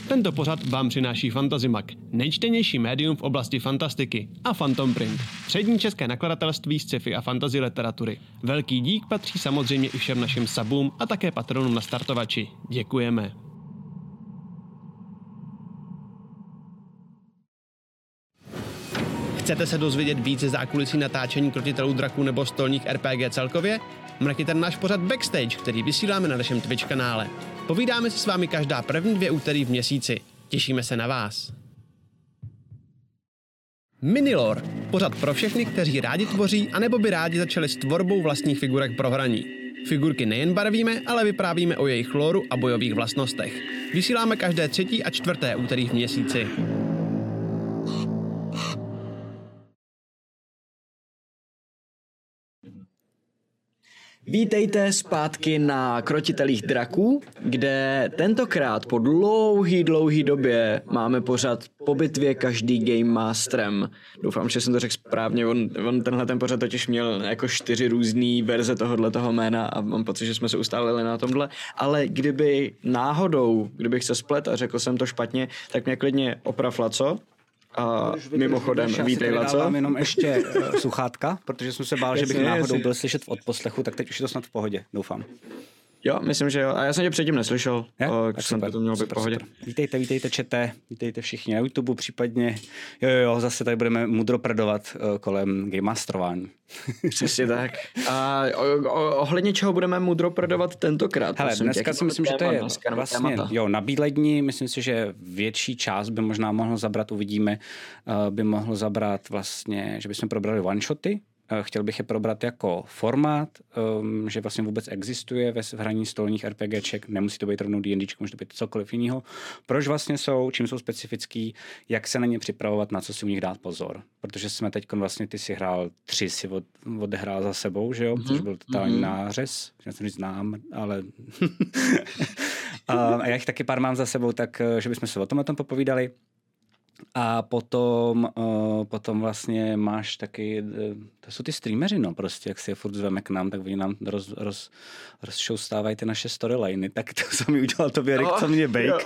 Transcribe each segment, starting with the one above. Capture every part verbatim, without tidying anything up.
Tento pořad vám přináší Fantazimak, nejčtenější médium v oblasti fantastiky, a Phantom Print, přední české nakladatelství z sci-fi a fantasy literatury. Velký dík patří samozřejmě i všem našim subům a také patronům na startovači. Děkujeme. Chcete se dozvědět více zákulisí natáčení Krotitelů draků nebo stolních R P G celkově? Mrkněte na náš pořad Backstage, který vysíláme na našem Twitch kanále. Povídáme si s vámi každá první dvě úterý v měsíci. Těšíme se na vás. Minilore, pořad pro všechny, kteří rádi tvoří, anebo by rádi začali s tvorbou vlastních figurek pro hraní. Figurky nejen barvíme, ale vyprávíme o jejich lóru a bojových vlastnostech. Vysíláme každé třetí a čtvrté úterý v měsíci. Vítejte zpátky na Krotitelích draků, kde tentokrát po dlouhý, dlouhý době máme pořad po bitvě každý Game Masterem. Doufám, že jsem to řekl správně, on, on tenhle ten pořad totiž měl jako čtyři různý verze tohohle toho jména a mám pocit, že jsme se ustálili na tomhle, ale kdyby náhodou, kdybych se splet a řekl jsem to špatně, tak mě klidně oprav, Laco. A mimochodem, vítej, Laco. Já jenom ještě uh, sluchátka, protože jsem se bál, že bych náhodou byl slyšet v odposlechu, tak teď už je to snad v pohodě, doufám. Jo, myslím, že jo. A já jsem tě předtím neslyšel, tak jsem to měl být v pohodě. Super. Vítejte, vítejte, čete, vítejte všichni na YouTube případně. Jo, jo, jo, zase tady budeme mudropredovat uh, kolem game masterování. Přesně tak. A o, o, ohledně čeho budeme mudropredovat tentokrát? Hele, dneska si myslím, že to je vlastně, jo, na Bílední, myslím si, že větší část by možná mohlo zabrat, uvidíme, uh, by mohlo zabrat vlastně, že bychom probrali one-shoty. Chtěl bych je probrat jako formát, um, že vlastně vůbec existuje ve hraní stolních RPGček, nemusí to být rovnou D and D, může to být cokoliv jiného. Proč vlastně jsou, čím jsou specifický, jak se na ně připravovat, na co si u nich dát pozor. Protože jsme teď vlastně, ty si hrál, tři si od, odehrál za sebou, že jo, mm-hmm. což byl totální mm-hmm. nářez, že jsem říct znám, ale a já jich taky pár mám za sebou, tak že bychom se o tom o tom popovídali. A potom, uh, potom vlastně máš taky, to jsou ty streameři, no prostě, jak si je furt zveme k nám, tak oni nám roz, roz, rozšoustávají ty naše storyliny, tak to jsem mi udělal tobě, Rick, co mě bejk.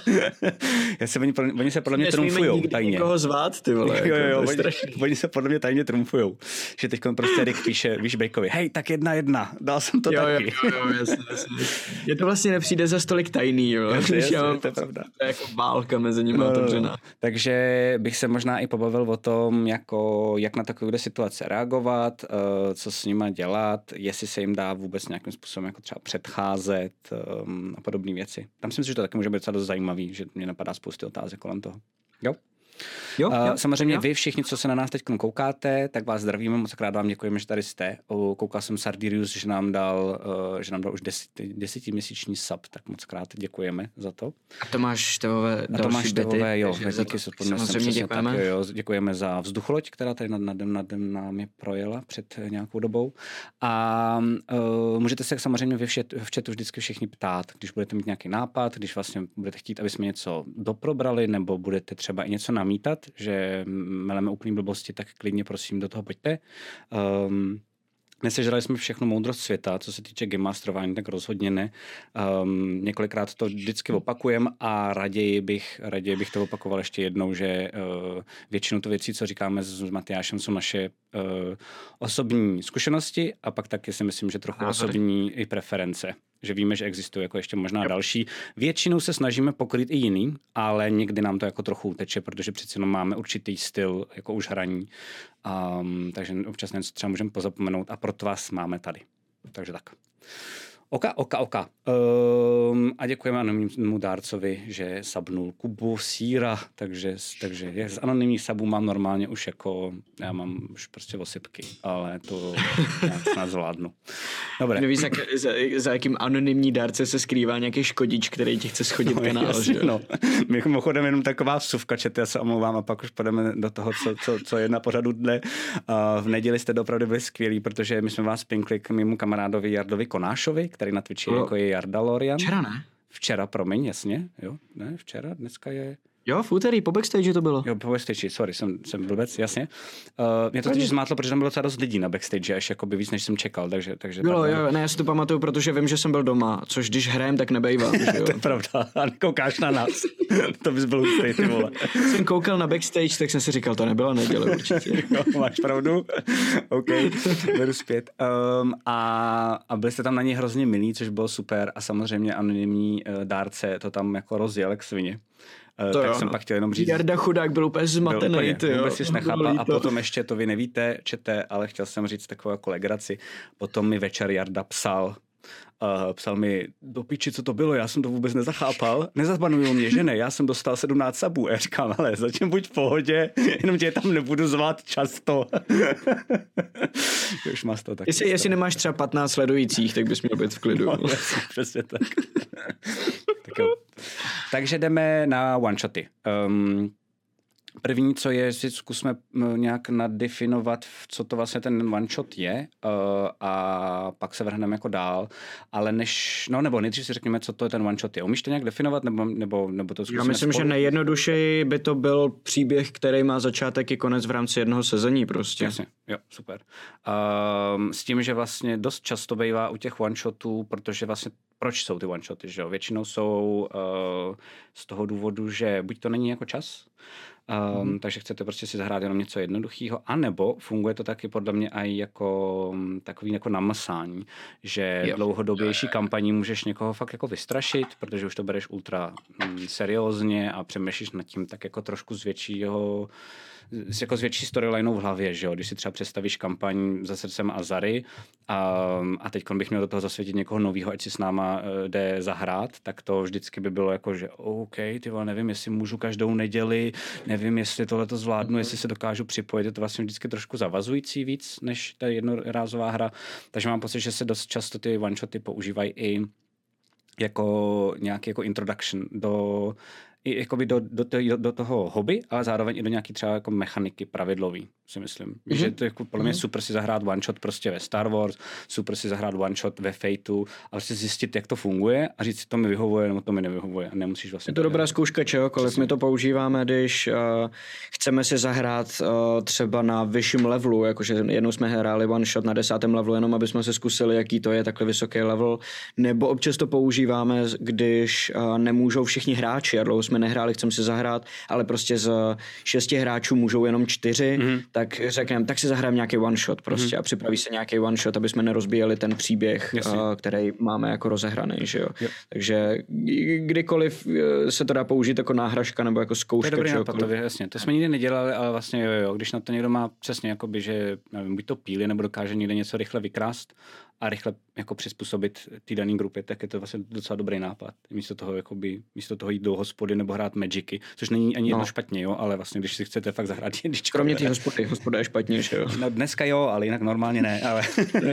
Já se, oni, oni se podle mě trumfujou tajně. Někoho zvát, ty vole. Jo, jo, jo, oni, oni se podle mě tajně trumfujou. Že teď prostě Rick píše, víš, Bejkovi, hej, tak jedna jedna, dal jsem to jo, taky. Jo, jo, jo, jasně, jasně. Je to vlastně nepřijde za stolik tajný, jo. Jasně, jasně, já mám, to je pravda. To je jako válka mezi nimi otevřená. No, takže bych se možná i pobavil o tom, jako, jak na takové situace reagovat, uh, co s nima dělat, jestli se jim dá vůbec nějakým způsobem jako třeba předcházet um, a podobné věci. Tam si myslím, že to taky může být docela dost zajímavý, že mě napadá spousty otázek kolem toho. Jo? Jo, uh, jo, samozřejmě jo. Vy všichni, co se na nás teď koukáte, tak vás zdravíme, moc krát vám děkujeme, že tady jste. Uh, koukal jsem Sardirius, že nám dal, uh, že nám dal už deset, desetiměsíční sub, tak moc krát děkujeme za to. A Tomáš Tevové A Tomáš Tevové, jo, díky, samozřejmě děkujeme. Tak, jo, jo, děkujeme za vzducholoď, která tady nad, nad, nad námi projela před nějakou dobou. A uh, můžete se samozřejmě vy vše, v chatu vždycky všichni ptát, když budete mít nějaký nápad, když vlastně budete chtít, aby jsme něco doprobrali, nebo budete třeba i něco namítat, že meleme úplný blbosti, tak klidně prosím do toho pojďte. Um, Nesežrali jsme všechno moudrost světa, co se týče game masterování, tak rozhodně ne. Um, několikrát to vždycky opakujem a raději bych, raději bych to opakoval ještě jednou, že uh, většinu to věcí, co říkáme s Matyášem, jsou naše uh, osobní zkušenosti a pak taky si myslím, že trochu Názory. Osobní i preference. Že víme, že existuje jako ještě možná další. Většinou se snažíme pokryt i jiný, ale někdy nám to jako trochu uteče, protože přeci jenom máme určitý styl jako už hraní. Um, takže občas něco třeba můžeme pozapomenout a proto vás máme tady. Takže tak. Oka, oka, oka. Um, a děkujeme anonymnímu dárcovi, že sabnul Kubu Síra, takže, takže z anonymních sabů mám normálně už jako, já mám už prostě osypky, ale to já snad zvládnu. Dobré. Nevíš, za, za, za jakým anonymní dárce se skrývá nějaký škodič, který ti chce schodit no, kanál, jasně, že? No. Mimochodem jenom taková vsuvka, čete, já se omlouvám a pak už půjdeme do toho, co, co, co je na pořadu dne. Uh, v neděli jste opravdu byli skvělí, protože my jsme vás pinkli k mému kamarádovi Jardovi Konášovi, který na Twitchi no. jako je Jardalorian. Včera ne? Včera, promiň, jasně, jo, ne, včera, dneska je Jo, v úterý, po backstage to bylo. Jo, po backstage, sorry, jsem, jsem blbec, jasně. Uh, mě to totiž zmátlo, protože tam bylo docela dost lidí na backstage, až jakoby víc, než jsem čekal, takže... takže bylo, tak, jo, ne, já si to pamatuju, protože vím, že jsem byl doma, což když hrajem, tak nebejvá. To je pravda, a koukáš na nás. To bys byl hustý, ty vole. Jsem koukal na backstage, tak jsem si říkal, to nebyla neděle určitě. Jo, máš pravdu. OK, beru zpět. Um, a, a byli jste tam na něj hrozně milí, což bylo super a samozřejmě anonymní uh, dárce to tam jako rozjel jak svině. Uh, tak jo, jsem no. pak chtěl jenom říct. Jarda chudák byl úplně zmatený. Byl vůbec si nechápal a potom ještě, to vy nevíte, čete, ale chtěl jsem říct takovou jako legraci. Potom mi večer Jarda psal, Uh, psal mi, do piči, co to bylo, já jsem to vůbec nezachápal. Nezazbanuju mě, že ne, já jsem dostal sedmnáct sabů. Já říkám, ale zatím buď v pohodě, jenom tě tam nebudu zvát často. Už máš to taky. Jestli, jestli nemáš třeba patnáct sledujících, tak bys měl být v klidu. No, přesně tak. Tak jo. Takže jdeme na one-shoty. Um, První, co je, si zkusme nějak nadefinovat, co to vlastně ten one shot je uh, a pak se vrhneme jako dál, ale než, no nebo nejdřív si řekněme, co to je ten one shot je. Umíš to nějak definovat nebo, nebo, nebo to zkusíme? Já myslím, spolu? Že nejjednodušeji by to byl příběh, který má začátek i konec v rámci jednoho sezení prostě. Jasně, jo, super. Um, s tím, že vlastně dost často bývá u těch one shotů, protože vlastně proč jsou ty one shoty, že jo? Většinou jsou uh, z toho důvodu, že buď to není jako čas, Um, mm. takže chcete prostě si zahrát jenom něco jednoduchého, anebo funguje to taky podle mě i jako takový jako namlsání, že jo. dlouhodobější kampaní můžeš někoho fakt jako vystrašit, protože už to bereš ultra mm, seriózně a přemýšlíš nad tím tak jako trošku z většího jako s větší storylineou v hlavě, že jo, když si třeba představíš kampaň za srdcem Azary a, a teď bych měl do toho zasvětit někoho novýho, ať si s náma jde zahrát, tak to vždycky by bylo jako, že OK, ty vole, nevím, jestli můžu každou neděli, nevím, jestli tohle to zvládnu, jestli se dokážu připojit, je to vlastně vždycky trošku zavazující víc, než ta jednorázová hra, takže mám pocit, že se dost často ty one-shoty používají i jako nějaký jako introduction do i jakoby do, do, do, do toho hobby, ale zároveň i do nějaký třeba jako mechaniky pravidlový, si myslím. Mm-hmm. Že to je jako, podle mě super si zahrát one shot prostě ve Star Wars, super si zahrát one shot ve Fateu, ale si zjistit, jak to funguje a říct si, to mi vyhovuje, nebo to mi nevyhovuje a nemusíš vlastně... Je to dobrá zkouška čehokoliv. Přesně. My to používáme, když uh, chceme si zahrát uh, třeba na vyšším levelu, jakože jednou jsme hráli one shot na desátém levelu, jenom aby jsme se zkusili, jaký to je takhle vysoký level, nebo občas to používáme, když uh, nemůžou všichni hráči a dlouho jsme nehráli, chceme si zahrát, ale prostě z šesti hráčů můžou jenom čtyři, mm-hmm. tak řekneme, tak si zahrajeme nějaký one shot prostě mm-hmm. a připraví se nějaký one shot, aby jsme nerozbíjeli ten příběh, uh, který máme jako rozehraný, že jo. jo. Takže kdykoliv se to dá použít jako náhražka nebo jako zkouška. To je dobrý nápad, to, jasně. To jsme nikdy nedělali, ale vlastně jo, jo, když na to někdo má přesně jakoby, že nevím, buď to píli, nebo dokáže někde něco rychle vykrást a rychle jako přizpůsobit té dané grupě, tak je to vlastně docela dobrý nápad. Místo toho, jakoby, místo toho jít do hospody nebo hrát Magicy, což není ani jedno no. špatně, jo, ale vlastně, když si chcete fakt zahrát jedničku. Kromě té hospody, hospoda je špatně, že jo? No dneska jo, ale jinak normálně ne, ale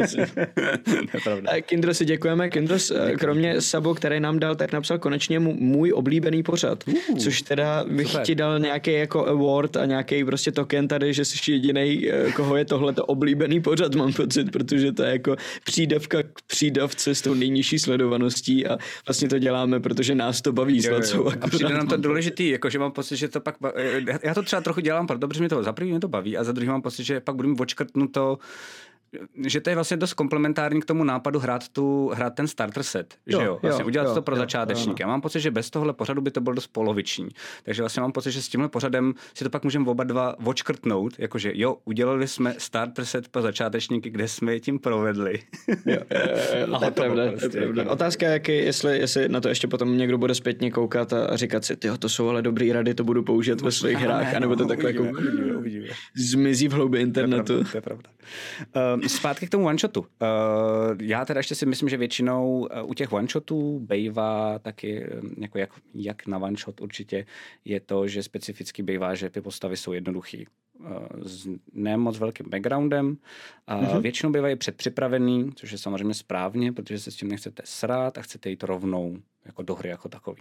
to je pravda. Kindro si děkujeme. Kindros, kromě Sabo, který nám dal, tak napsal konečně můj oblíbený pořad, uh, což teda bych super. Ti dal nějaký jako award a nějaký prostě token tady, že jsi jedinej, koho je tohleto oblíbený pořad, mám pocit, protože to je jako přídavka k přídavce s tou nejnižší sledovaností a vlastně to děláme, protože nás to baví s Lacou. A přijde nám to důležitý, jakože mám pocit, že to pak, já to třeba trochu dělám, protože mě to za první mě to baví a za druhý mám pocit, že pak budu mít odškrtnuto, že to je vlastně dost komplementární k tomu nápadu hrát, tu, hrát ten starter set, jo, že jo? Vlastně jo, udělat jo, to pro jo, začátečníky. Já mám pocit, že bez tohle pořadu by to bylo dost poloviční. Takže vlastně mám pocit, že s tímhle pořadem si to pak můžeme oba dva odškrtnout, jakože jo, udělali jsme starter set pro začátečníky, kde jsme je tím provedli. Jo, jo, jo, to je pravda, prostě, pravda. Otázka je, jaký, jestli, jestli na to ještě potom někdo bude zpětně koukat a říkat si, tyjo, to jsou ale dobrý rady, to budu použít ve svých hrách, anebo to takhle jako zmizí v hloubi internetu. To je pravda. Um, zpátky k tomu one-shotu. Uh, já teda ještě si myslím, že většinou uh, u těch one-shotů bejvá taky, um, jako jak, jak na one-shot určitě, je to, že specificky bejvá, že ty postavy jsou jednoduchý. Uh, s ne moc velkým backgroundem. Uh, mm-hmm. Většinou bývají předpřipravený, což je samozřejmě správně, protože se s tím nechcete srát a chcete jít rovnou jako do hry jako takový.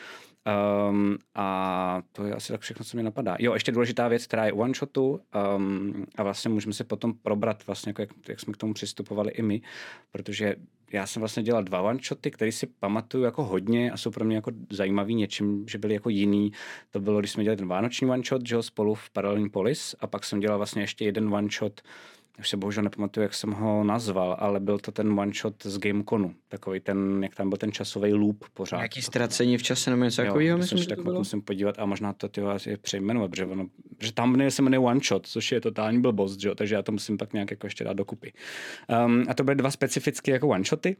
Um, a to je asi tak všechno, co mi napadá. Jo, ještě důležitá věc, která je one shotu um, a vlastně můžeme se potom probrat vlastně, jako jak, jak jsme k tomu přistupovali i my, protože já jsem vlastně dělal dva one-shoty, které si pamatuju jako hodně a jsou pro mě jako zajímavý něčím, že byly jako jiný. To bylo, když jsme dělali ten vánoční one-shot, že jo, spolu v Paralelní Polis a pak jsem dělal vlastně ještě jeden one-shot, už se bohužel nepamatuju, jak jsem ho nazval, ale byl to ten one-shot z Gameconu. Takový ten, jak tam byl ten časový loop pořád. Nějaký ztracení v čase nebo něco takového, myslím, že tak to bylo. Musím podívat a možná to tyho je přejmenovat, protože, ono, protože tam se jmenuje one-shot, což je totální blbost, že jo? Takže já to musím pak nějak jako ještě dát dokupy. Um, a to byly dva specifické jako one-shoty,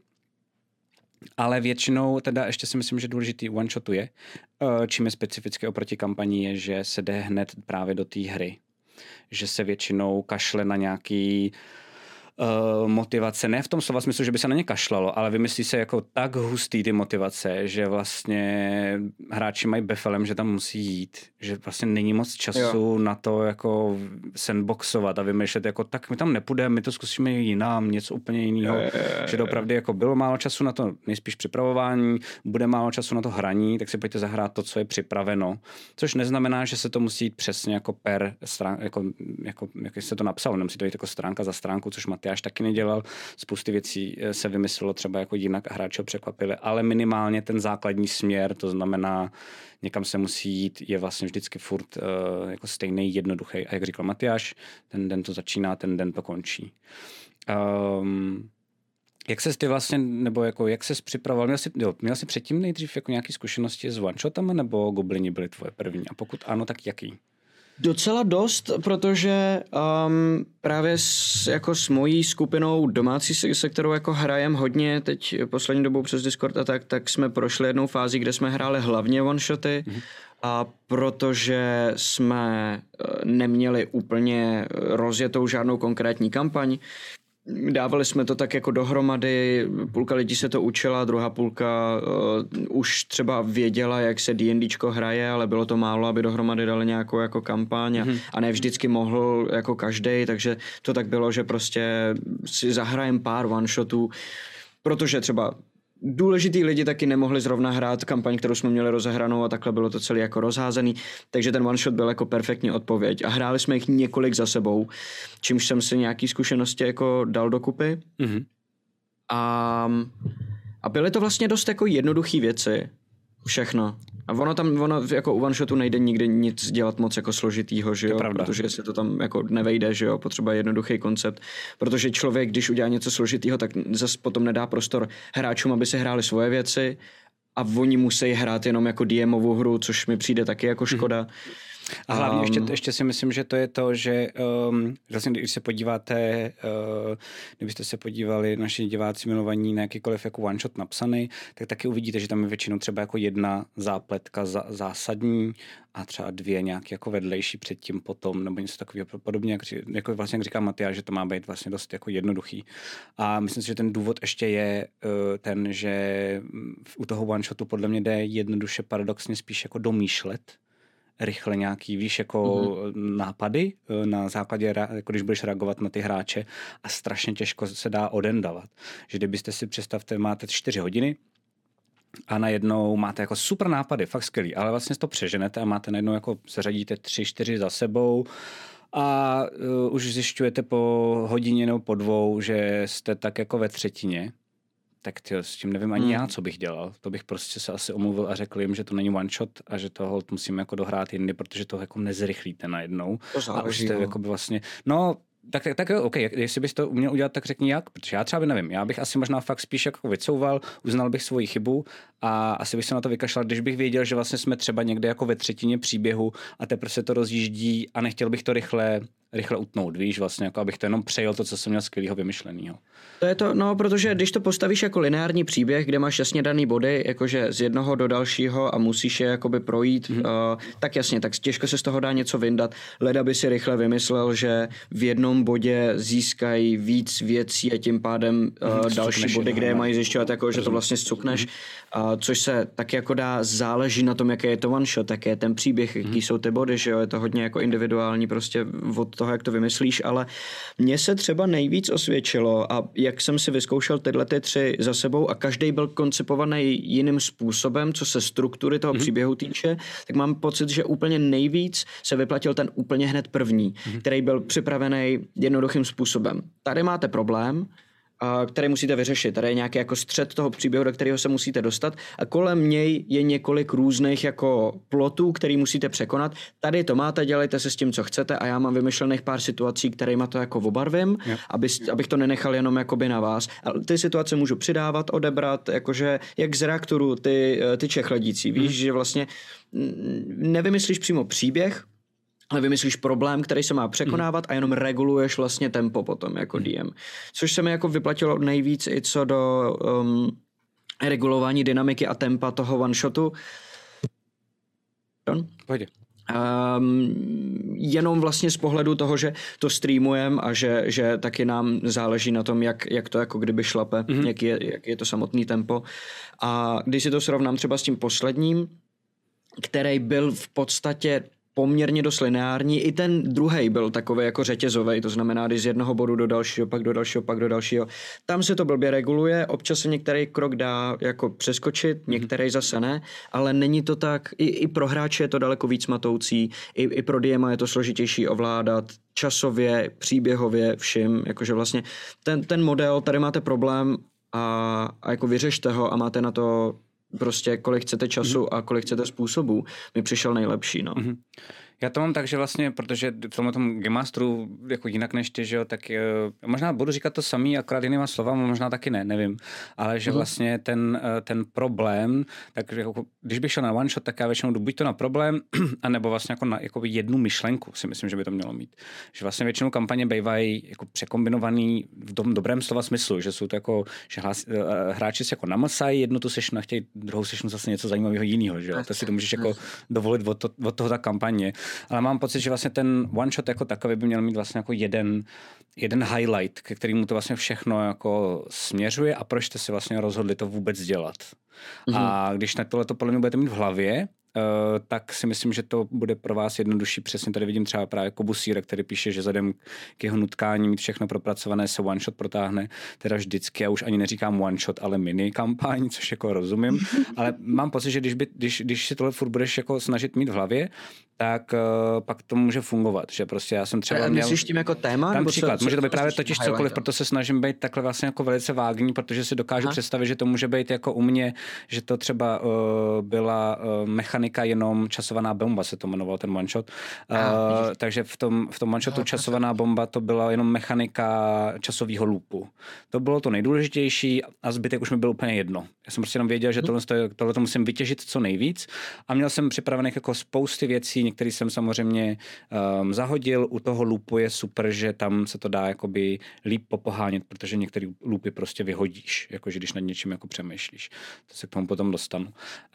ale většinou teda ještě si myslím, že důležitý one-shotu je, uh, čím je specifické oproti kampaní, je, že se jde hned právě do té hry. Že se většinou kašle na nějaký uh, motivace, ne v tom slova smyslu, že by se na ně kašlalo, ale vymyslí se jako tak hustý ty motivace, že vlastně hráči mají befelem, že tam musí jít, že vlastně není moc času jo. na to jako sandboxovat a vymýšlet jako tak my tam nepůjdeme, my to zkusíme jinam, něco úplně jiného, že opravdu jako bylo málo času na to nejspíš připravování, bude málo času na to hraní, tak si pojďte zahrát to, co je připraveno, což neznamená, že se to musí jít přesně jako per strán, jako, jako, jak se to napsalo, nemusí to jít jako stránka za stránku, což Matyáš taky nedělal, spousty věcí se vymyslelo třeba jako jinak a hráči ho překvapili, ale minimálně ten základní směr, to znamená někam se musí jít, je vlastně vždycky furt uh, jako stejný, jednoduchý. A jak říkal Matyáš, ten den to začíná, ten den to končí. Um, jak ses ty vlastně, nebo jako jak ses připravoval? Měl jsi, jo, měl jsi předtím nejdřív jako nějaké zkušenosti s one-shotama, nebo goblini byly tvoje první? A pokud ano, tak jaký? Docela dost, protože um, právě s, jako s mojí skupinou domácí, se, se kterou jako hrajem hodně teď poslední dobou přes Discord a tak, tak jsme prošli jednou fázi, kde jsme hráli hlavně one-shoty mm-hmm. a protože jsme neměli úplně rozjetou žádnou konkrétní kampaň, dávali jsme to tak jako dohromady, půlka lidí se to učila, druhá půlka uh, už třeba věděla, jak se D and Dčko hraje, ale bylo to málo, aby dohromady dali nějakou jako kampaň a, mm-hmm. a ne vždycky mohl jako každej, takže to tak bylo, že prostě si zahrajem pár one-shotů, protože třeba důležitý lidi taky nemohli zrovna hrát kampaň, kterou jsme měli rozehranou a takhle bylo to celé jako rozházený, takže ten one shot byl jako perfektní odpověď a hráli jsme jich několik za sebou, čímž jsem si nějaký zkušenosti jako dal dokupy mm-hmm. a, a byly to vlastně dost jako jednoduchý věci, všechno. A ono tam, ono jako u one shotu nejde nikdy nic dělat moc jako složitýho, že jo, protože se to tam jako nevejde, že jo, potřeba jednoduchý koncept, protože člověk, když udělá něco složitýho, tak zase potom nedá prostor hráčům, aby si hráli svoje věci a oni musí hrát jenom jako DMovou hru, což mi přijde taky jako škoda. A hlavně um, ještě, ještě si myslím, že to je to, že um, vlastně, když se podíváte, uh, kdybyste se podívali naši diváci milovaní na jakýkoliv jako one shot napsaný, tak taky uvidíte, že tam je většinou třeba jako jedna zápletka za, zásadní a třeba dvě nějaké jako vedlejší předtím potom, nebo něco takového podobně, jak, jako vlastně jak říká Matyáš, že to má být vlastně dost jako jednoduchý. A myslím si, že ten důvod ještě je uh, ten, že u toho one shotu podle mě jde jednoduše paradoxně spíš jako domýšlet rychle nějaký, víš, jako mm-hmm. nápady na základě, jako když budeš reagovat na ty hráče a strašně těžko se dá odendavat. Že kdybyste si představte, máte čtyři hodiny a najednou máte jako super nápady, fakt skvělý, ale vlastně to přeženete a máte najednou jako seřadíte tři, čtyři za sebou a uh, už zjišťujete po hodině nebo po dvou, že jste tak jako ve třetině. Tak tyjo, s tím nevím ani hmm. já, co bych dělal. To bych prostě se asi omluvil a řekl jim, že to není one shot a že to hold musíme jako dohrát jindy, protože to jako nezrychlíte najednou. To záleží, a už jste jako by vlastně, no, tak, tak, tak jo, OK, jestli bys to uměl udělat, tak řekni jak, protože já třeba by nevím, já bych asi možná fakt spíš jako vycouval, uznal bych svoji chybu a asi bych se na to vykašlal, když bych věděl, že vlastně jsme třeba někde jako ve třetině příběhu a teprve se to rozjíždí a nechtěl bych to rychle rychle utnout, víš, vlastně, jako abych to jenom přejel to, co jsem měl skvělýho vymyšlenýho. To je to, no, protože když to postavíš jako lineární příběh, kde máš jasně daný body, jakože z jednoho do dalšího a musíš je jakoby projít, mm-hmm. uh, tak jasně, tak těžko se z toho dá něco vyndat. Leda by si rychle vymyslel, že v jednom bodě získají víc věcí a tím pádem uh, mm-hmm. další body, kde je mají zjišťovat, jako, že to vlastně zcukneš, mm-hmm. uh, což se tak jako dá, záleží na tom, jaký je to one shot, jaký je ten příběh, mm-hmm. jaký jsou ty body, že jo, je to hodně jako individuální prostě od toho, jak to vymyslíš, ale mně se třeba nejvíc osvědčilo a jak jsem si vyzkoušel tyhle ty tři za sebou a každý byl koncipovaný jiným způsobem, co se struktury toho mm-hmm. příběhu týče, tak mám pocit, že úplně nejvíc se vyplatil ten úplně hned první, mm-hmm. který byl připravený jednoduchým způsobem. Tady máte problém, který musíte vyřešit. Tady je nějaký jako střed toho příběhu, do kterého se musíte dostat a kolem něj je několik různých jako plotů, který musíte překonat. Tady to máte, dělejte se s tím, co chcete a já mám vymyšlených pár situací, kterýma to jako obarvím, aby, abych to nenechal jenom jakoby na vás. A ty situace můžu přidávat, odebrat, jakože jak z reaktoru ty, ty čechladící. Víš, mm. že vlastně nevymyslíš přímo příběh, ale vymyslíš problém, který se má překonávat a jenom reguluješ vlastně tempo potom jako D M. Což se mi jako vyplatilo nejvíc i co do um, regulování dynamiky a tempa toho one-shotu. Pojď. Um, jenom vlastně z pohledu toho, že to streamujeme a že, že taky nám záleží na tom, jak, jak to jako kdyby šlape, mm-hmm. jak, je, jak je to samotný tempo. A když si to srovnám třeba s tím posledním, který byl v podstatě poměrně dost lineární. I ten druhej byl takový jako řetězový, to znamená, když z jednoho bodu do dalšího, pak do dalšího, pak do dalšího. Tam se to blbě reguluje, občas se některý krok dá jako přeskočit, některý zase ne, ale není to tak, i, i pro hráče je to daleko víc matoucí, i, i pro D M je to složitější ovládat, časově, příběhově, všim, jakože vlastně ten, ten model, tady máte problém a, a jako vyřešte ho a máte na to prostě kolik chcete času mm-hmm. a kolik chcete způsobů, mi přišel nejlepší, no. Mm-hmm. Já to mám tak, že vlastně, protože v tomhle tom Game Masteru jako jinak než ty, že jo, tak uh, možná budu říkat to samý, akorát jinýma slovama, možná taky ne, nevím, ale že mm-hmm. vlastně ten, uh, ten problém, tak jako, když bych šel na one shot, tak já většinou jdu buď to na problém, anebo vlastně jako na jakoby jednu myšlenku si myslím, že by to mělo mít. Že vlastně většinou kampaně bývají jako překombinovaný v tom dobrém slova smyslu, že jsou to jako, že hlás, uh, hráči si jako namlsají, jednu tu sešnu a chtějí druhou sešnu zase něco zajímavého jiného, že jo, to si to můžeš jako dovolit od, to, od toho ta kampaně. Ale mám pocit, že vlastně ten one shot jako takový by měl mít vlastně jako jeden, jeden highlight, ke kterému to vlastně všechno jako směřuje a proč jste si vlastně rozhodli to vůbec dělat. Mm-hmm. A když na tohle to podle mě budete mít v hlavě, Uh, tak si myslím, že to bude pro vás jednodušší. Přesně tady vidím třeba právě Kobusíra, který píše, že vzhledem k jeho nutkání mít všechno propracované se one shot protáhne teda vždycky. Já už ani neříkám one shot, ale mini kampaň, což jako rozumím. Ale mám pocit, že když, by, když, když si tohle furt budeš jako snažit mít v hlavě, tak uh, pak to může fungovat. Že prostě já jsem třeba měl... Myslíš tím jako téma? Tam příklad. Co, může to být právě totiž cokoliv, proto se snažím být takhle vlastně jako velice vágní, protože si dokážu Aha. představit, že to může být jako u mě, že to třeba uh, byla uh, mechanika jenom časovaná bomba, se to jmenoval ten one shot. Uh, takže v tom, v tom one shotu časovaná bomba to byla jenom mechanika časového loopu. To bylo to nejdůležitější a zbytek už mi byl úplně jedno. Já jsem prostě jenom věděl, že tohle, tohle to musím vytěžit co nejvíc a měl jsem připravených jako spousty věcí, některý jsem samozřejmě um, zahodil. U toho loopu je super, že tam se to dá jakoby líp popohánět, protože některé loopy prostě vyhodíš, jakože když nad něčím jako přemýšlíš. To se k tomu potom dostanu.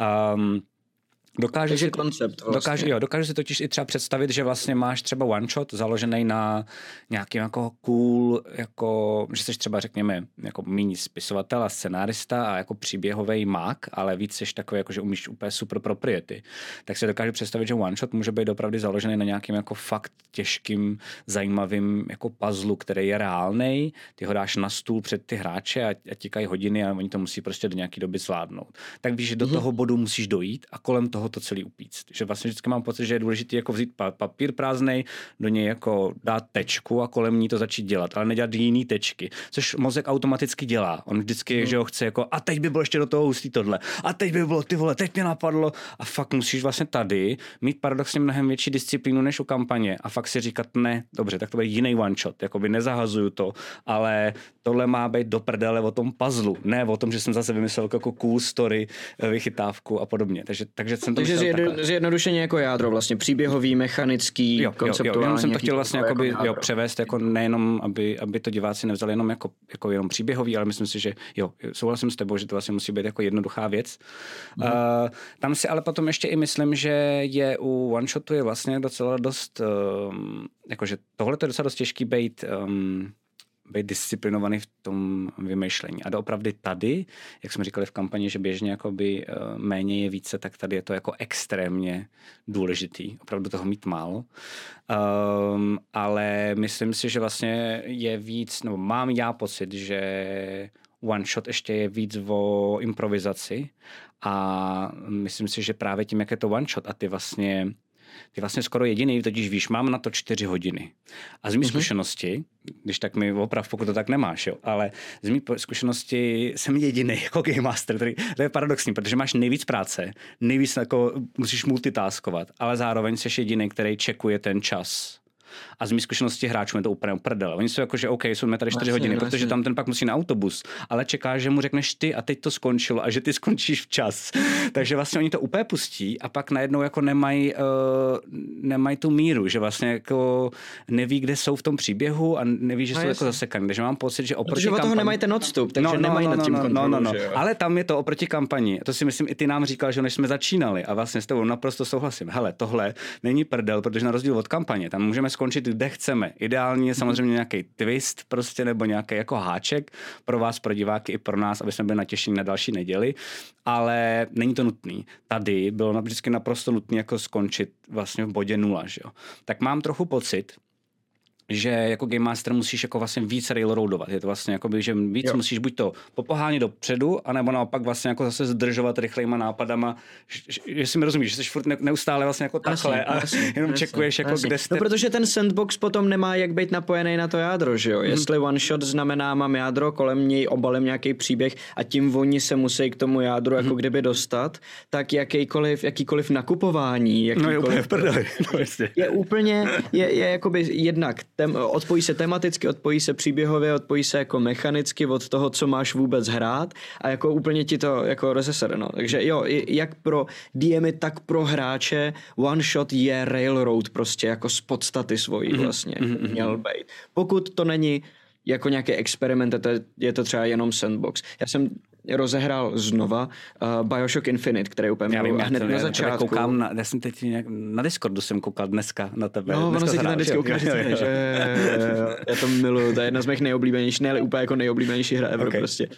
Um, Dokážu Takže si, koncept vlastně. Dokážu, jo, dokážu si totiž i třeba představit, že vlastně máš třeba one shot založený na nějakým jako cool, jako, že jsi třeba řekněme jako mini spisovatel a scenárista a jako příběhový mák, ale víc jsi takový, jako, že umíš úplně super propriety. Tak si dokážu představit, že one shot může být opravdu založený na nějakým jako fakt těžkým, zajímavým jako puzzlu, který je reálnej. Ty ho dáš na stůl před ty hráče a, a tikají hodiny a oni to musí prostě do nějaké doby zvládnout. Tak víš, že do mm-hmm. toho bodu musíš dojít a kolem toho to celý upíct. Že vlastně vždycky mám pocit, že je důležité jako vzít pa- papír prázdnej, do něj jako dát tečku a kolem ní to začít dělat, ale nedělat jiný tečky, což mozek automaticky dělá. On vždycky, mm. že ho chce jako a teď by bylo ještě do toho hustý tohle. A teď by bylo ty vole, teď mě napadlo a fakt musíš vlastně tady mít paradoxně mnohem větší disciplínu než u kampaně a fakt si říkat ne, dobře, tak to bude jiný one shot, jakoby nezahazuju to, ale tohle má být do prdele o tom puzzlu, ne o tom, že jsem zase vymyslel jako cool story, vychytávku a podobně. Takže, takže jsem to Takže zjedno, zjednodušeně jako jádro, vlastně příběhový, mechanický, jo, konceptuální. Jo, jo, jsem to chtěl vlastně jako by, jo, převést jako nejenom, aby, aby to diváci nevzali jenom jako, jako jenom příběhový, ale myslím si, že jo, souhlasím s tebou, že to vlastně musí být jako jednoduchá věc. Mm. Uh, tam si ale potom ještě i myslím, že je u one shotu je vlastně docela dost, um, jakože tohle to je docela dost těžký být um, být disciplinovaný v tom vymýšlení. A doopravdy tady, jak jsme říkali v kampani, že běžně jakoby méně je více, tak tady je to jako extrémně důležitý. Opravdu toho mít málo. Um, ale myslím si, že vlastně je víc, nebo mám já pocit, že one shot ještě je víc o improvizaci a myslím si, že právě tím, jak je to one shot a ty vlastně ty vlastně skoro jediný, totiž víš, mám na to čtyři hodiny. A z mý mm-hmm. zkušenosti, když tak mi oprav, pokud to tak nemáš, jo, ale z mý zkušenosti jsem jediný jako game master, který, to je paradoxní, protože máš nejvíc práce, nejvíc jako musíš multitaskovat, ale zároveň jsi jediný, který čekuje ten čas. A z mý zkušenosti hráčů je to úplně uprdele. Oni jsou jako, že OK, jsou tady čtyři hodiny, vlastně. Protože tam ten pak musí na autobus, ale čeká, že mu řekneš ty a teď to skončilo a že ty skončíš včas. Takže vlastně oni to úplně pustí a pak najednou jako nemají uh, nemají tu míru, že vlastně jako neví, kde jsou v tom příběhu a neví, že no, jsou jasný. Jako zasekaný. Takže mám pocit, že oproti protože kampani... od toho nemají ten odstup, takže no, no, nemají no, nad tím no, kontrolu. No, no, no. Ale tam je to oproti kampani. To si myslím, i ty nám říkal, že než jsme začínali a vlastně s tebou naprosto souhlasím. Hele, tohle není prdel, protože na rozdíl od kampaně, tam můžeme skončit, kde chceme. Ideální je samozřejmě nějaký twist prostě nebo nějaký jako háček pro vás, pro diváky i pro nás, aby jsme byli natěšení na další neděli, ale není to nutný. Tady bylo vždycky naprosto nutné jako skončit vlastně v bodě nula, že jo. Tak mám trochu pocit, že jako game master musíš jako vlastně víc railroadovat. Je to vlastně jako by, že víc jo. musíš buď to popohánět dopředu, anebo naopak vlastně jako zase zdržovat rychlejma nápadama. Jestli mi rozumíš, že jsi furt neustále vlastně jako takhle a jasný, jenom jasný, čekuješ jako jasný. Kde jste... No protože ten sandbox potom nemá jak být napojený na to jádro, že jo? Hmm. Jestli one shot znamená mám jádro, kolem něj obalím nějaký příběh a tím oni se musí k tomu jádru jako hmm. kdyby dostat, tak jakýkoliv, jakýkoliv nakupování, jakýkoliv... No je úplně v prdeli. No, je úplně, je, je jakoby jednak Tem, odpojí se tematicky, odpojí se příběhově, odpojí se jako mechanicky od toho, co máš vůbec hrát a jako úplně ti to jako rozesere, no. Takže jo, jak pro D M y, tak pro hráče one shot je railroad prostě jako z podstaty svojí vlastně mm-hmm. měl být. Pokud to není jako nějaký experiment, to je, je to třeba jenom sandbox. Já jsem rozehrál znova uh, Bioshock Infinite, který úplně měl hned to, na začátku. Koukám na, já jsem teď nějak, na Discordu jsem koukal dneska na tebe. No, ono se ti na Discord ukáže, že já to miluju, to je jedna z mých nejoblíbenějších, ne, ale úplně jako nejoblíbenější hra ever okay. prostě.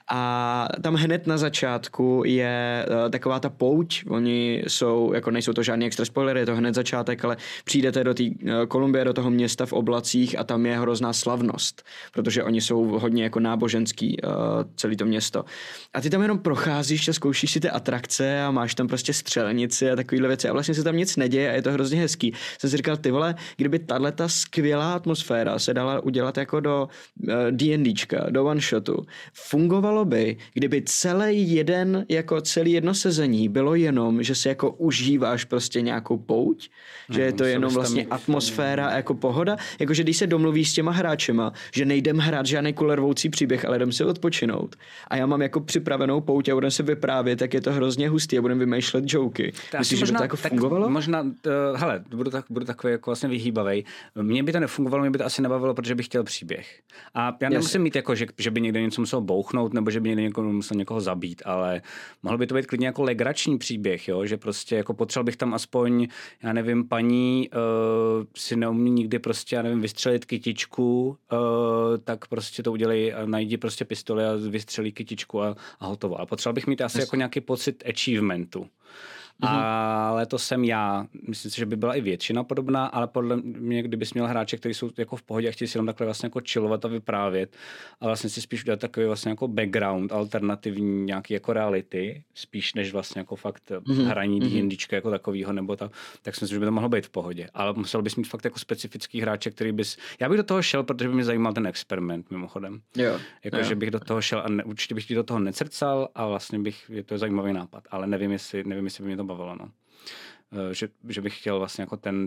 A tam hned na začátku je uh, taková ta pouť, oni jsou, jako nejsou to žádný extra spoilery, je to hned začátek, ale přijdete do té uh, Kolumbie, do toho města v oblacích a tam je hrozná slavnost, protože oni jsou hodně jako náboženský, uh, celý to město. A ty tam jenom procházíš a zkoušíš si ty atrakce a máš tam prostě střelnici a takovýhle věci a vlastně se tam nic neděje a je to hrozně hezký. Jsem si říkal, ty vole, kdyby tahleta skvělá atmosféra se dala udělat jako do uh, D&Dčka, do one shotu, fungovalo by, kdyby celý jeden, jako celý jedno sezení bylo jenom, že si jako užíváš prostě nějakou pouť, no, že je to jenom vlastně atmosféra a jako pohoda, jakože když se domluvíš s těma hráčema, že nejdem hrát žádný kulervoucí příběh, ale jdem si odpočinout a já mám jako připravenou pouť a budem se vyprávět, tak je to hrozně hustý a budem vymýšlet joky. Myslíš, že by to jako fungovalo? Možná, uh, hele, budu, tak, budu takový jako vlastně vyhýbavej. Mně by to nefungovalo, mě by to asi nebavilo, protože bych chtěl příběh. A já nemusím mít jako, že, že by někde něco musel bouchnout, nebo že by někde někoho musel někoho zabít, ale mohl by to být klidně jako legrační příběh, jo? Že prostě jako potřeboval bych tam aspoň, já nevím, paní uh, si neumí nikdy prostě, já nevím, vystřelit kytičku, uh, tak prostě to udělej a najdi prostě pistoli a vystřelí kytičku a, a hotovo. A potřeboval bych mít asi yes. jako nějaký pocit achievementu. Mm-hmm. Ale to jsem já. Myslím si, že by byla i většina podobná, ale podle mě, kdybys měl hráče, kteří jsou jako v pohodě a chtějí si jenom takhle vlastně jako chillovat a vyprávět a vlastně si spíš udělat takový vlastně jako background, alternativní nějaký jako reality, spíš než vlastně jako fakt mm-hmm. hraní D&Dčka jako takovýho, nebo ta, tak si myslím, že by to mohlo být v pohodě. Ale musel bys mít fakt jako specifický hráče, který bys... Já bych do toho šel, protože by mě zajímal ten experiment mimochodem. Jo. Jako, jo. že bych do toho šel a ne, určitě bych ti do toho necrcal a vlastně bych, je to zajímavý nápad, ale nevím, jestli, nevím, jestli by mě to bavilo, no. Že, že bych chtěl vlastně jako ten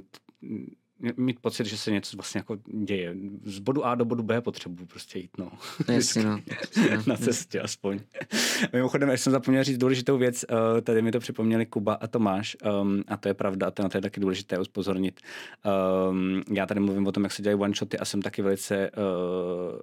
mít pocit, že se něco vlastně jako děje. Z bodu A do bodu B potřebuji prostě jít, no. Jasně, no. Na cestě aspoň. Mimochodem, já jsem zapomněl říct důležitou věc, tady mi to připomněli Kuba a Tomáš, um, a to je pravda, a to, to je taky důležité upozornit. Um, já tady mluvím o tom, jak se dělají one-shoty a jsem taky velice uh,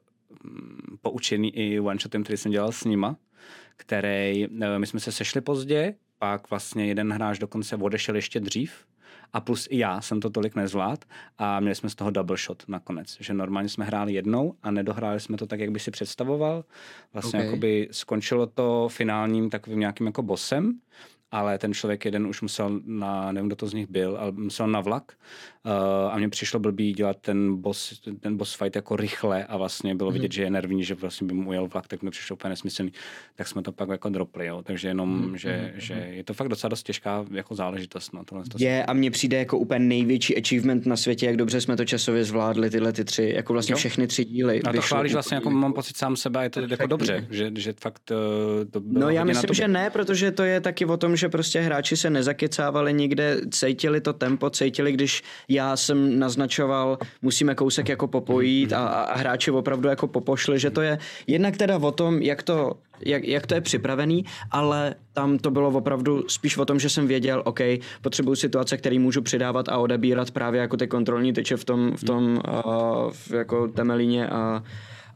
poučený i one-shotem, který jsem dělal s nima, který, uh, my jsme se sešli pozdě, pak vlastně jeden hráč dokonce odešel ještě dřív a plus i já jsem to tolik nezvlád a měli jsme z toho double shot nakonec, že normálně jsme hráli jednou a nedohráli jsme to tak, jak by si představoval. Vlastně okay. jakoby skončilo to finálním takovým nějakým jako bossem ale ten člověk jeden už musel na, nevím, kdo to z nich byl, ale musel na vlak uh, a mně přišlo blbý dělat ten boss, ten boss fight jako rychle a vlastně bylo vidět, mm. že je nervní, že vlastně by mu ujel vlak, tak mi přišlo úplně nesmyslný. Tak jsme to pak jako dropli, jo. Takže jenom, mm. že, mm. že je to fakt docela dost těžká jako záležitost. No, tohle je a mně přijde jako úplně největší achievement na světě, jak dobře jsme to časově zvládli, tyhle ty tři, jako vlastně jo. všechny tři díly. A to chválíš vlastně, jako mám pocit sám sebe a je to jako dobře, že, že fakt to bylo. No já myslím, že ne, protože to je taky o tom, že prostě hráči se nezakecávali nikde, cítili to tempo, cítili, když já jsem naznačoval, musíme kousek jako popojít a, a hráči opravdu jako popošli, že to je jednak teda o tom, jak to, jak, jak to je připravený, ale tam to bylo opravdu spíš o tom, že jsem věděl, OK, potřebuju situace, které můžu přidávat a odebírat právě jako ty kontrolní tyče v tom, v tom uh, v jako temelíně a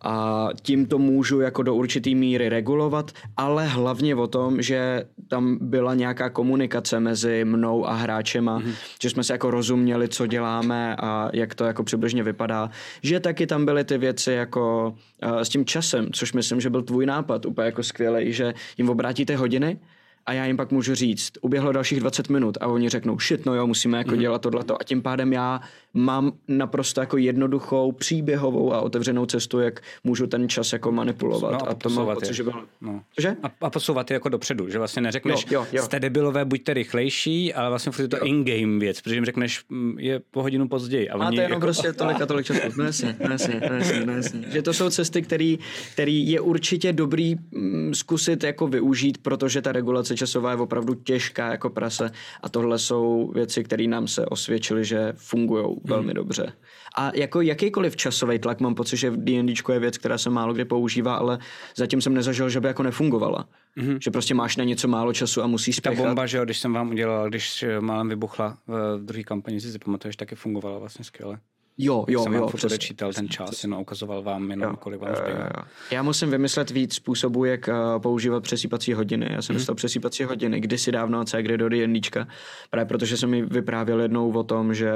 a tím to můžu jako do určitý míry regulovat, ale hlavně o tom, že tam byla nějaká komunikace mezi mnou a hráčema, mm-hmm. že jsme se jako rozuměli, co děláme a jak to jako přibližně vypadá, že taky tam byly ty věci jako uh, s tím časem, což myslím, že byl tvůj nápad úplně jako skvělej, že jim obrátíte hodiny a já jim pak můžu říct, uběhlo dalších dvacet minut a oni řeknou, shit, no jo, musíme jako mm-hmm. dělat tohleto a tím pádem já mám naprosto jako jednoduchou, příběhovou a otevřenou cestu, jak můžu ten čas jako manipulovat. No, a, a to mám pocit, že bylo... No. Že? A, a posouvat je jako dopředu, že vlastně neřekneš, jo, jo, jo. jste debilové, buďte rychlejší, ale vlastně je to in-game věc, protože jim řekneš, je po hodinu později. A, a oni to je jenom jako... prostě tolik a tolik času. No jasně, no jasně, no jasně, no jasně. Že to jsou cesty, který, který je určitě dobrý mm, zkusit jako využít, protože ta regulace časová je opravdu těžká jako prase a tohle jsou věci, které nám se osvědčily, že fungují hmm. velmi dobře. A jako jakýkoliv časový tlak, mám pocit, že v D&Dčku je věc, která se málo kdy používá, ale zatím jsem nezažil, že by jako nefungovala. Mm-hmm. Že prostě máš na něco málo času a musíš spěchat. Ta bomba, že jo, když jsem vám udělal, když málem vybuchla v druhé kampani, si pamatuješ, taky fungovala vlastně skvěle. Jo, jo, jsem jo. vám furt odečítal ten čas, jenom ukazoval vám jenom, jo, kolik vám zbývá. Já musím vymyslet víc způsobů, jak uh, používat přesýpací hodiny. Já jsem mm-hmm. dostal přesýpací hodiny kdysi dávno C, kdy do D&Dčka. Právě protože jsem mi vyprávěl jednou o tom, že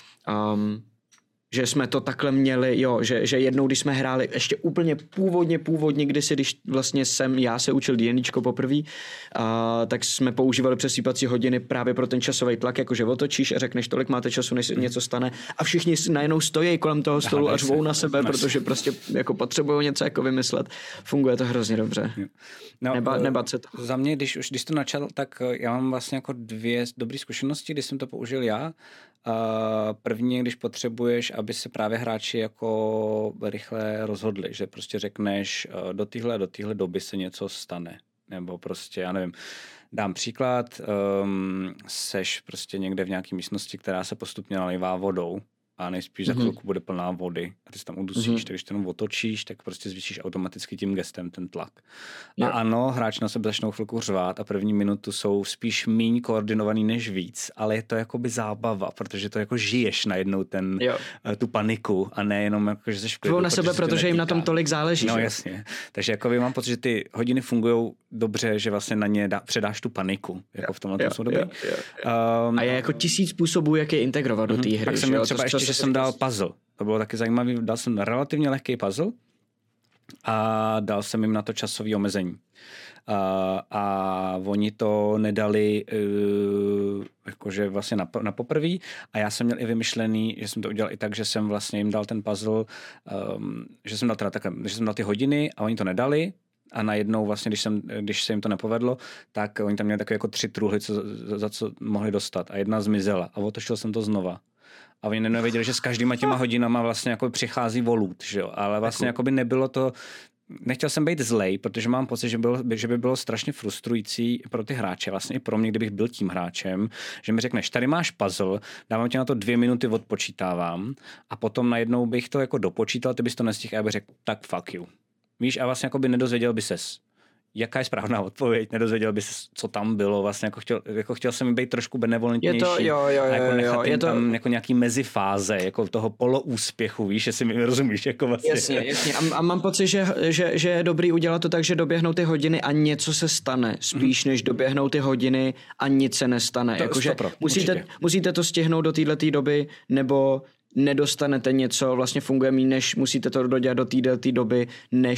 um, že jsme to takhle měli, jo, že, že jednou, když jsme hráli ještě úplně původně, původně, kdysi, když vlastně jsem, já se učil D&Dčko poprvé, a, tak jsme používali přesýpací hodiny právě pro ten časový tlak, jakože otočíš a řekneš, tolik máte času, než něco stane a všichni najednou stojí kolem toho stolu a řvou na sebe, protože prostě jako potřebují něco jako vymyslet. Funguje to hrozně dobře. No, Neba, nebat se to. Za mě, když už když to načal, tak já mám vlastně jako dvě dobré zkušenosti, když jsem to použil já. Uh, první, když potřebuješ, aby se právě hráči jako rychle rozhodli, že prostě řekneš, uh, do téhle do téhle doby se něco stane. Nebo prostě, já nevím, dám příklad, um, seš prostě někde v nějaké místnosti, která se postupně nalivá vodou a nejspíš mm-hmm. za chvilku bude plná vody a ty se tam udusíš, mm-hmm. tak když to jenom otočíš, tak prostě zvýšíš automaticky tím gestem ten tlak. Jo. A ano, hráč na sebe začnou chvilku řvát a první minutu jsou spíš míň koordinovaný než víc, ale je to jakoby zábava, protože to jako žiješ najednou ten, tu paniku a ne jenom jako, že jsi v klidu. na sebe, protože jim na tom tolik záleží. No že? Jasně. Takže jako mám pocit, že ty hodiny fungují dobře, že vlastně na ně dá, předáš tu paniku. Jako jo, v tomhle tom jsou dobrý. Jo, jo, jo. Um, a je jako tisíc způsobů, jak je integrovat mm-hmm. do té hry. Tak jsem měl třeba ještě, že jsem dal puzzle. To bylo taky zajímavý. Dal jsem relativně lehký puzzle a dal jsem jim na to časové omezení. A, a oni to nedali uh, jakože vlastně na, na poprví a já jsem měl i vymyšlený, že jsem to udělal i tak, že jsem vlastně jim dal ten puzzle, um, že jsem dal teda takhle, že jsem dal ty hodiny a oni to nedali. A najednou vlastně, když, jsem, když se jim to nepovedlo, tak oni tam měli takové jako tři truhly, co, za, za co mohli dostat. A jedna zmizela. A otočil jsem to znova. A oni nevěděli, že s každýma těma hodinama vlastně jako přichází volút, že jo. Ale vlastně jako by nebylo to... Nechtěl jsem být zlej, protože mám pocit, že, bylo, že by bylo strašně frustrující pro ty hráče, vlastně i pro mě, kdybych byl tím hráčem, že mi řekneš, tady máš puzzle, dávám ti na to dvě minuty, odpočítávám a potom najednou bych to jako dopočítal, ty bys to nestihl a já bych řekl, tak fuck you. Víš, a vlastně jako by nedozvěděl by ses, jaká je správná odpověď, nedozvěděl by ses, co tam bylo, vlastně jako chtěl, jako chtěl jsem být trošku benevolentnější. Je to, jo, jo, jo, a jako nechat jo, je to... tam jako nějaký mezifáze, jako toho poloúspěchu, víš, jestli mi rozumíš, jako vlastně. Jasně, jasně. A, a mám pocit, že, že, že je dobrý udělat to tak, že doběhnou ty hodiny a něco se stane, spíš než doběhnou ty hodiny a nic se nestane. To, jako, že pro, musíte, musíte to stihnout do této doby, nebo nedostanete něco, vlastně funguje méně, než musíte to dodělat do této doby, než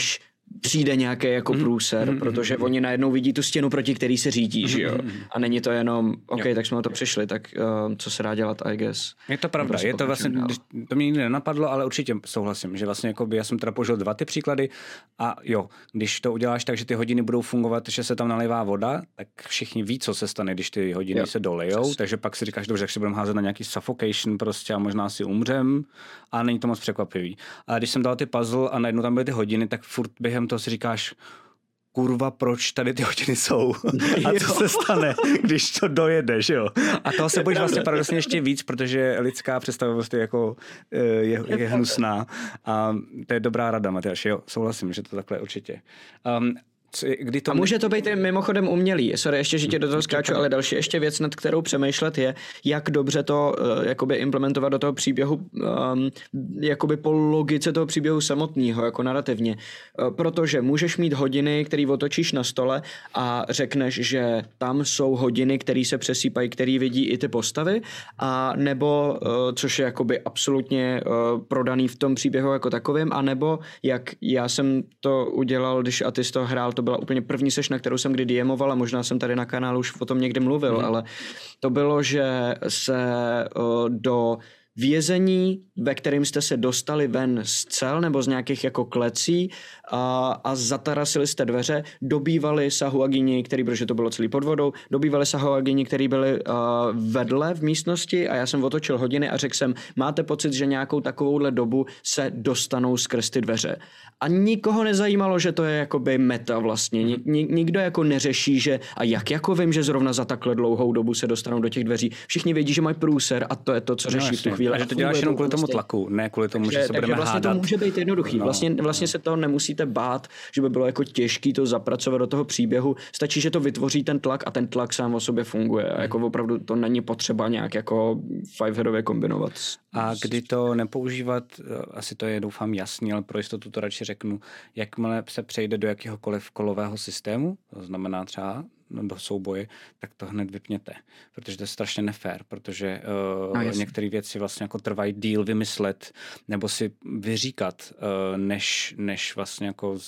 přijde nějaký jako mm-hmm. průser, mm-hmm. protože oni najednou vidí tu stěnu, proti který se řídí, že jo. A není to jenom, OK, jo. tak jsme na to přišli, tak uh, co se dá dělat, I guess. Je to pravda, je to vlastně, když, to mě nikdy nenapadlo, ale určitě souhlasím, že vlastně jakoby, já jsem teda použil dva ty příklady a jo, když to uděláš tak, že ty hodiny budou fungovat, že se tam nalévá voda, tak všichni ví, co se stane, když ty hodiny jo. se dolejou, Přes. takže pak si říkáš, dobře, jak si budeme házet na nějaký suffocation prostě a možná si umřem a není to moc překvapivý. A když jsem dal ty puzzle a najednou tam byly ty hodiny, tak furt během toho si říkáš, kurva, proč tady ty hodiny jsou? A co se stane, když to dojede, že jo? A toho se bojíš vlastně paradoxně ještě víc, protože lidská představivost je jako je, je hnusná. A to je dobrá rada, Matyáš, jo, souhlasím, že to takhle určitě. Um, Kdy to a může to být mimochodem umělý. Sorry, ještě, že tě do toho skáču, ale další ještě věc, nad kterou přemýšlet je, jak dobře to uh, jakoby implementovat do toho příběhu, um, jakoby po logice toho příběhu samotného, jako narrativně. Uh, protože můžeš mít hodiny, které otočíš na stole a řekneš, že tam jsou hodiny, které se přesýpají, které vidí i ty postavy, a nebo, uh, což je jakoby absolutně uh, prodaný v tom příběhu jako takovým, a nebo jak já jsem to udělal, když Atis to hrál, to byla úplně první seš, na kterou jsem kdy DMoval, a možná jsem tady na kanálu už o tom někdy mluvil, mm. ale to bylo, že se uh, do vězení, ve kterém jste se dostali ven z cel nebo z nějakých jako klecí a, a zatarasili jste dveře, dobývali sahuagini, který, protože to bylo celý pod vodou, dobývali sahuagini, který byli uh, vedle v místnosti, a já jsem otočil hodiny a řekl jsem, máte pocit, že nějakou takovouhle dobu se dostanou skrz ty dveře. A nikoho nezajímalo, že to je jakoby meta vlastně. Nik, nikdo jako neřeší, že a jak jako vím, že zrovna za takhle dlouhou dobu se dostanou do těch dveří. Všichni vědí, že mají průser, a to je to, co řeší no, v tu chvíli. A že to děláš jenom kvůli tomu tlaku, ne kvůli tomu, že, že se budeme vlastně hádat. To může být jednoduchý. No, vlastně, vlastně se to nemusíte bát, že by bylo jako těžký to zapracovat do toho příběhu. Stačí, že to vytvoří ten tlak, a ten tlak sám o sobě funguje. A jako opravdu to není potřeba nějak jako fiveheadově kombinovat. A kdy to nepoužívat, asi to je doufám jasný, ale pro jistotu to radši řeknu, jakmile se přejde do jakéhokoliv kolového systému, to znamená třeba do souboje, tak to hned vypněte, protože to je strašně nefér, protože uh, no, některé věci vlastně jako trvají díl vymyslet nebo si vyříkat, uh, než, než vlastně jako uh,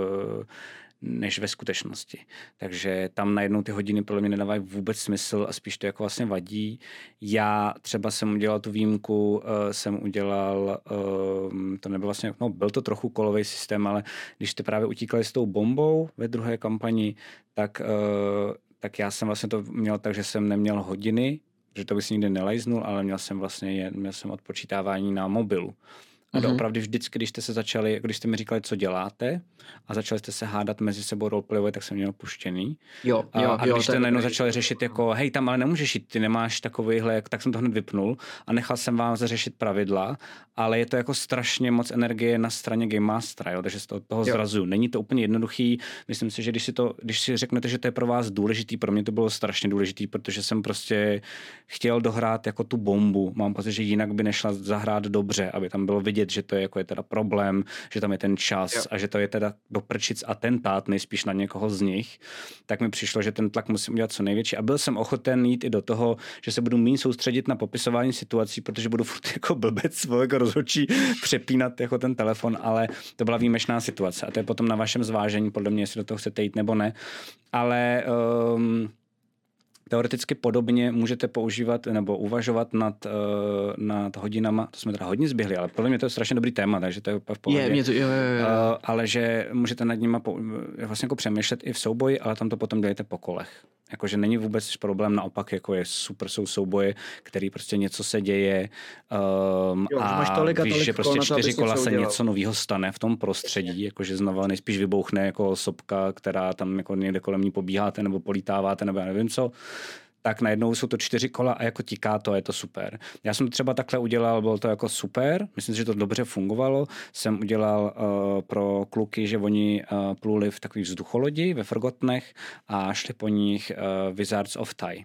než ve skutečnosti. Takže tam najednou ty hodiny podle mě nedávají vůbec smysl a spíš to jako vlastně vadí. Já třeba jsem udělal tu výjimku, uh, jsem udělal, uh, to nebyl vlastně, no byl to trochu kolový systém, ale když ty právě utíkali s tou bombou ve druhé kampani, tak, uh, tak já jsem vlastně to měl tak, že jsem neměl hodiny, protože to bych si nikdy nelajznul, ale měl jsem vlastně, měl jsem odpočítávání na mobilu. A to opravdu vždycky, když jste se začali, když jste mi říkali, co děláte, a začali jste se hádat mezi sebou roleplayovat, tak jsem měl puštěný. Jo, a, jo, a jo, když jste najednou začali řešit jako, hej, tam ale nemůžeš jít, ty nemáš takovýhle, tak jsem to hned vypnul a nechal jsem vám zařešit pravidla, ale je to jako strašně moc energie na straně Game Mastera, jo, takže z toho, toho zrazuju. Není to úplně jednoduchý, myslím si, že když si to, když si řeknete, že to je pro vás důležitý, pro mě to bylo strašně důležitý, protože jsem prostě chtěl dohrát jako tu bombu. Mám pocit, že jinak by nešla zahrát dobře, aby tam bylo vidět, že to je jako je teda problém, že tam je ten čas jo. a že to je teda do prčic atentát nejspíš na někoho z nich, tak mi přišlo, že ten tlak musím udělat co největší a byl jsem ochoten jít i do toho, že se budu méně soustředit na popisování situací, protože budu furt jako blbec jako rozhodčí přepínat jako ten telefon, ale to byla výjimečná situace a to je potom na vašem zvážení, podle mě, jestli do toho chcete jít nebo ne, ale um, teoreticky podobně můžete používat nebo uvažovat nad, uh, nad hodinama, to jsme teda hodně zběhli, ale podle mě to je strašně dobrý téma, takže to je v pohodě. Je, mě to, jo, jo, jo. Uh, ale že můžete nad nima po, vlastně jako přemýšlet i v souboji, ale tam to potom dělejte po kolech. Jakože není vůbec problém, naopak jako je super, jsou souboje, který prostě něco se děje um, jo, a tolika, víš, že prostě kol čtyři kola se udělal. něco nového stane v tom prostředí, jakože znova nejspíš vybouchne jako sopka, která tam jako někde kolem ní pobíháte nebo polítáváte nebo já nevím co, tak najednou jsou to čtyři kola a jako tiká to, je to super. Já jsem to třeba takhle udělal, bylo to jako super, myslím si, že to dobře fungovalo. Jsem udělal uh, pro kluky, že oni uh, pluli v takových vzducholodi ve Forgottenech a šli po nich uh, Wizards of Thay.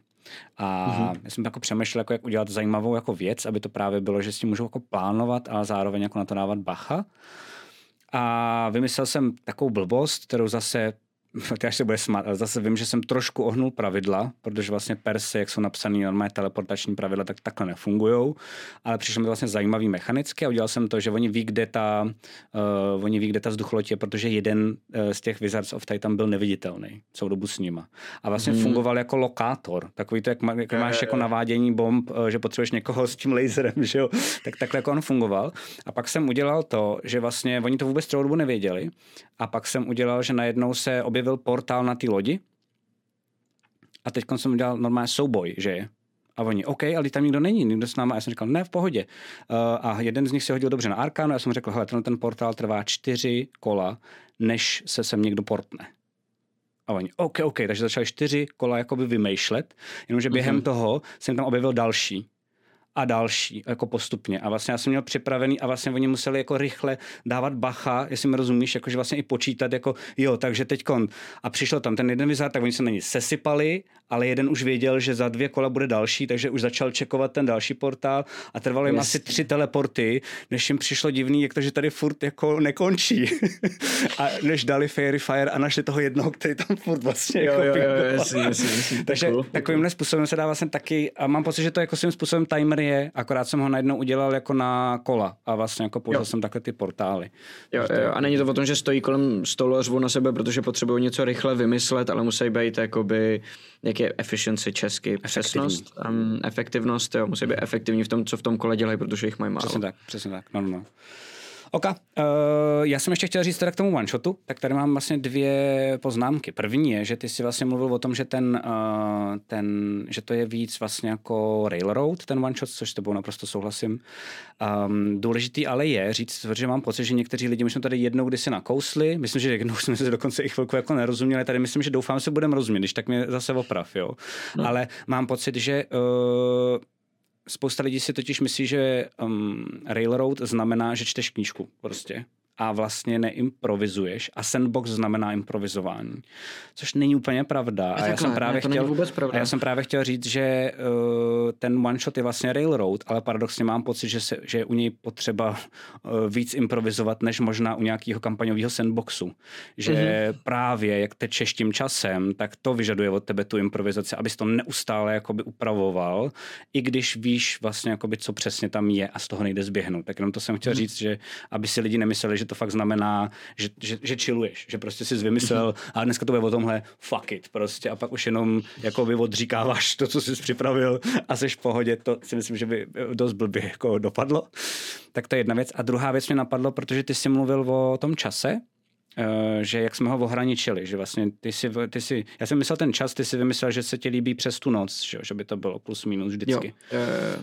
A mm-hmm. já jsem jako přemýšlel, jako jak udělat zajímavou jako věc, aby to právě bylo, že s tím můžu jako plánovat, ale zároveň jako na to dávat bacha. A vymyslel jsem takovou blbost, kterou zase ty až se bude smát, ale zase vím, že jsem trošku ohnul pravidla, protože vlastně per se, jak jsou napsaný normálně teleportační pravidla, tak takhle nefungujou, ale přišlo mi vlastně zajímavý mechanicky a udělal jsem to, že oni ví, kde ta, uh, oni ví, kde ta vzducholoď je, protože jeden uh, z těch Wizards of Titan byl neviditelný celou dobu s nima. A vlastně hmm. fungoval jako lokátor, takový to, jak, má, jak máš jako navádění bomb, uh, že potřebuješ někoho s tím laserem, že jo, tak takhle jako on fungoval. A pak jsem udělal to, že vlastně oni to vůbec celou dobu nevěděli a pak jsem udělal, že najednou se objevil portál na té lodi a teď jsem udělal normálně souboj, že je. A oni, OK, ale tam nikdo není, nikdo s náma. A já jsem říkal, ne, v pohodě. Uh, a jeden z nich se hodil dobře na Arkánu, já jsem řekl, hele, ten, ten portál trvá čtyři kola, než se sem někdo portne. A oni, OK, OK, takže začali čtyři kola jakoby vymýšlet, jenomže během mm-hmm. toho jsem tam objevil další. A další, jako postupně. A vlastně já jsem měl připravený a vlastně oni museli jako rychle dávat bacha, jestli mi rozumíš, jakože vlastně i počítat, jako jo, takže teďkon. A přišel tam ten jeden Wizard, tak oni se na ní sesypali, ale jeden už věděl, že za dvě kola bude další, takže už začal čekovat ten další portál a trvalo jim yes. asi tři teleporty, než jim přišlo divný, jak to, že tady furt jako nekončí. A než dali Fairy Fire a našli toho jednoho, který tam furt vlastně jo, jako jo, jo, jasný, jasný, jasný. Takže cool. Takovýmhle způsobem se dá vlastně taky, a mám pocit, že to jako svým způsobem timer je, akorát jsem ho najednou udělal jako na kola a vlastně jako použil jo. jsem takhle ty portály. Jo, jo, a není to o tom, že stojí kolem stolu a řvou na sebe, protože potřebují něco rychle vymyslet, ale musí být jakoby, jak je efficiency česky, přesnost, um, efektivnost, jo, musí být efektivní v tom, co v tom kole dělají, protože jich mají málo. Přesně tak, přesně tak, no, no. OK, uh, já jsem ještě chtěl říct teda k tomu one-shotu, tak tady mám vlastně dvě poznámky. První je, že ty si vlastně mluvil o tom, že ten, uh, ten že to je víc vlastně jako railroad, ten one-shot, což s tebou naprosto souhlasím. Um, důležitý ale je říct, protože mám pocit, že někteří lidi, my jsme tady jednou kdysi nakousli, myslím, že jednou jsme se dokonce i chvilku jako nerozuměli, tady myslím, že doufám, že se budeme rozumět, když tak mě zase oprav, jo. No. Ale mám pocit, že uh, spousta lidí si totiž myslí, že um, railroad znamená, že čteš knížku prostě a vlastně neimprovizuješ a sandbox znamená improvizování. Což není úplně pravda. A, a já jsem právě ne, chtěl a já jsem právě chtěl říct, že uh, ten one shot je vlastně railroad, ale paradoxně mám pocit, že, se, že je u něj potřeba uh, víc improvizovat, než možná u nějakého kampaňového sandboxu. Že mm-hmm. právě jak tečeš tím časem, tak to vyžaduje od tebe tu improvizaci, abys to neustále jakoby upravoval, i když víš vlastně jakoby, co přesně tam je a z toho nejde zběhnout. Tak jenom to jsem chtěl mm-hmm. říct, že aby si lidi nemysleli, že to fakt znamená, že, že, že chilluješ, že prostě jsi vymyslel a dneska to bude o tomhle fuck it prostě a pak už jenom jako by odříkáváš to, co jsi připravil a jsi v pohodě, to si myslím, že by dost blbě jako dopadlo. Tak to je jedna věc. A druhá věc mě napadlo, protože ty jsi mluvil o tom čase, že jak jsme ho ohraničili, že vlastně ty si, ty si, já jsem myslel ten čas, ty si vymyslel, že se ti líbí přes tu noc, že, že by to bylo plus minus vždycky. Jo.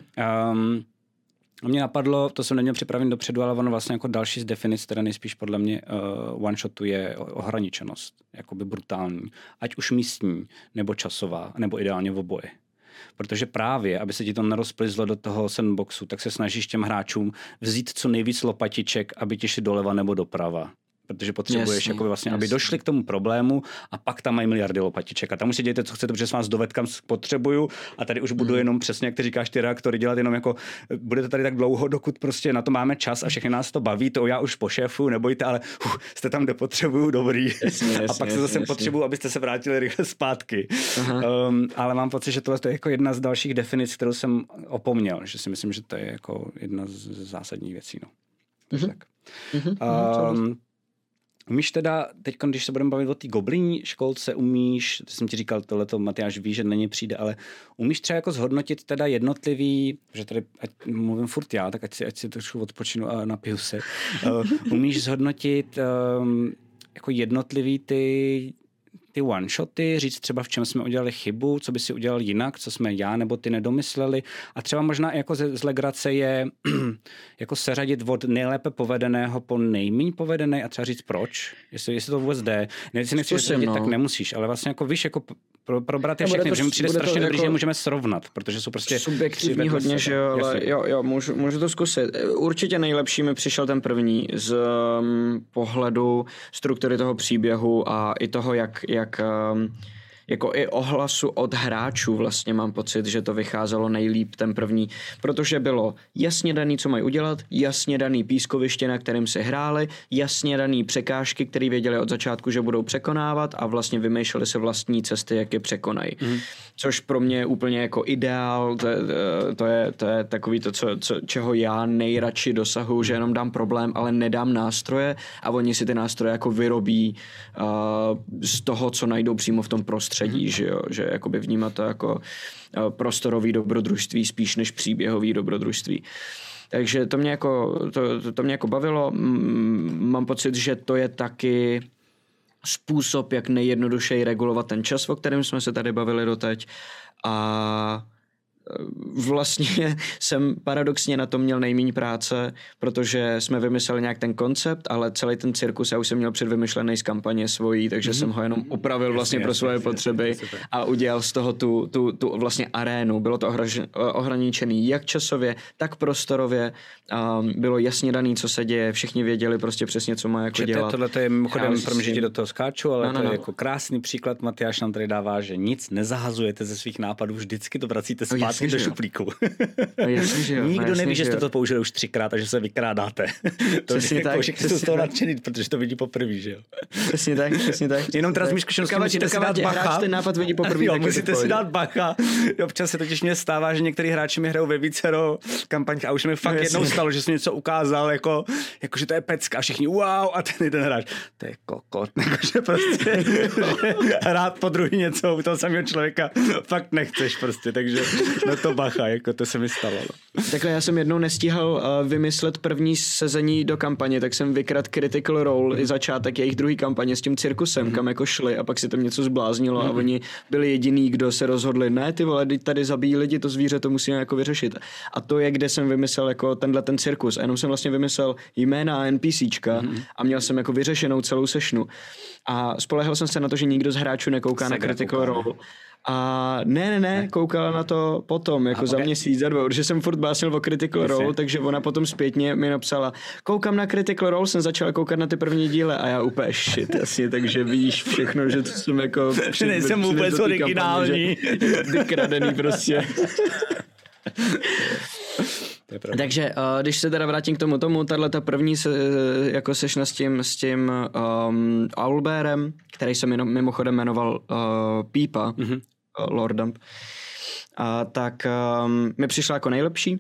Um, A mě napadlo, to jsem neměl připraven dopředu, ale ono vlastně jako další z definic, teda nejspíš podle mě uh, one-shotu je ohraničenost, jakoby brutální. Ať už místní, nebo časová, nebo ideálně v oboje. Protože právě, aby se ti to nerozplizlo do toho sandboxu, tak se snažíš těm hráčům vzít co nejvíc lopatiček, aby ti šli doleva nebo doprava. Protože potřebuješ, jasný, jako vlastně, jasný. aby došli k tomu problému a pak tam mají miliardy lopatiček. A tam už si dějte, co chcete, protože se vás dovedl, kam potřebuju a tady už budu mm. jenom přesně, jak ty říkáš, ty reaktory dělat jenom jako, budete tady tak dlouho, dokud prostě na to máme čas a všechny nás to baví, to já už po šéfu, nebojte, ale uh, jste tam, kde potřebuju, dobrý. Jasný, jasný, a pak se zase potřebuju, abyste se vrátili rychle zpátky. Um, ale mám pocit, že tohle je jako jedna z dalších definic, kterou jsem opomněl, že si myslím, že to je jako jedna z zásadních věcí. No. Mm-hmm. Tak. Mm-hmm. Um, Umíš teda, teď když se budeme bavit o té gobliní školce, umíš, to jsem ti říkal, tohleto Matyáš ví, že na ně přijde, ale umíš třeba jako zhodnotit teda jednotlivý, že tady ať mluvím furt já, tak ať si, ať si trošku odpočinu a napiju se. Uh, umíš zhodnotit um, jako jednotlivý ty ty one-shoty, říct třeba, v čem jsme udělali chybu, co by si udělal jinak, co jsme já nebo ty nedomysleli. A třeba možná jako z, z legrace je jako seřadit od nejlépe povedeného po nejméně povedený a třeba říct proč, jestli, jestli to vůbec jde. Ne, si nechci říct, no. tak nemusíš, ale vlastně jako víš, jako pro, probrat je všechny, protože mi přijde strašně dobrý, jako že můžeme srovnat, protože jsou prostě subjektivní hodně, že jo, ale jo, jo, můžu, můžu to zkusit. Určitě nejlepší mi přišel ten první z um, pohledu struktury toho příběhu a i toho, jak, jak um, jako i ohlasu od hráčů vlastně mám pocit, že to vycházelo nejlíp ten první, protože bylo jasně daný, co mají udělat, jasně daný pískoviště, na kterém se hráli, jasně daný překážky, které věděli od začátku, že budou překonávat a vlastně vymýšleli se vlastní cesty, jak je překonají. Mm. Což pro mě je úplně jako ideál, to je, to je, to je takový to, co, co, čeho já nejradši dosahuji, že jenom dám problém, ale nedám nástroje a oni si ty nástroje jako vyrobí uh, z toho, co najdou přímo v tom prostředí, mm. že jo, že jakoby vnímat to jako uh, prostorový dobrodružství spíš než příběhový dobrodružství. Takže to mě jako, to, to, to mě jako bavilo. Mám pocit, že to je taky způsob, jak nejjednodušeji regulovat ten čas, o kterém jsme se tady bavili doteď. A vlastně jsem paradoxně na tom měl nejméně práce, protože jsme vymysleli nějak ten koncept, ale celý ten cirkus já už jsem měl předvymyšlený z kampaně svojí, takže mm-hmm. jsem ho jenom upravil vlastně jasně, pro svoje jasně, potřeby jasně, a udělal z toho tu, tu, tu vlastně arénu. Bylo to ohraničený jak časově, tak prostorově. Um, bylo jasně daný, co se děje, všichni věděli prostě přesně, co má jako Čete, dělat. Tohle to je mimochodem, pro že do toho skáču, ale no, no, to je no. jako krásný příklad. Matyáš nám tady dává, že nic nezahazujete ze svých nápadů, vždycky to vracíte zpátky do šuplíku. No, jasně, že jo. Nikdo no, jasně, neví, že jste jo. to použili už třikrát a že se vykrádáte. To přesně jako tak. Všichni jsou z toho nadšený, protože to vidí poprvé, že jo. Přesně tak, přesně tak. Jenom teraz mít zkušenosti, musíte si dát bacha. Ten nápad vidí poprvé, jo, musíte si dát bacha. Občas se totiž mě stává, že některý hráči mi hrajou ve vícero kampaních a už mi fakt no, jednou stalo, že jsem něco ukázal, jako, jako že to je pecka a všichni wow a ten ten hráč, to je kokot, že prostě hrát po druhý něco u toho samého člověka fakt nechceš prostě, takže na to bacha, jako to se mi stalo. No. Takhle já jsem jednou nestíhal uh, vymyslet první sezení do kampaně, tak jsem vykradl Critical Role mm. i začátek jejich druhý kampaně s tím cirkusem, mm. kam jako šli a pak si tam něco zbláznilo mm. a oni byli jediný, kdo se rozhodli, ne ty vole, tady zabíjí lidi, to zvíře, to musíme jako vyřešit. A to je, kde jsem vymyslel jako tenhle ten cirkus. A jenom jsem vlastně vymyslel jména NPCčka mm. a měl jsem jako vyřešenou celou sešnu. A spolehal jsem se na to, že nikdo z hráčů nekouká se na Critical Role. A ne, ne, ne, koukala na to potom, jako a za okay. měsíc, za dva, protože jsem furt básnil o Critical Role, Jasně. takže ona potom zpětně mi napsala, koukám na Critical Role, jsem začala koukat na ty první díle a já úplně shit, jasně, takže víš všechno, že to jsem jako... Že nejsem vůbec originální. Vykradený prostě. Takže uh, když se teda vrátím k tomu tomu, tahle ta první se, jako sešna s tím, s tím um, Owlbearem, který se mimochodem jmenoval uh, Pípa, mm-hmm. uh, Lord Dump, uh, tak um, mi přišla jako nejlepší.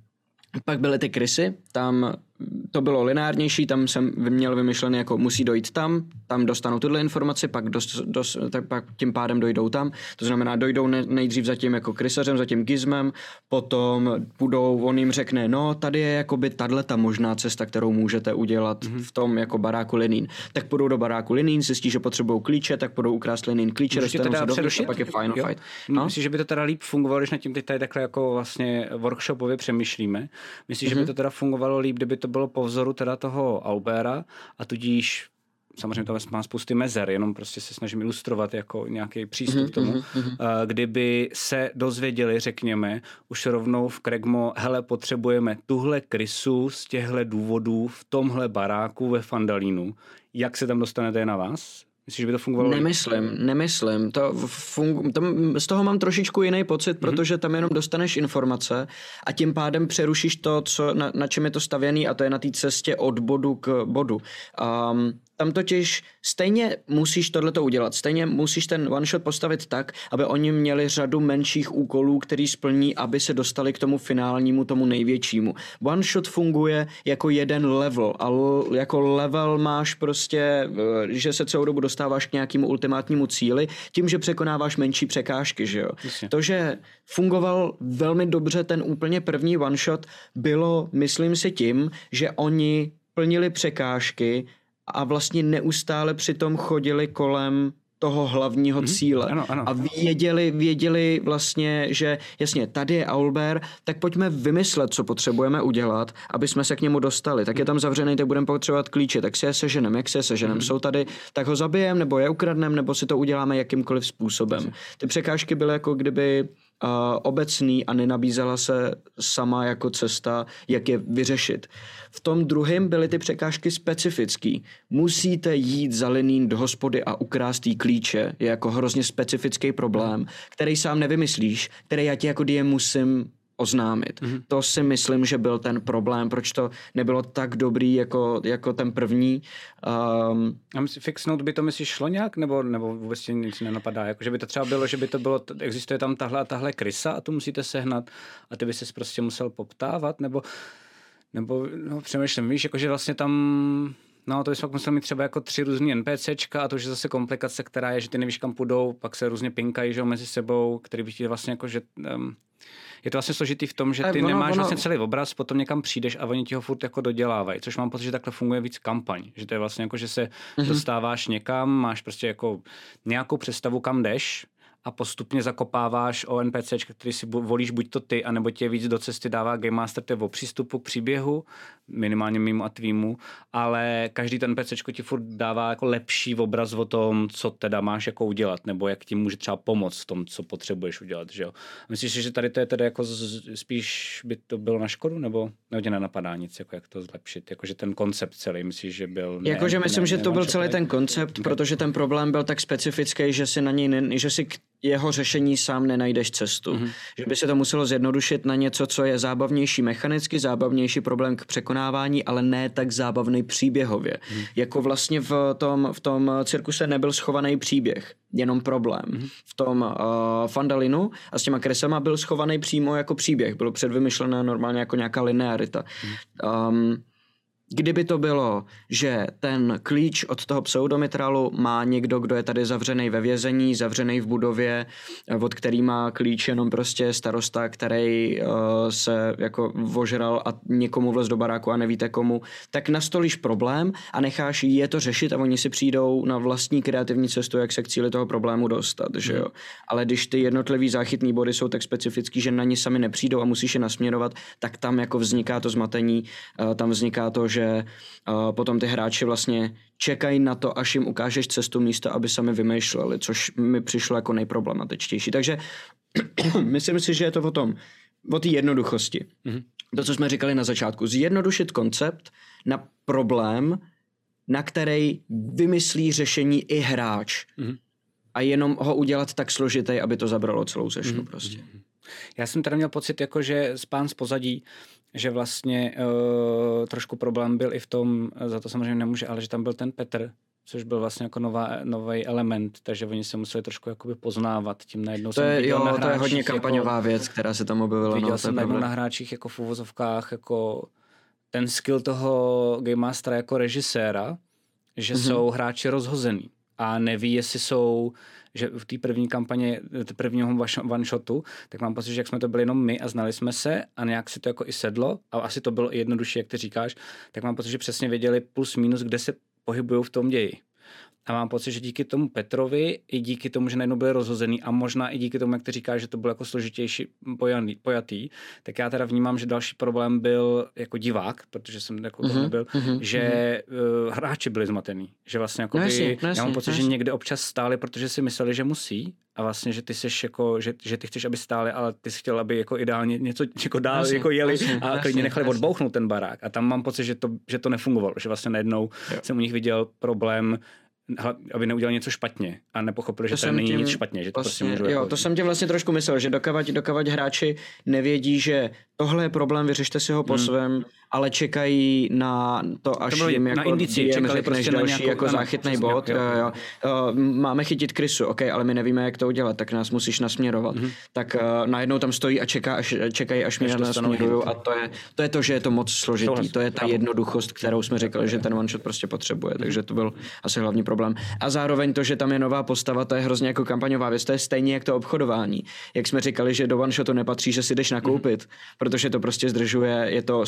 Pak byly ty krysy, tam to bylo lineárnější, tam jsem měl vymyšlený, jako musí dojít tam, tam dostanou tuhle informaci, pak, dos, dos, tak pak tím pádem dojdou tam. To znamená, dojdou ne, nejdřív za tím jako krysařem, za tím gizmem, potom půjdou, on jim řekne, no tady je jakoby tato možná cesta, kterou můžete udělat mm-hmm. v tom jako baráku Linín. Tak půjdou do baráku Linín, zjistí, že potřebují klíče, tak půjdou ukrást Linín klíče, dostanou se dovnitř a pak je final jo? fight. No? Myslím, že by to teda líp fungovalo, když nad tím teď tady takhle jako vlastně workshopově přemýšlíme. Myslím, mm-hmm. že by to teda fungovalo líp, kdyby to bylo po vzoru teda toho Owlbeara a tudíž samozřejmě to má spousty mezer, jenom prostě se snažím ilustrovat jako nějaký přístup mm-hmm, k tomu. Mm-hmm. Kdyby se dozvěděli, řekněme, už rovnou v Kregmo, hele, potřebujeme tuhle krysu z těchto důvodů v tomhle baráku ve Fandalínu. Jak se tam dostanete na vás? Myslíš, že by to fungovalo? Nemyslím, nemyslím. To fungu, tam, z toho mám trošičku jiný pocit, mm-hmm. protože tam jenom dostaneš informace a tím pádem přerušíš to, co, na, na čem je to stavěný a to je na té cestě od bodu k bodu. Um, tam totiž stejně musíš tohleto udělat. Stejně musíš ten one shot postavit tak, aby oni měli řadu menších úkolů, který splní, aby se dostali k tomu finálnímu, tomu největšímu. One shot funguje jako jeden level a l- jako level máš prostě, že se celou dobu dostáváš k nějakému ultimátnímu cíli, tím, že překonáváš menší překážky, že jo. Jasně. To, že fungoval velmi dobře ten úplně první one shot, bylo, myslím si, tím, že oni plnili překážky a vlastně neustále přitom chodili kolem toho hlavního mm-hmm. cíle. Ano, ano. A věděli, věděli vlastně, že jasně, tady je Owlbear, tak pojďme vymyslet, co potřebujeme udělat, aby jsme se k němu dostali. Tak je tam zavřený, tak budeme potřebovat klíče, tak si je seženem, jak si je seženem. Mm-hmm. Jsou tady, tak ho zabijem, nebo je ukradnem, nebo si to uděláme jakýmkoliv způsobem. Ty překážky byly jako kdyby uh, obecný a nenabízela se sama jako cesta, jak je vyřešit. V tom druhém byly ty překážky specifický. Musíte jít za linín do hospody a ukrást jí klíče. Je jako hrozně specifický problém, který sám nevymyslíš, který já ti jako D M musím oznámit. Mm-hmm. To si myslím, že byl ten problém, proč to nebylo tak dobrý jako, jako ten první. Um, a myslí, fixnout by to myslíš šlo nějak? Nebo, nebo vůbec ti nic nenapadá? Jako, že by to třeba bylo, že by to bylo, existuje tam tahle a tahle krysa a tu musíte sehnat a ty by ses prostě musel poptávat? Nebo, nebo no, přemýšlím, víš, jakože vlastně tam... No, to bys fakt musel mít třeba jako tři různý NPCčka a to už je zase komplikace, která je, že ty nevíš, kam půjdou, pak se různě pinkají, že mezi sebou, který by ti vlastně jako, že... Um, je to vlastně složitý v tom, že ty ono, nemáš ono... vlastně celý obraz, potom někam přijdeš a oni ti ho furt jako dodělávají, což mám pocit, že takhle funguje víc kampaň, že to je vlastně jako, že se mm-hmm. dostáváš někam, máš prostě jako nějakou představu, kam jdeš a postupně zakopáváš o NPCčka, který si volíš buď to ty, anebo tě víc do cesty dává Game Master, to je o přístupu k příběhu, minimálně mimo a tvýmu, ale každý ten NPCčko ti furt dává jako lepší obraz o tom, co teda máš jako udělat, nebo jak ti může třeba pomoct v tom, co potřebuješ udělat, že jo. Myslíš, že tady to je teda jako z, spíš by to bylo na škodu, nebo nebo tě nenapadá nic, jako jak to zlepšit, jakože ten koncept celý, myslíš, že byl... Jakože myslím, ne, že ne, to byl celý celý ten koncept, okay. Protože ten problém byl tak specifický, že si na něj, ne, že si k jeho řešení sám nenajdeš cestu. Mm-hmm. Že by se to muselo zjednodušit na něco, co je zábavnější mechanicky, zábavnější problém k překonávání, ale ne tak zábavný příběhově. Mm-hmm. Jako vlastně v tom, v tom cirkuse nebyl schovaný příběh, jenom problém. Mm-hmm. V tom uh, Fandalinu a s těma kresama byl schovaný přímo jako příběh. Bylo předvymyšlené normálně jako nějaká linearita. Mm-hmm. Um, Kdyby to bylo, že ten klíč od toho pseudomitralu má někdo, kdo je tady zavřený ve vězení, zavřený v budově, od který má klíč jenom prostě starosta, který uh, se jako vožral a někomu vlez do baráku a nevíte komu, tak nastolíš problém a necháš je to řešit a oni si přijdou na vlastní kreativní cestu, jak se k cíli toho problému dostat, že jo. Ale když ty jednotlivý záchytný body jsou tak specifický, že na ně sami nepřijdou a musíš je nasměrovat, tak tam jako vzniká to zmatení, uh, tam vzniká to, že že uh, potom ty hráči vlastně čekají na to, až jim ukážeš cestu místo, aby sami vymýšleli, což mi přišlo jako nejproblematičtější. Takže myslím si, že je to o tom, o té jednoduchosti. Mm-hmm. To, co jsme říkali na začátku. Zjednodušit koncept na problém, na který vymyslí řešení i hráč. Mm-hmm. A jenom ho udělat tak složitý, aby to zabralo celou sešnu mm-hmm. prostě. Já jsem teda měl pocit, jako, že z pán z pozadí, že vlastně uh, trošku problém byl i v tom, za to samozřejmě nemůže, ale že tam byl ten Petr, což byl vlastně jako nová, nový element, takže oni se museli trošku jakoby poznávat. Tím najednou to je, jo, na to je hodně kampaňová jako, věc, která se tam objevila. Viděl no, jsem najednou na hráčích jako v uvozovkách jako ten skill toho Game Mastera jako režiséra, že mm-hmm. jsou hráči rozhozený a neví, jestli jsou, že v té první kampaně, prvního one-shotu, tak mám pocit, že jak jsme to byli jenom my a znali jsme se a nějak si to jako i sedlo a asi to bylo i jednodušší, jak ty říkáš, tak mám pocit, že přesně věděli plus minus, kde se pohybují v tom ději. A mám pocit, že díky tomu Petrovi, i díky tomu, že najednou byli rozhozený a možná i díky tomu, jak ty říkáš, že to bylo jako složitější pojatý, tak já teda vnímám, že další problém byl jako divák, protože jsem jako uh-huh, nebyl, uh-huh, že uh, hráči byli zmatený. Že vlastně jako no by, jasně, no já mám pocit, jasně. že někde občas stáli, protože si mysleli, že musí a vlastně, že ty seš jako, že, že ty chceš, aby stáli, ale ty jsi chtěl, aby jako ideálně něco jako dál jasně, jako jeli jasně, a klidně nechali jasně. odbouchnout ten barák. A tam mám pocit, že to, že to nefungovalo, že vlastně najednou jo. jsem u nich viděl problém, aby neudělal něco špatně a nepochopili, že to není nic špatně, že to vlastně, prostě můžu jo, jako... to jsem tě vlastně trošku myslel, že dokavať, dokavať hráči nevědí, že tohle je problém, vyřešte si ho po hmm. svém, ale čekají na to, až to jim jako indici, D M řekneš prostě další nějakou, jako ano, záchytný ano, bod. Jo, jo. Jo. Uh, máme chytit krysu, ok, ale my nevíme, jak to udělat, tak nás musíš nasměrovat. Hmm. Tak uh, najednou tam stojí a čeká, až, čekají, až mě nasměrují a to je, to je to, že je to moc složitý. Tohle, to je ta jednoduchost, kterou jsme říkali, že ten one shot prostě potřebuje, hmm. takže to byl asi hlavní problém. A zároveň to, že tam je nová postava, to je hrozně jako kampaňová věc, to je stejně jak to obchodování. Jak jsme říkali, že do one shotu nepatří, že si jdeš nakoupit, hmm. protože to prostě zdržuje, je to jako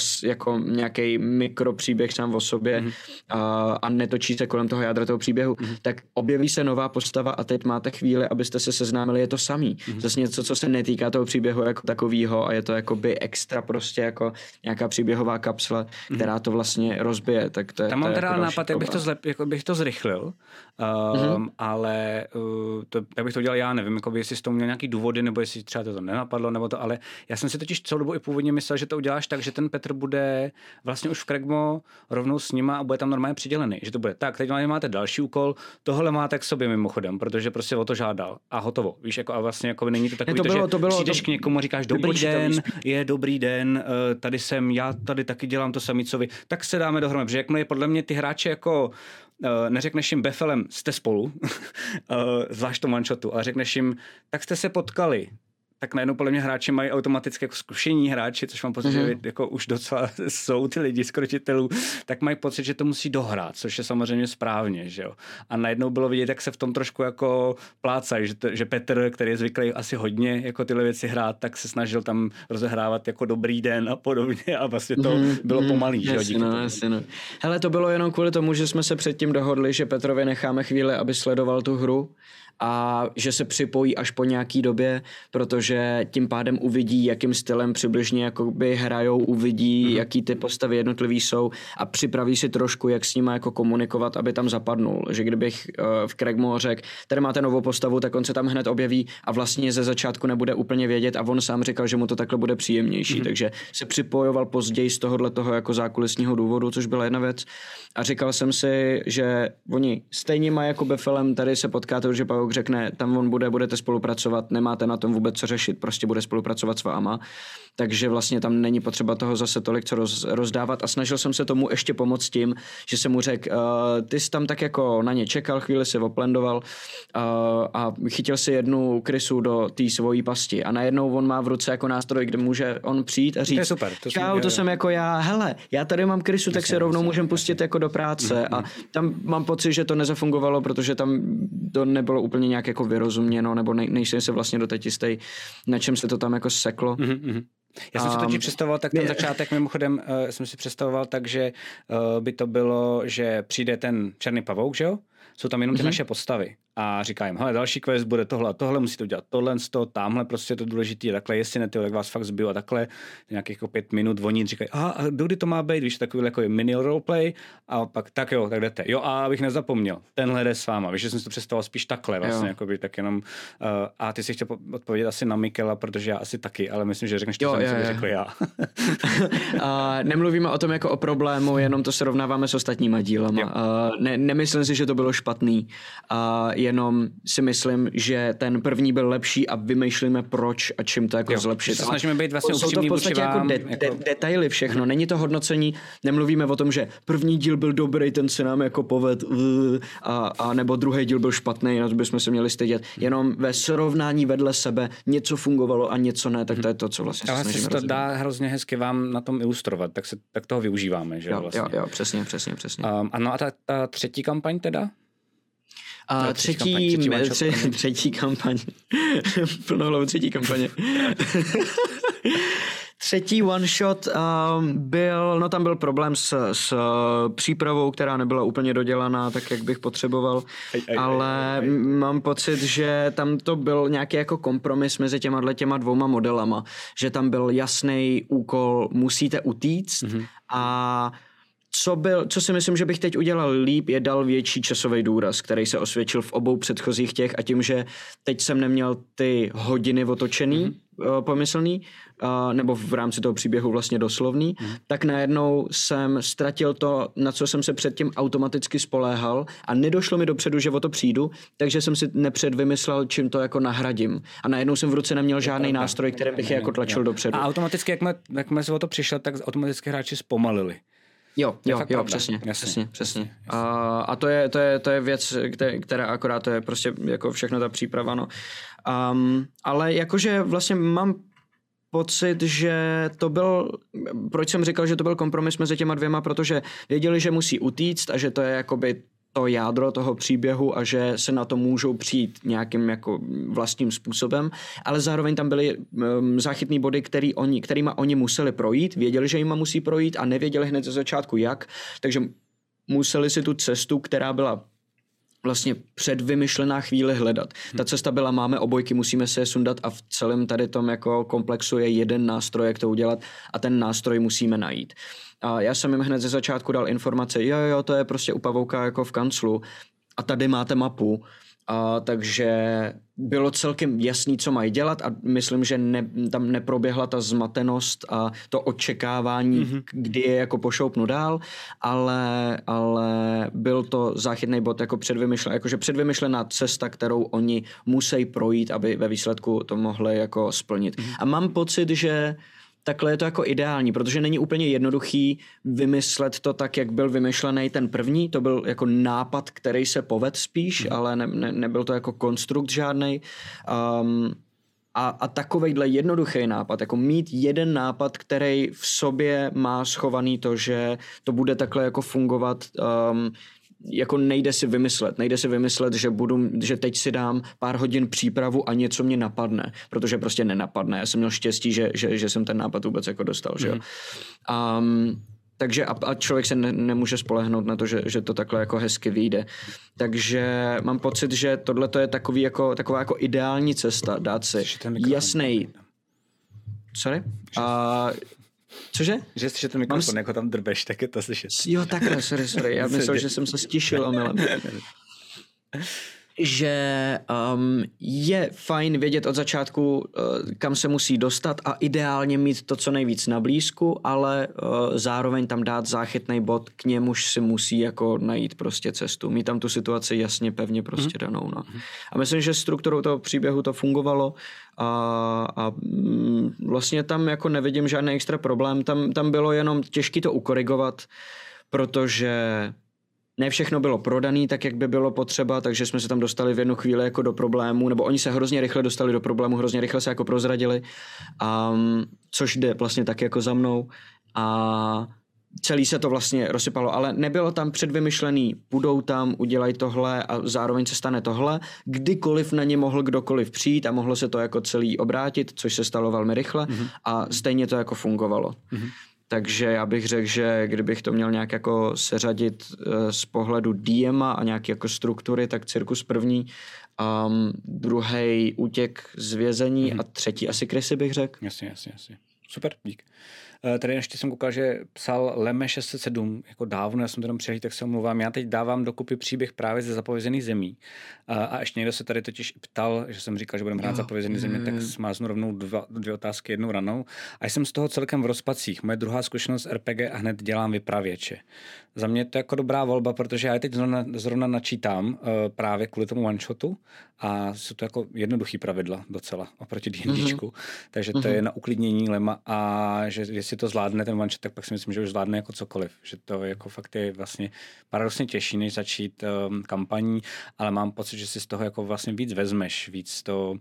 jako nějaký mikropříběh sám o sobě mm-hmm. a, a netočí se kolem toho jádra toho příběhu, mm-hmm. tak objeví se nová postava a teď máte chvíli, abyste se seznámili, je to samý. Mm-hmm. Zase něco, co se netýká toho příběhu jako takovýho a je to jakoby extra prostě jako nějaká příběhová kapsle, mm-hmm. která to vlastně rozbije. Tak to je, tam mám teda jako nápad, jak bych to, zlep, jako bych to zrychlil, um, mm-hmm. ale uh, to, jak bych to dělal, já nevím, jako by, jestli jsi to měl nějaký důvody, nebo jestli třeba to, to nenapadlo, nebo to, ale já jsem si totiž celou dobu i původně myslel, že to uděláš tak, že ten Petr bude vlastně už v Kregmo rovnou s nima a bude tam normálně přidělený. Že to bude tak, teď máte další úkol, tohle máte k sobě mimochodem, protože prostě o to žádal a hotovo. Víš, jako a vlastně jako není to takový, to bylo, že to bylo, přijdeš to... k někomu a říkáš dobrý den, je dobrý den, tady jsem, já tady taky dělám to samý, co vy, tak se dáme dohromady, protože jakmile podle mě ty hráče jako Uh, neřekneš jim befelem, jste spolu, uh, zvlášť to one-shotu, ale řekneš jim, tak jste se potkali, tak najednou podle mě hráči mají automaticky jako zkušení hráči, což mám pocit, mm-hmm. že jako už docela jsou ty lidi z krotitelů, tak mají pocit, že to musí dohrát, což je samozřejmě správně, že jo. A najednou bylo vidět, jak se v tom trošku jako plácají, že, že Petr, který je zvyklý asi hodně jako tyhle věci hrát, tak se snažil tam rozehrávat jako dobrý den a podobně a vlastně to mm-hmm. bylo pomalý, že jo. Jasně, no, jasně, no. Hele, to bylo jenom kvůli tomu, že jsme se předtím dohodli, že Petrovi necháme chvíli, aby sledoval tu hru a že se připojí až po nějaký době, protože tím pádem uvidí, jakým stylem přibližně jakoby hrajou, uvidí, mm-hmm. jaký ty postavy jednotlivý jsou a připraví si trošku, jak s nima jako komunikovat, aby tam zapadnul. Že kdybych uh, v Kregmu řekl, tady máte novou postavu, tak on se tam hned objeví a vlastně ze začátku nebude úplně vědět a on sám říkal, že mu to takhle bude příjemnější, mm-hmm. takže se připojoval později z tohohle toho jako zákulisního důvodu, což byla jedna věc. A říkal jsem si, že oni stejně mají jako Befelem, tady se potkáte, že Pavouk řekne, tam on bude, budete spolupracovat, nemáte na tom vůbec co řešit, prostě bude spolupracovat s váma. Takže vlastně tam není potřeba toho zase tolik co roz, rozdávat a snažil jsem se tomu ještě pomoct tím, že jsem mu řekl, uh, ty jsi tam tak jako na ně čekal, chvíli se oplendoval uh, a chytil si jednu krysu do té svojí pasti a najednou on má v ruce jako nástroj, kde může on přijít a říct, to je super, to čau, to jsem jako já, hele, já tady mám krysu, tak se rovnou můžem pustit jako do práce mm-hmm. a tam mám pocit, že to nezafungovalo, protože tam to nebylo úplně nějak jako vyrozuměno, nebo nej, nejsem se vlastně doteď jistý, na čem se to tam jako seklo. Mm-hmm. Já jsem si totiž představoval, tak ten začátek mimochodem uh, jsem si představoval tak, že uh, by to bylo, že přijde ten černý pavouk, že jo? Jsou tam jenom ty mm-hmm. naše postavy a říká jim, hele, další quest bude tohle a tohle, musíte udělat tohle, to, tamhle prostě je to důležité, takhle, jestli ne, tak vás fakt zbiju a takhle, nějakých jako pět minut oni říkají, a, a kdy to má být, víš, takový jako mini roleplay a pak tak jo, tak jdete. Jo, a abych nezapomněl, tenhle jde s váma, víš, že jsem si to představoval spíš takhle vlastně, jako by tak jenom, uh, a ty si chtěl odpovědět asi na Mikela, protože já asi taky, ale myslím, že řekneš to, co bych řekl já. A nemluvíme o tom jako o problému, jenom to srovnáváme s ostatníma dílama. Uh, ne, nemyslím si, že to bylo špatný, uh, jenom si myslím, že ten první byl lepší a vymýšlíme proč a čím to jako jo, zlepšit. Se snažíme být vlastně jsou to v podstatě vám, jako, de, jako... De, detaily všechno. Není to hodnocení, nemluvíme o tom, že první díl byl dobrý, ten se nám jako poved a, a nebo druhý díl byl špatný, na to bychom se měli stydět. Jenom ve srovnání vedle sebe něco fungovalo a něco ne, tak to je to, co vlastně se snažíme. Ale se to dá hrozně hezky vám na tom ilustrovat, tak, se, tak toho využíváme. Že jo, vlastně. jo, jo, přesně, přesně, přesně. Um, ano a ta, ta třetí kampaň teda? A třetí, třetí, kampaň, třetí, třetí, třetí kampaň. Plnohlavu třetí kampaně. Třetí one shot um, byl, no tam byl problém s, s přípravou, která nebyla úplně dodělaná, tak jak bych potřeboval, aj, aj, ale aj, aj. mám pocit, že tam to byl nějaký jako kompromis mezi těma těma dvouma modelama, že tam byl jasný úkol, musíte utíct mm-hmm. a Co, byl, co si myslím, že bych teď udělal líp, je dal větší časový důraz, který se osvědčil v obou předchozích těch a tím, že teď jsem neměl ty hodiny otočený, mm-hmm. uh, pomyslný, uh, nebo v rámci toho příběhu vlastně doslovný, mm-hmm. tak najednou jsem ztratil to, na co jsem se předtím automaticky spoléhal a nedošlo mi dopředu, že o to přijdu, takže jsem si nepředvymyslel, čím to jako nahradím. A najednou jsem v ruce neměl žádný nástroj, kterým bych je jako tlačil dopředu. A automaticky, jak jsme se o to přišel, tak automaticky hráči zpomalili. Jo, jo, jo, pravda. přesně, jasně, přesně, přesně. Jasně. A, a to je, to je, to je věc, která akorát to je prostě jako všechno ta příprava, no. Um, ale jakože vlastně mám pocit, že to byl, proč jsem říkal, že to byl kompromis mezi těma dvěma, protože věděli, že musí utíct a že to je jakoby to jádro toho příběhu a že se na to můžou přijít nějakým jako vlastním způsobem, ale zároveň tam byly um, záchytný body, který oni, kterýma oni museli projít, věděli, že jima musí projít a nevěděli hned ze začátku jak, takže museli si tu cestu, která byla vlastně předvymyšlená chvíli hledat. Ta cesta byla, máme obojky, musíme se je sundat a v celém tady tom jako komplexu je jeden nástroj, jak to udělat a ten nástroj musíme najít. A já jsem jim hned ze začátku dal informace, jo, jo, to je prostě u pavouka jako v kanclu a tady máte mapu. A takže bylo celkem jasný, co mají dělat a myslím, že ne, tam neproběhla ta zmatenost a to očekávání, mm-hmm. kdy je jako pošoupnu dál, ale, ale byl to záchytný bod jako předvymyšlená, jakože předvymyšlená cesta, kterou oni musí projít, aby ve výsledku to mohli jako splnit. Mm-hmm. A mám pocit, že takhle je to jako ideální, protože není úplně jednoduchý vymyslet to tak, jak byl vymyšlený ten první. To byl jako nápad, který se povedl spíš, mm. ale ne, ne, nebyl to jako konstrukt žádnej. Um, a, a takovejhle jednoduchý nápad, jako mít jeden nápad, který v sobě má schovaný to, že to bude takhle jako fungovat, um, jako nejde si vymyslet. Nejde si vymyslet, že, budu, že teď si dám pár hodin přípravu a něco mě napadne, protože prostě nenapadne. Já jsem měl štěstí, že, že, že jsem ten nápad vůbec jako dostal. Mm. Že jo? Um, takže a, a člověk se ne, nemůže spolehnout na to, že, že to takhle jako hezky vyjde. Takže mám pocit, že tohle je takový jako, taková jako ideální cesta dát si jasnej... Sorry? Uh, Cože? Že slyšet ten mikrofon, jako tam drbeš, tak je to slyšet. Jo, takhle, sorry, sorry. Já myslel, že jsem se stišil omylem. Že um, je fajn vědět od začátku, uh, kam se musí dostat a ideálně mít to co nejvíc na blízku, ale uh, zároveň tam dát záchytný bod, k němuž si musí jako najít prostě cestu. Mít tam tu situaci jasně, pevně prostě mm-hmm. danou. No. A myslím, že strukturou toho příběhu to fungovalo a, a mm, vlastně tam jako nevidím žádný extra problém. Tam, tam bylo jenom těžké to ukorigovat, protože ne všechno bylo prodaný tak, jak by bylo potřeba, takže jsme se tam dostali v jednu chvíli jako do problému, nebo oni se hrozně rychle dostali do problému, hrozně rychle se jako prozradili, um, což jde vlastně tak jako za mnou a celý se to vlastně rozsypalo, ale nebylo tam předvymyšlený, budou tam, udělají tohle a zároveň se stane tohle, kdykoliv na ně mohl kdokoliv přijít a mohlo se to jako celý obrátit, což se stalo velmi rychle mm-hmm. a stejně to jako fungovalo. Mm-hmm. Takže já bych řekl, že kdybych to měl nějak jako seřadit uh, z pohledu D M a nějaké jako struktury, tak Cirkus první, um, druhý Útěk z vězení mm-hmm. a třetí asi Krysy bych řekl. Jasně, jasně, jasně. Super, dík. Tady ještě jsem koukal, že psal Leme šest set sedm, jako dávno, já jsem to tam přihlíd, tak se omlouvám. Já teď dávám dokupy příběh právě ze Zapovězených zemí. A, a ještě někdo se tady totiž ptal, že jsem říkal, že budeme hrát Zapovězené země, tak smáznu rovnou dva, dvě otázky jednou ranou. A jsem z toho celkem v rozpacích. Moje druhá zkušenost R P G a hned dělám vypravěče. Za mě to je jako dobrá volba, protože já teď zrovna, zrovna načítám uh, právě kvůli tomu one-shotu a jsou to jako jednoduchý pravidla docela oproti D&Dčku. Mm-hmm. Takže to mm-hmm. je na uklidnění Lema a že jestli to zvládne ten one-shot, tak pak si myslím, že už zvládne jako cokoliv. Že to jako fakt je vlastně paradoxně těžší, než začít um, kampaní, ale mám pocit, že si z toho jako vlastně víc vezmeš, víc to...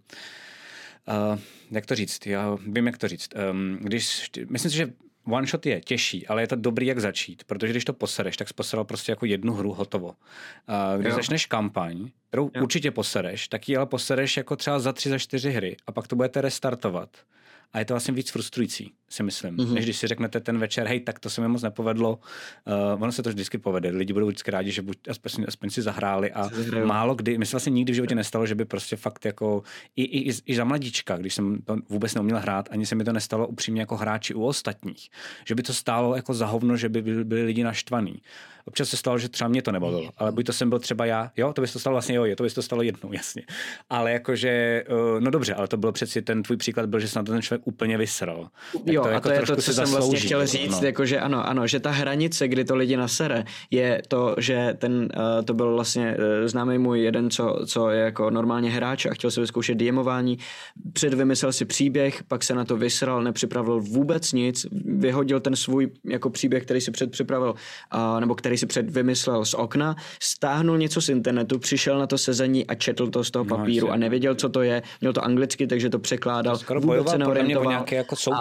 Uh, jak to říct? Já vím, jak to říct. Um, když, myslím si, že one shot je těžší, ale je to dobrý, jak začít, protože když to posereš, tak jsi poseral prostě jako jednu hru hotovo. Uh, když jo. začneš kampaň, kterou jo. určitě posereš, tak ji ale posereš jako třeba za tři, za čtyři hry a pak to budete restartovat. A je to vlastně víc frustrující, si myslím. Mm-hmm. Než když si řeknete ten večer, hej, tak to se mi moc nepovedlo. Uh, ono se to vždycky povede. Lidi budou vždycky rádi, že buď aspoň, aspoň si zahráli a málo kdy, myslím vlastně nikdy v životě nestalo, že by prostě fakt jako i, i, i za mladíčka, když jsem to vůbec neuměl hrát, ani se mi to nestalo upřímně jako hráči u ostatních. Že by to stálo jako za hovno, že by byli, byli lidi naštvaný. Občas se stalo, že třeba mě to nebavilo, ale buď to jsem byl třeba já, jo, to by se to stalo vlastně, jo, je, to by se to stalo jednou, jasně. Ale jakože, no dobře, ale to bylo přeci, ten tvůj příklad byl, že se na to ten člověk úplně vysral. Jo, to a jako to je to, co jsem vlastně chtěl říct, no. jakože ano, ano, že ta hranice, kdy to lidi nasere, je to, že ten, uh, to byl vlastně uh, známý můj jeden, co, co je jako normálně hráč a chtěl si vyzkoušet DMování, předvymyslel si příběh, pak se na to vysral, nepřipravil vůbec nic, vyhodil ten svůj jako příběh, který si předpřipravil, uh, nebo který si předvymyslel z okna, stáhnul něco z internetu, přišel na to sezení a četl to z toho papíru no, a nevěděl, co to je. Měl to anglicky, takže to překládal. To skoro bojoval podle mě o nějaké jako soutěž, a, jako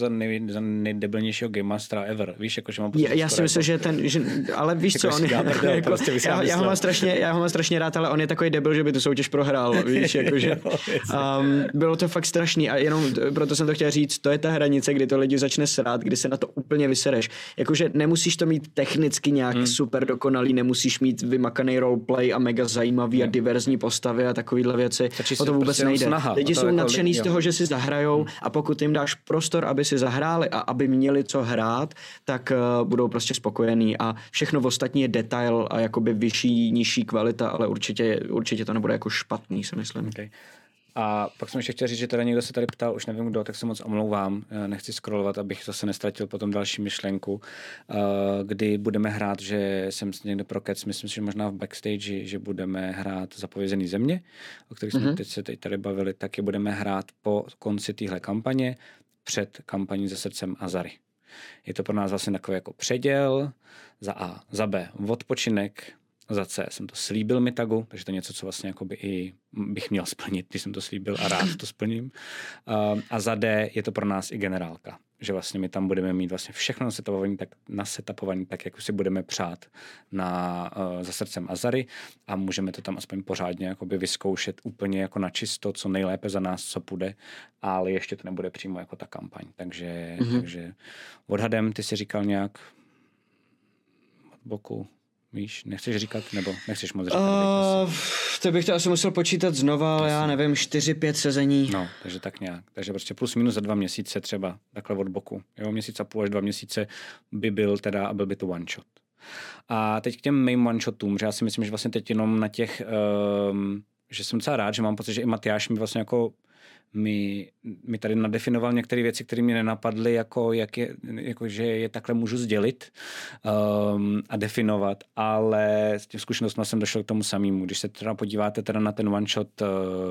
za, nej, za nejdebilnějšího Game Mastera ever. Víš, jako, že mám pocit, já, já si myslím, jako... že ten, že, ale víš co, on, já, prdel, jako, prostě já, já, ho mám strašně, já ho mám strašně rád, ale on je takový debil, že by tu soutěž prohrál, víš, jakože um, bylo to fakt strašný a jenom proto jsem to chtěl říct, to je ta hranice, kdy to lidi začne srát, kdy se na to úplně vysereš. Jakože nemusíš to mít technicky nějak hmm. super dokonalý, nemusíš mít vymakaný roleplay a mega zajímavý hmm. a diverzní postavy a takovýhle věci. O to vůbec prostě nejde. Snaha, lidi jsou jako nadšený li, z toho, že si zahrajou hmm. a pokud jim dáš prostor, aby si zahráli a aby měli co hrát, tak uh, budou prostě spokojení a všechno v ostatní je detail a jakoby vyšší, nižší kvalita, ale určitě, určitě to nebude jako špatný, si myslím. Okay. A pak jsem ještě chtěl říct, že teda někdo se tady ptal, už nevím kdo, tak se moc omlouvám, nechci scrollovat, abych zase nestratil potom další myšlenku, kdy budeme hrát, že jsem někde pro kec, myslím si, že možná v backstage, že budeme hrát Zapovězený země, o kterých jsme mm-hmm. teď se teď tady bavili, tak je budeme hrát po konci téhle kampaně, před kampaní Se srdcem Azary. Je to pro nás vlastně takový jako předěl, za A, za B, odpočinek, za C jsem to slíbil Mitagu, takže to je něco, co vlastně jakoby i bych měl splnit, když jsem to slíbil a rád to splním. A za D je to pro nás i generálka, že vlastně my tam budeme mít vlastně všechno nasetapované tak, nasetapované tak, jak si budeme přát na, uh, Za srdcem Azary a můžeme to tam aspoň pořádně jakoby vyzkoušet úplně jako na čisto, co nejlépe za nás, co půjde, ale ještě to nebude přímo jako ta kampaň. Takže, mm-hmm. takže odhadem, ty jsi říkal nějak od boku. Víš, nechceš říkat, nebo nechceš moc říkat? Uh, to bych to asi musel počítat znova, ale já nevím, čtyři, pět sezení. No, takže tak nějak. Takže prostě plus minus za dva měsíce třeba, takhle od boku. Jo, měsíc a půl až dva měsíce by byl teda, a byl by to one shot. A teď k těm main one shotům, že já si myslím, že vlastně teď jenom na těch, um, že jsem docela rád, že mám pocit, že i Matyáš mi vlastně jako mi, mi tady nadefinoval některé věci, které mě nenapadly, jako, jak je, jako, že je takhle můžu sdělit um, a definovat, ale s tím zkušenostmi jsem došel k tomu samému. Když se teda podíváte teda na ten one shot, uh,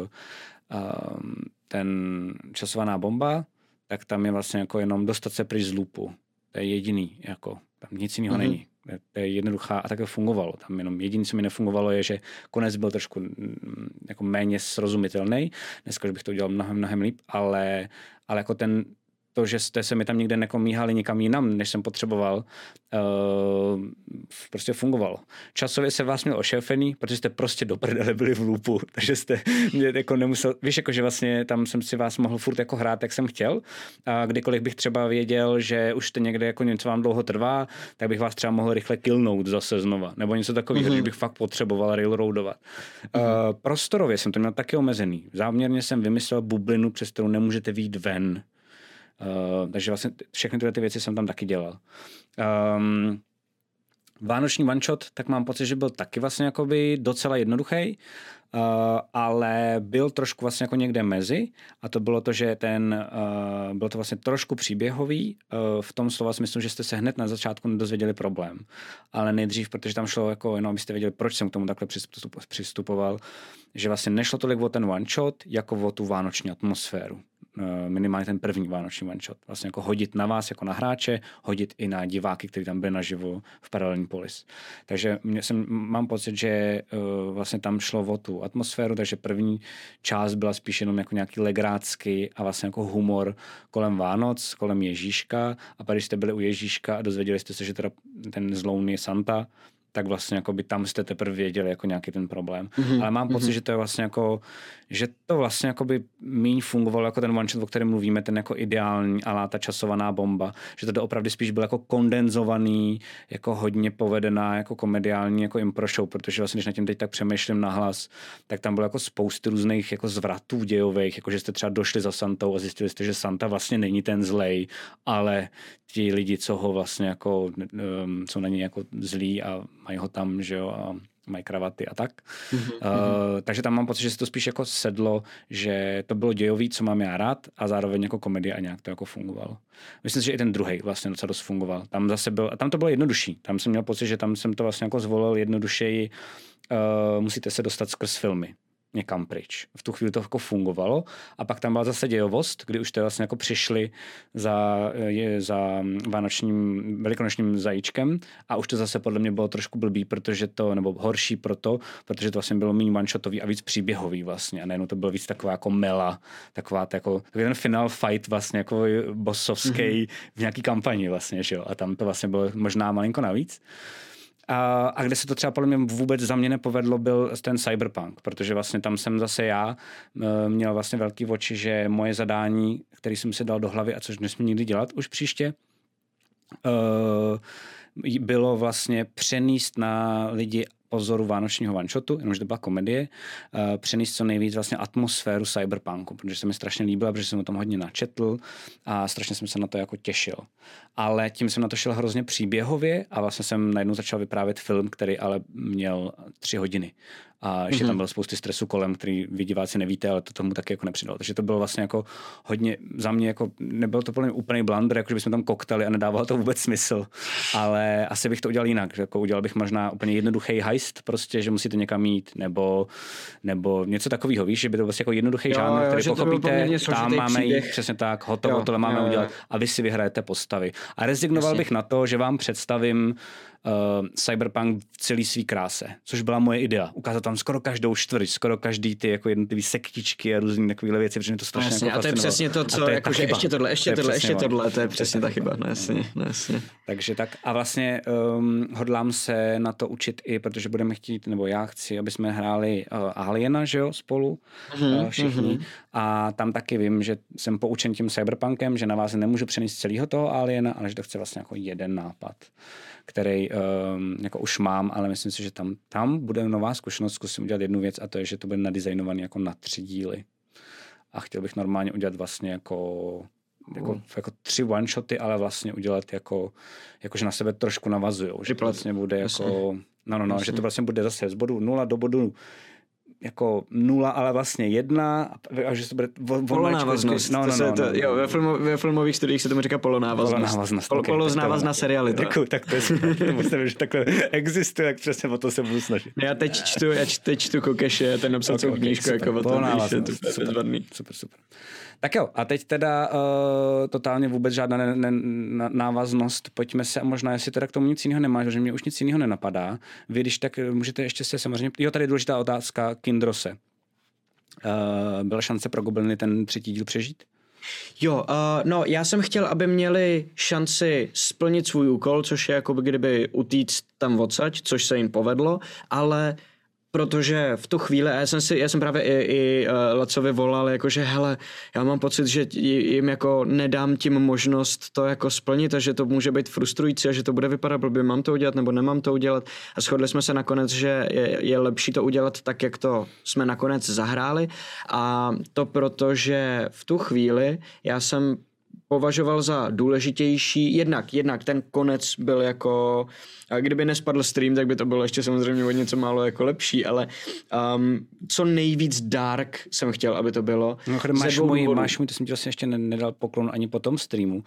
um, ten časovaná bomba, tak tam je vlastně jako jenom dostat se pryč z loopu. To je jediný, jako, tam nic jiného mm-hmm. není. To je jednoduchá a také fungovalo. Tam jenom jediné, co mi nefungovalo, je, že konec byl trošku jako méně srozumitelný. Dneska už bych to udělal mnohem, mnohem líp, ale, ale jako ten, to, že jste se mi tam někde nekomíhali nikam jinam, než jsem potřeboval, uh, prostě fungovalo. Časově se vás měl ošéfený, protože jste prostě do prdele byli v loopu, takže jste mě jako nemusel, víš, jako že vlastně tam jsem si vás mohl furt jako hrát, jak jsem chtěl. A kdykoliv bych třeba věděl, že už jste někde jako něco vám dlouho trvá, tak bych vás třeba mohl rychle killnout zase znova, nebo něco takového, mm-hmm. když bych fakt potřeboval railroadovat. Mm-hmm. Uh, prostorově jsem to měl taky omezený. Záměrně jsem vymyslel bublinu, přes kterou nemůžete vyjít ven. Uh, takže vlastně všechny tyhle ty věci jsem tam taky dělal. Um, Vánoční one shot, tak mám pocit, že byl taky vlastně jakoby docela jednoduchý, uh, ale byl trošku vlastně jako někde mezi a to bylo to, že ten, uh, bylo to vlastně trošku příběhový, uh, v tom slova smyslu, že jste se hned na začátku nedozvěděli problém. Ale nejdřív, protože tam šlo jako jenom, abyste věděli, proč jsem k tomu takhle přistupoval, že vlastně nešlo tolik o ten one shot, jako o tu vánoční atmosféru. Minimálně ten první vánoční one shot. Vlastně jako hodit na vás jako na hráče, hodit i na diváky, kteří tam byli naživo v paralelní polis. Takže mě jsem, mám pocit, že uh, vlastně tam šlo o tu atmosféru, takže první část byla spíš jenom jako nějaký legrácky a vlastně jako humor kolem Vánoc, kolem Ježíška a pak když jste byli u Ježíška a dozvěděli jste se, že teda ten zloun je Santa, tak vlastně jako by tam jste teprve věděli jako nějaký ten problém. Mm-hmm. Ale mám pocit, mm-hmm. že to je vlastně jako, že to vlastně jako by míň fungovalo jako ten one shot, o kterém mluvíme, ten jako ideální alá ta časovaná bomba, že to doopravdy spíš byl jako kondenzovaný, jako hodně povedená, jako komediální, jako impro show, protože vlastně, když na tím teď tak přemýšlím nahlas, tak tam bylo jako spousty různých jako zvratů dějových, jako že jste třeba došli za Santou a zjistili jste, že Santa vlastně není ten zlej, ale ti lidi, co ho vlastně jako, um, co není jako zlý a mají ho tam, že jo, a mají kravaty a tak. Mm-hmm. Uh, takže tam mám pocit, že se to spíš jako sedlo, že to bylo dějový, co mám já rád a zároveň jako komedie a nějak to jako fungovalo. Myslím si, že i ten druhej vlastně docela dost fungoval. Tam zase byl, a tam to bylo jednodušší. Tam jsem měl pocit, že tam jsem to vlastně jako zvolil jednodušeji. Uh, musíte se dostat skrz filmy. někam pryč. V tu chvíli to jako fungovalo a pak tam byla zase dějovost, kdy už to vlastně jako přišli za, je, za vánočním, velikonočním zajíčkem a už to zase podle mě bylo trošku blbý, protože to, nebo horší proto, protože to vlastně bylo méně one-shotový a víc příběhový vlastně a nejenom to bylo víc taková jako mela, taková jako, takový ten final fight vlastně jako bossovský mm-hmm. v nějaký kampani vlastně, že jo, a tam to vlastně bylo možná malinko navíc. A, a kde se to třeba podle mě vůbec za mě nepovedlo, byl ten Cyberpunk, protože vlastně tam jsem zase já měl vlastně velký oči, že moje zadání, který jsem si dal do hlavy a což nesmím nikdy dělat už příště, bylo vlastně přenést na lidi po vzoru vánočního one-shotu, jenomže to byla komedie, uh, přenést co nejvíc vlastně atmosféru cyberpunku, protože se mi strašně líbila, protože jsem o tom hodně načetl a strašně jsem se na to jako těšil. Ale tím jsem na to šel hrozně příběhově a vlastně jsem najednou začal vyprávět film, který ale měl tři hodiny. A ještě mm-hmm. tam bylo spousty stresu kolem, který vy diváci nevíte, ale to tomu taky jako nepřidalo. Takže to bylo vlastně jako hodně, za mě jako, nebyl to plně úplný blunder, jako že bychom tam koktali a nedávalo to vůbec smysl. Ale asi bych to udělal jinak, že jako udělal bych možná úplně jednoduchý heist, prostě, že musíte někam jít, nebo, nebo něco takového, víš, že by to vlastně jako jednoduchý jo, žánr, který pochopíte, tam máme jít, přesně tak, hotovo, jo, tohle máme jo, udělat jo. a vy si vyhrajete postavy. A rezignoval Jasně. bych na to, že vám představím Uh, Cyberpunk v celý svý kráse, což byla moje idea. Ukázat tam skoro každou čtvrť, skoro každý ty jako jednotlivý sektičky a různý takovéhle věci, protože mě to strašně jasně, jako a to je přesně to, co, jako, že ještě tohle, ještě to tohle, ještě tohle, to je přesně ta chyba. No, jasně, no, jasně. Takže tak a vlastně um, hodlám se na to učit i, protože budeme chtít, nebo já chci, aby jsme hráli uh, Aliena, že jo, spolu, mm-hmm, uh, všichni. Mm-hmm. A tam taky vím, že jsem poučen tím Cyberpunkem, že na vás nemůžu přenést celého toho Aliena, ale že to chce vlastně jako jeden nápad, který um, jako už mám, ale myslím si, že tam, tam bude nová zkušenost, zkusím udělat jednu věc a to je, že to bude nadizajnovaný jako na tři díly. A chtěl bych normálně udělat vlastně jako, jako, uh. jako tři one-shoty, ale vlastně udělat jako, jako že na sebe trošku navazujou. Že to vlastně bude jako, no, no, no, že to vlastně bude zase z bodu nula do bodu jako nula, ale vlastně jedna a že to bude polonávaznost. No, no, no, to, no, jo, ve, filmo, ve filmových studiích se tomu říká polonávaznost. Polonávaznost. Pol, okay, polonávazná serialita. Děkuji, tak to je to myslím, že takhle existuje, tak přesně o to se budu snažit. Já teď čtu, já teď čtu Kokeše, ten napsal celou okay, knížku, jako o tom píše, to je bezvadný. Super, super. Tak jo, a teď teda uh, totálně vůbec žádná ne, ne, návaznost. Pojďme se, a možná jestli teda k tomu nic jiného nemáš, že mě už nic jiného nenapadá. Vy, když tak můžete ještě se samozřejmě... Jo, tady je důležitá otázka Kindrose. Uh, byla šance pro gobliny ten třetí díl přežít? Jo, uh, no já jsem chtěl, aby měli šanci splnit svůj úkol, což je jako kdyby utíct tam odsaď, což se jim povedlo, ale... Protože v tu chvíli, já jsem, si, já jsem právě i, i uh, Lacovi volal, jakože hele, já mám pocit, že jim jako nedám tím možnost to jako splnit a že to může být frustrující a že to bude vypadat blbě, mám to udělat nebo nemám to udělat a shodli jsme se nakonec, že je, je lepší to udělat tak, jak to jsme nakonec zahráli a to proto, že v tu chvíli já jsem považoval za důležitější, jednak, jednak ten konec byl jako, kdyby nespadl stream, tak by to bylo ještě samozřejmě o něco málo jako lepší, ale um, co nejvíc dark jsem chtěl, aby to bylo. No, máš můj, máš můj, to jsem ti vlastně ještě nedal poklon ani po tom streamu.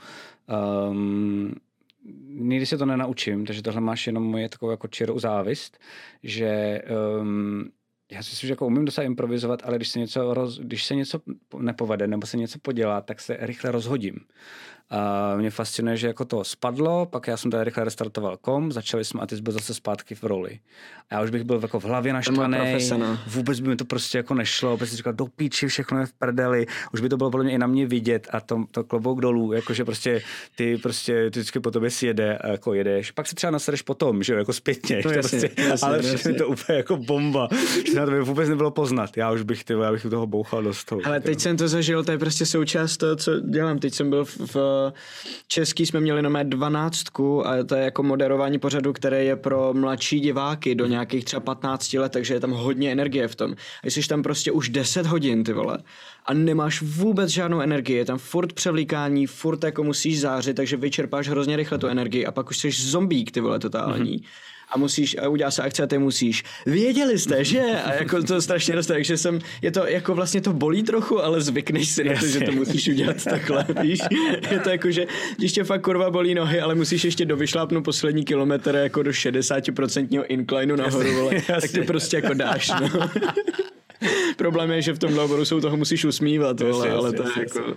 Um, nikdy se to nenaučím, takže tohle máš jenom moje takovou jako čirou závist, že um, já si myslím, že jako umím docela improvizovat, ale když se něco, roz, když se něco nepovede nebo se něco podělá, tak se rychle rozhodím. A mě fascinuje, že jako to spadlo, pak já jsem tady rychle restartoval kom, začali jsme a ty jsi byl zase zpátky v roli. A já už bych byl jako v hlavě naštvaný, vůbec by mi to prostě jako nešlo, protože říkal, do píči, všechno je v prdeli, už by to bylo podle mě i na mě vidět a to, to klobouk dolů, jakože prostě ty prostě ty vždycky po tobě si jede a jako jedeš. Pak se třeba nasereš potom, že jo, jako zpětně, no, jasně, prostě, jasně, ale jasně. je to úplně jako bomba, že na to by vůbec nebylo poznat. Já už bych, ty, já bych toho bouchal do stolu. Ale teď jsem to zažil, to je prostě součást toho, co dělám. Teď jsem byl v, v Český, jsme měli nomé dvanáctku a to je jako moderování pořadu, které je pro mladší diváky do nějakých třeba patnácti let, takže je tam hodně energie v tom. A jsi tam prostě už deset hodin, ty vole, a nemáš vůbec žádnou energii, je tam furt převlíkání, furt jako musíš zářit, takže vyčerpáš hrozně rychle tu energii a pak už jsi zombík, ty vole, totální. Mm-hmm. A musíš, a udělá se akce a ty musíš. Věděli jste, že? A jako to strašně dost, takže jsem, je to jako vlastně to bolí trochu, ale zvykneš si na to, že to musíš udělat takhle, víš? Je to jako, že když tě fakt kurva bolí nohy, ale musíš ještě dovyšlápnout poslední kilometr jako do šedesát procent inclineu nahoru, vole, tak ty prostě jako dáš, no. Problém je, že v tomhle oboru se u toho musíš usmívat, vole, Yes, ale yes, to je yes, jako...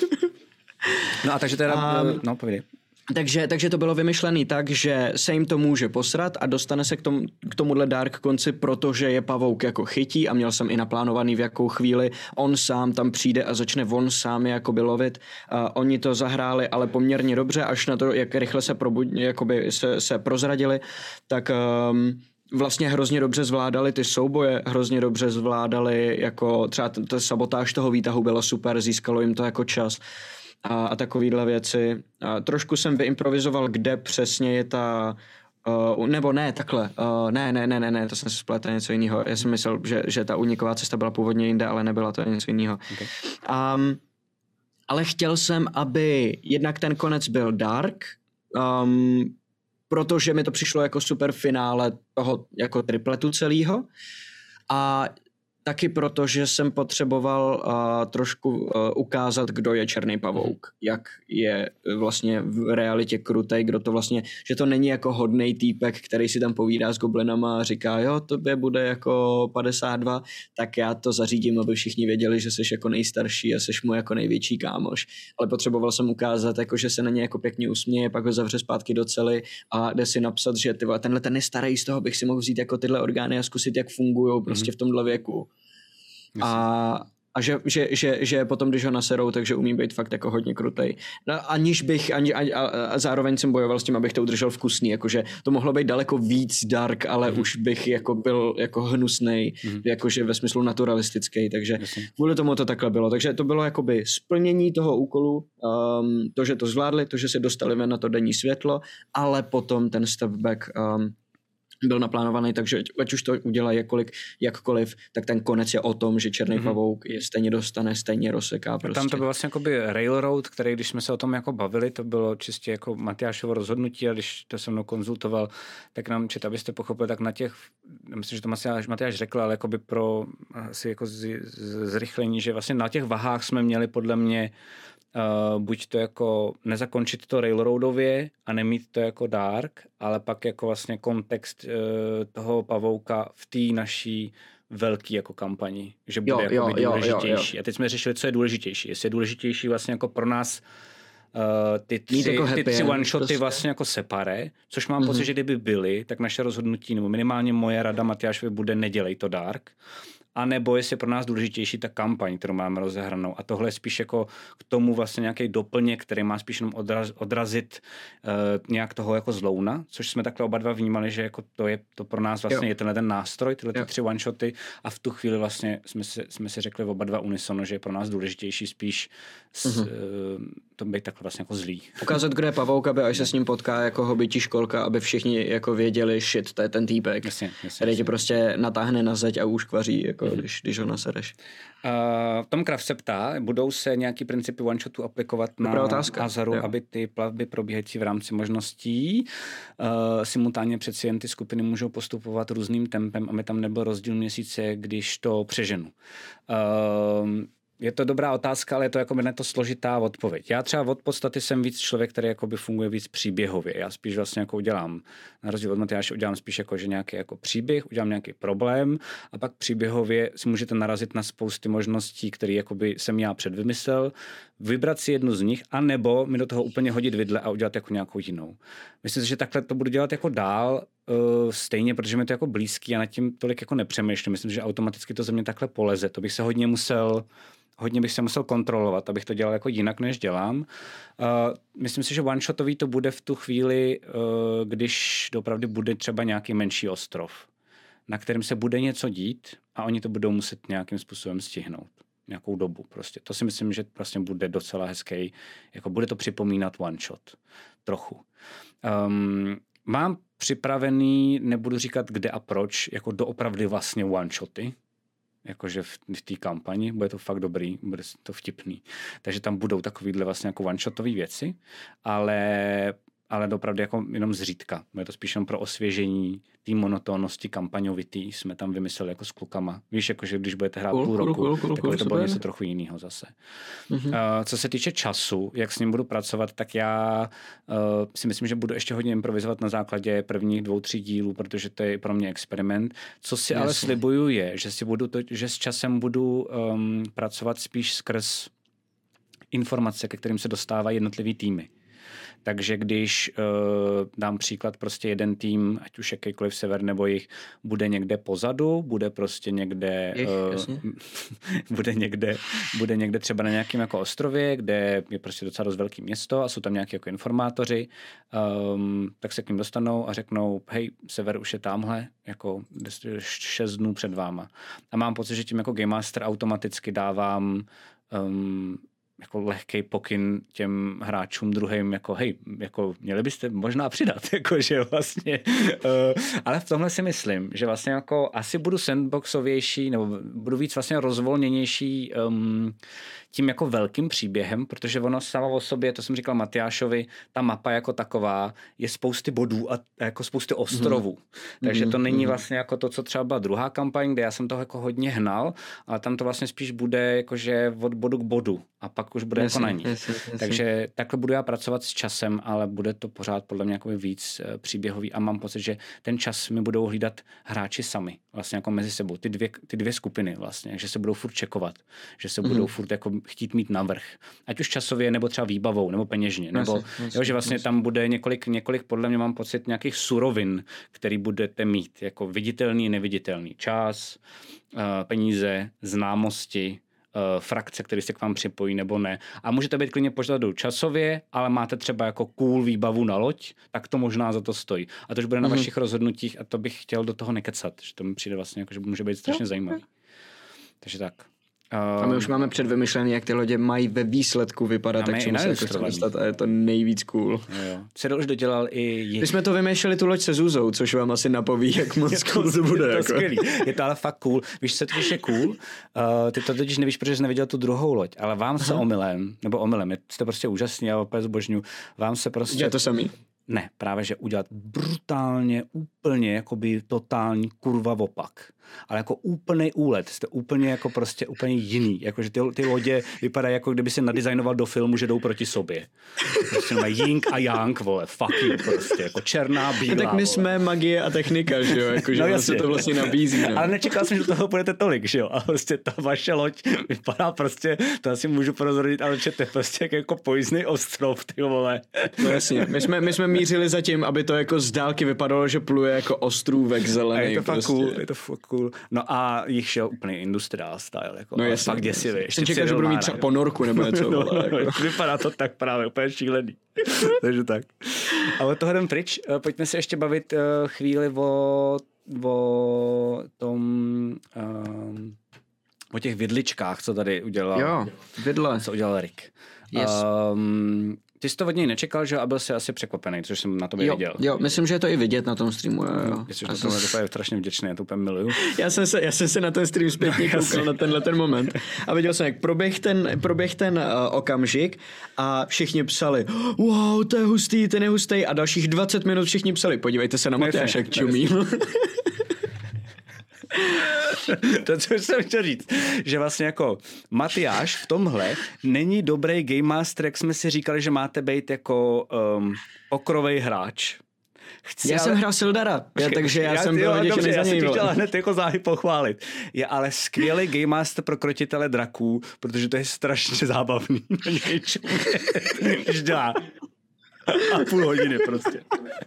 No a takže teda, Um, no povídej. Takže, takže to bylo vymyšlené tak, že se jim to může posrat a dostane se k, tom, k tomuhle dark konci, protože je pavouk jako chytí a měl jsem i naplánovaný, v jakou chvíli on sám tam přijde a začne on sám jakoby lovit. Uh, oni to zahráli ale poměrně dobře, až na to, jak rychle se, probud, jakoby se, se prozradili, tak... Um, vlastně hrozně dobře zvládali ty souboje, hrozně dobře zvládali jako třeba t- t- sabotáž toho výtahu byla super, získalo jim to jako čas a, a takovýhle věci. A trošku jsem vyimprovizoval, kde přesně je ta Uh, nebo ne, takhle, uh, ne, ne, ne, ne, ne, to jsem si spletl něco jiného. Já jsem myslel, že, že ta úniková cesta byla původně jinde, ale nebyla, to něco jiného. Okay. Um, ale chtěl jsem, aby jednak ten konec byl dark, um, protože mi to přišlo jako super finále toho jako tripletu celého a taky proto, že jsem potřeboval uh, trošku uh, ukázat, kdo je Černý pavouk, jak je vlastně v realitě krutej, kdo to vlastně, že to není jako hodnej týpek, který si tam povídá s goblinama a říká, jo, tobě bude jako padesát dva, tak já to zařídím, aby všichni věděli, že jsi jako nejstarší a jsi mu jako největší kámoš. Ale potřeboval jsem ukázat, jako, že se na ně jako pěkně usměje, pak ho zavře zpátky do cely a jde si napsat, že tyhle, tenhle ten je starý, z toho bych si mohl vzít jako tyhle orgány a zkusit, jak fungujou prostě v tomhle věku. A, a že, že, že, že potom, když ho naserou, takže umí být fakt jako hodně krutej. No, aniž bych, ani, a, a, a zároveň jsem bojoval s tím, abych to udržel vkusný, jakože to mohlo být daleko víc dark, ale mm. už bych jako byl jako hnusnej, mm. jakože ve smyslu naturalistický, takže Myslím. kvůli tomu to takhle bylo. Takže to bylo jakoby splnění toho úkolu, um, to, že to zvládli, to, že se dostali ven na to denní světlo, ale potom ten step back um, byl naplánovaný, takže ať už to udělají jakkoliv, jakkoliv, tak ten konec je o tom, že Černý mm-hmm. pavouk je stejně dostane, stejně rozseká. Prostě. Tam to byl vlastně jakoby railroad, který, když jsme se o tom jako bavili, to bylo čistě jako Matyášovo rozhodnutí a když to se mnou konzultoval, tak nám čet, abyste pochopili, tak na těch, myslím, že to Matyáš, Matyáš řekl, ale jakoby pro asi jako z, z, zrychlení, že vlastně na těch vahách jsme měli podle mě Uh, buď to jako nezakončit to railroadově a nemít to jako dark, ale pak jako vlastně kontext uh, toho pavouka v té naší velký jako kampani, že bude jako jo, jo, důležitější. Jo, jo. A teď jsme řešili, co je důležitější. Jestli je důležitější vlastně jako pro nás uh, ty tři, jako ty tři one-shoty prostě. Vlastně jako separé, což mám mm-hmm. pocit, že kdyby byly, tak naše rozhodnutí, nebo minimálně moje rada Matyášovi bude nedělej to dark. A nebo jestli je pro nás důležitější ta kampaň, kterou máme rozehranou. A tohle je spíš jako k tomu vlastně nějaký doplněk, který má spíš jenom odraz, odrazit uh, nějak toho jako zlouna, což jsme takhle oba dva vnímali, že jako to je to pro nás vlastně jo. je tenhle ten nástroj, tyhle ty tři one-shoty a v tu chvíli vlastně jsme si, jsme si řekli oba dva unisono, že je pro nás důležitější spíš s, uh-huh. uh, to být takhle vlastně jako zlý. Ukázat, kde je pavouk, aby až se s ním potká jako hobbytí školka, aby všichni jako věděli, shit, to je ten týpek, jasně, jasně, který jasně. tě prostě natáhne na zeď a uškvaří, jako mm-hmm. když, když ho nasereš. Uh, Tom Kraft se ptá, budou se nějaký principy one-shotu aplikovat Dobrá na otázka. Azaru, jo. aby ty plavby probíhající v rámci možností uh, simultánně přeci jen ty skupiny můžou postupovat různým tempem, aby tam nebyl rozdíl měsíce, když to přeženu. Uh, Je to dobrá otázka, ale je to jako ne to složitá odpověď. Já třeba od podstaty jsem víc člověk, který jakoby funguje víc příběhově. Já spíš vlastně jako udělám, na rozdíl od Matyáše, udělám spíš jako, že nějaký jako příběh, udělám nějaký problém a pak příběhově si můžete narazit na spousty možností, které jakoby jsem já předvymyslel, vybrat si jednu z nich, anebo mi do toho úplně hodit vidle a udělat jako nějakou jinou. Myslím si, že takhle to budu dělat jako dál, uh, stejně, protože mi to jako blízký a nad tím tolik jako nepřemýšlím. Myslím, že automaticky to ze mě takhle poleze. To bych se hodně musel Hodně bych se musel kontrolovat, abych to dělal jako jinak, než dělám. Uh, myslím si, že one-shotový to bude v tu chvíli, uh, když opravdu bude třeba nějaký menší ostrov, na kterém se bude něco dít a oni to budou muset nějakým způsobem stihnout. Nějakou dobu prostě. To si myslím, že vlastně bude docela hezký. Jako bude to připomínat one-shot. Trochu. Um, mám připravený, nebudu říkat kde a proč, jako doopravdy vlastně one-shoty. Jakože v, v té kampani, bude to fakt dobrý, bude to vtipný. Takže tam budou takovýhle vlastně jako one-shotové věci, ale ale opravdu jako jenom zřídka. Je to spíš jenom pro osvěžení té monotónnosti kampaňovitý. Jsme tam vymysleli jako s klukama. Víš, jakože když budete hrát cool, půl roku, cool, cool, tak cool, to bylo super. něco trochu jiného zase. Mm-hmm. Uh, co se týče času, jak s ním budu pracovat, tak já uh, si myslím, že budu ještě hodně improvizovat na základě prvních dvou, tří dílů, protože to je pro mě experiment. Co si Jasně. ale slibuju je, že, si budu to, že s časem budu um, pracovat spíš skrz informace, ke kterým se dostávají jednotlivý týmy. Takže když uh, dám příklad, prostě jeden tým, ať už jakýkoliv sever nebo jich, bude někde pozadu, bude prostě někde, Jich, uh, bude někde, bude někde třeba na nějakém jako ostrově, kde je prostě docela dost velké město a jsou tam nějaký jako informátoři, um, tak se k ním dostanou a řeknou, hej, sever už je tamhle, jako šest dnů před váma. A mám pocit, že tím jako Game Master automaticky dávám um, jako lehkej pokyn těm hráčům druhým, jako hej, jako měli byste možná přidat, jakože vlastně, uh, ale v tomhle si myslím, že vlastně jako asi budu sandboxovější, nebo budu víc vlastně rozvolněnější um, tím jako velkým příběhem, protože ono samo o sobě, to jsem říkal Matyášovi, ta mapa jako taková je spousty bodů a jako spousty ostrovů. Mm. Takže to není vlastně jako to, co třeba byla druhá kampaň, kde já jsem toho jako hodně hnal, ale tam to vlastně spíš bude jakože od bodu k bodu a pak už bude jasně, jako na ní. Jasně, jasně. Takže takhle budu já pracovat s časem, ale bude to pořád podle mě jako víc příběhový a mám pocit, že ten čas mi budou hlídat hráči sami, vlastně jako mezi sebou. Ty dvě, ty dvě skupiny vlastně, že se budou furt čekovat, že se mm. budou furt jako chtít mít navrch. Ať už časově, nebo třeba výbavou, nebo peněžně. Nebo, jasně, jasně, jo, že vlastně jasně. tam bude několik, několik, podle mě mám pocit, nějakých surovin, který budete mít, jako viditelný, neviditelný. Čas, peníze, známosti, frakce, který se k vám připojí nebo ne. A můžete být klidně pořadu časově, ale máte třeba jako cool výbavu na loď, tak to možná za to stojí. A to už bude na mm-hmm. vašich rozhodnutích a to bych chtěl do toho nekecat, že to mi přijde vlastně jako, že může být strašně jo, zajímavý. Jo. Takže tak. A my už máme předvymyšlený, jak ty lodě mají ve výsledku vypadat, tak čemu se jako dostat a je to nejvíc cool. Jo. Cedel už dodělal i... Je... My jsme to vymýšleli tu loď se Zuzou, což vám asi napoví, jak moc cool to bude. Je to jako. skvělý. Je to ale fakt cool. Víš, co totiž je cool? Uh, ty to totiž nevíš, protože jsi neviděl tu druhou loď, ale vám Aha. se omylem, nebo omylem, jste prostě úžasný, já opět zbožňuju, vám se prostě... Je to samý. Ne, právě, že udělat brutálně, úplně, jakoby totální kurva opak. Ale jako úplný úlet, jste úplně jako prostě úplně jiný. Jakože ty, ty lodě vypadají jako kdyby se nadizajnoval do filmu, že jdou proti sobě. Prostě mají Ying a Yang, vole, fucking prostě, jako černá, bílá. Tak my vole. Jsme magie a technika, že jo, jakože no, vlastně to vlastně nabízí. No. Ale nečekal jsem, že do toho půjdete tolik, že jo, a prostě ta vaše loď vypadá prostě, to asi můžu porozhodit, ale že to je prostě jako pojízdný ostrov, ty vole. No jasně, my jsme, my jsme mířili za tím, aby to jako z dálky vypadalo, že pluje jako ostrůvek zelený. A je to fakt prostě. cool, je to fakt cool. No a jich šel úplně industrial style, jako no jasně, fakt děsivý. Jsem čekal, že budu mít třeba ponorku nebo něco. no, ale no, jako. Vypadá to tak právě, úplně šílený. Takže tak. A od toho jdem pryč, pojďme se ještě bavit uh, chvíli o, o tom, um, o těch vidličkách, co tady udělal. Jo, vidle. Co udělal Rick. Yes. Um, Ty jsi to od něj nečekal, že a byl jsi asi překvapený, což jsem na tobě jo, viděl. Jo, myslím, že je to i vidět na tom streamu. Jo, jo. Já jsem to jsem... strašně vděčný, já to úplně miluju. Já jsem se, já jsem se na ten stream zpětně no, koukal na tenhle ten moment a viděl jsem, jak proběh ten, proběh ten uh, okamžik a všichni psali, wow, to je hustý, ten je hustý a dalších dvacet minut všichni psali, podívejte se na Matyáše, jak čumí. To, co jsem chtěl říct, že vlastně jako Matyáš v tomhle není dobrý game master, jak jsme si říkali, že máte být jako um, okrovej hráč. Chci, já ale... jsem hrál Sildara, já, takže já, já jsem byl vděčený za něj. Já jsem chtěl hned jako záhy pochválit. Je ale skvělý game master pro krotitele draků, protože to je strašně zábavný. Ždá. A půl hodiny prostě.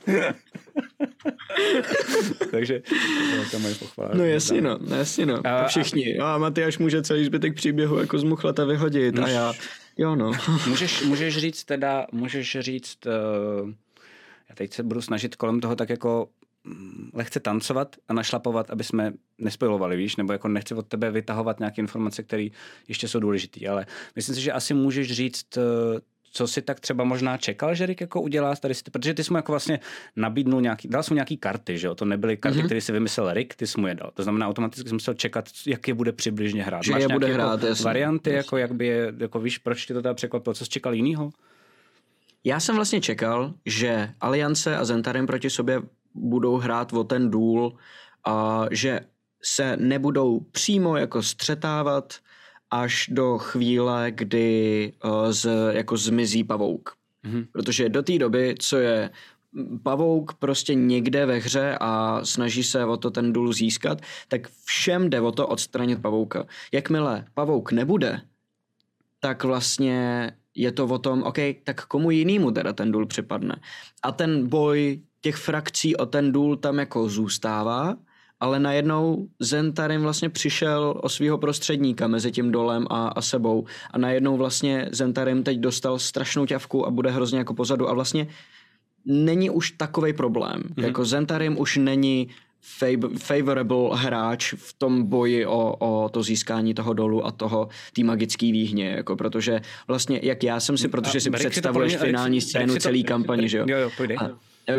Takže to mají pochválit. No jasně no, jasně no. A, všichni. A Matyáš může celý zbytek příběhu jako zmuchlat a vyhodit. Můž, a já, jo no. můžeš, můžeš říct teda, můžeš říct, uh, já teď se budu snažit kolem toho tak jako lehce tancovat a našlapovat, aby jsme nespojovali, víš, nebo jako nechci od tebe vytahovat nějaké informace, které ještě jsou důležité, ale myslím si, že asi můžeš říct, uh, co si tak třeba možná čekal, že Rick jako udělá tady, protože ty jsi mu jako vlastně nabídnul nějaký, dal jsi mu nějaký karty, že jo, to nebyly karty, mm-hmm. které si vymyslel Rick, ty jsi mu je dal. To znamená, automaticky jsem musel čekat, jak je bude přibližně hrát. Že Máš je bude jako hrát, jasný, varianty, jasný. Jako jak by je, jako víš, proč ti to teda překvapilo, co jsi čekal jinýho? Já jsem vlastně čekal, že Aliance a Zentarim proti sobě budou hrát o ten důl a že se nebudou přímo jako střetávat až do chvíle, kdy uh, z, jako zmizí pavouk. Mm-hmm. Protože do té doby, co je pavouk prostě někde ve hře a snaží se o to ten důl získat, tak všem jde o to odstranit pavouka. Jakmile pavouk nebude, tak vlastně je to o tom, OK, tak komu jinému teda ten důl připadne. A ten boj těch frakcí o ten důl tam jako zůstává, ale najednou Zentarim vlastně přišel o svého prostředníka mezi tím dolem a, a sebou. A najednou vlastně Zentarim teď dostal strašnou ťavku a bude hrozně jako pozadu. A vlastně není už takovej problém. Mm-hmm. Jako Zentarim už není fav- favorable hráč v tom boji o, o to získání toho dolu a toho té magické výhně. Jako, protože vlastně, jak já jsem si, protože a si představuješ si finální scénu celý kampaně, že jo? Jo, jo, půjde. A,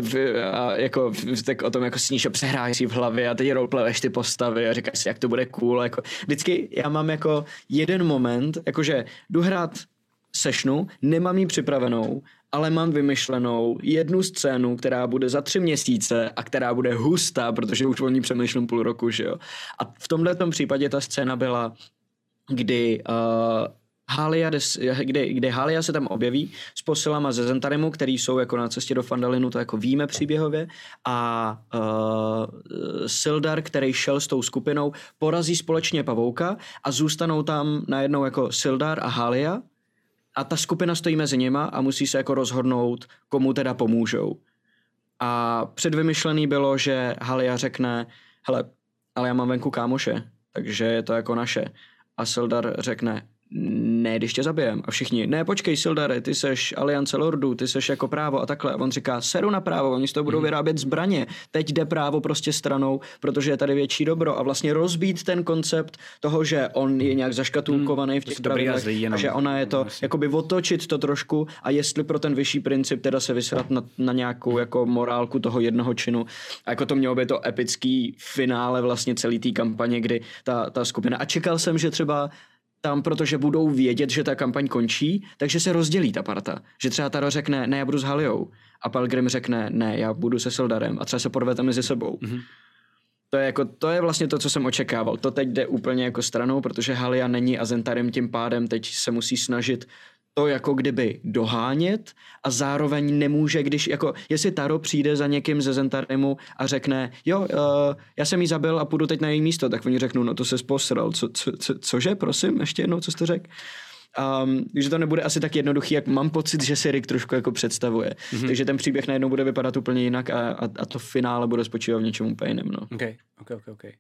a jako tak o tom jako sníš a přehráš si v hlavě a teď roleplayuješ ty postavy a říkáš si, jak to bude cool. Jako, vždycky já mám jako jeden moment, jakože jdu hrát sessionu, nemám ji připravenou, ale mám vymyšlenou jednu scénu, která bude za tři měsíce a která bude hustá, protože už o ní přemýšlím půl roku, že jo. A v tomhletom případě ta scéna byla, kdy uh, Halia, kde, kde Halia se tam objeví s posilama ze Zentarimu, který jsou jako na cestě do Fandalinu, to jako víme příběhově, a uh, Sildar, který šel s tou skupinou, porazí společně pavouka a zůstanou tam najednou jako Sildar a Halia a ta skupina stojí mezi nima a musí se jako rozhodnout, komu teda pomůžou. A předvymyšlený bylo, že Halia řekne, hele, ale já mám venku kámoše, takže je to jako naše. A Sildar řekne, ne, když tě zabijem. A všichni, ne, počkej, Sildare, ty seš Aliance Lordů, ty seš jako právo a takhle. A on říká, seru na právo, oni z toho budou vyrábět zbraně. Teď jde právo prostě stranou, protože je tady větší dobro. A vlastně rozbít ten koncept toho, že on je nějak zaškatulkovaný v těch pravidlech a že ona je to, jakoby otočit to trošku a jestli pro ten vyšší princip teda se vysrat na, na nějakou jako morálku toho jednoho činu. A jako to mělo by to epický finále vlastně celý té kampaně, kdy ta, ta skupina. A čekal jsem, že třeba tam, protože budou vědět, že ta kampaň končí, takže se rozdělí ta parta. Že třeba Taro řekne, ne, já budu s Haliou. A Pelgrim řekne, ne, já budu se Sildarem. A třeba se porvete mezi sebou. Mm-hmm. To je, jako, to je vlastně to, co jsem očekával. To teď jde úplně jako stranou, protože Halia není a Zentarim tím pádem teď se musí snažit to jako kdyby dohánět a zároveň nemůže, když jako, jestli Taro přijde za někým ze Zentarimu a řekne, jo, uh, já jsem jí zabil a půjdu teď na její místo, tak oni řeknou, no to ses posral, co, co, co, cože, prosím, ještě jednou, co jste řekl? Um, takže to nebude asi tak jednoduchý, jak mám pocit, že si Rick trošku jako představuje. Mm-hmm. Takže ten příběh najednou bude vypadat úplně jinak a, a, a to finále bude spočívat v něčem úplně jiném. No. Okay, okay, okay, okay.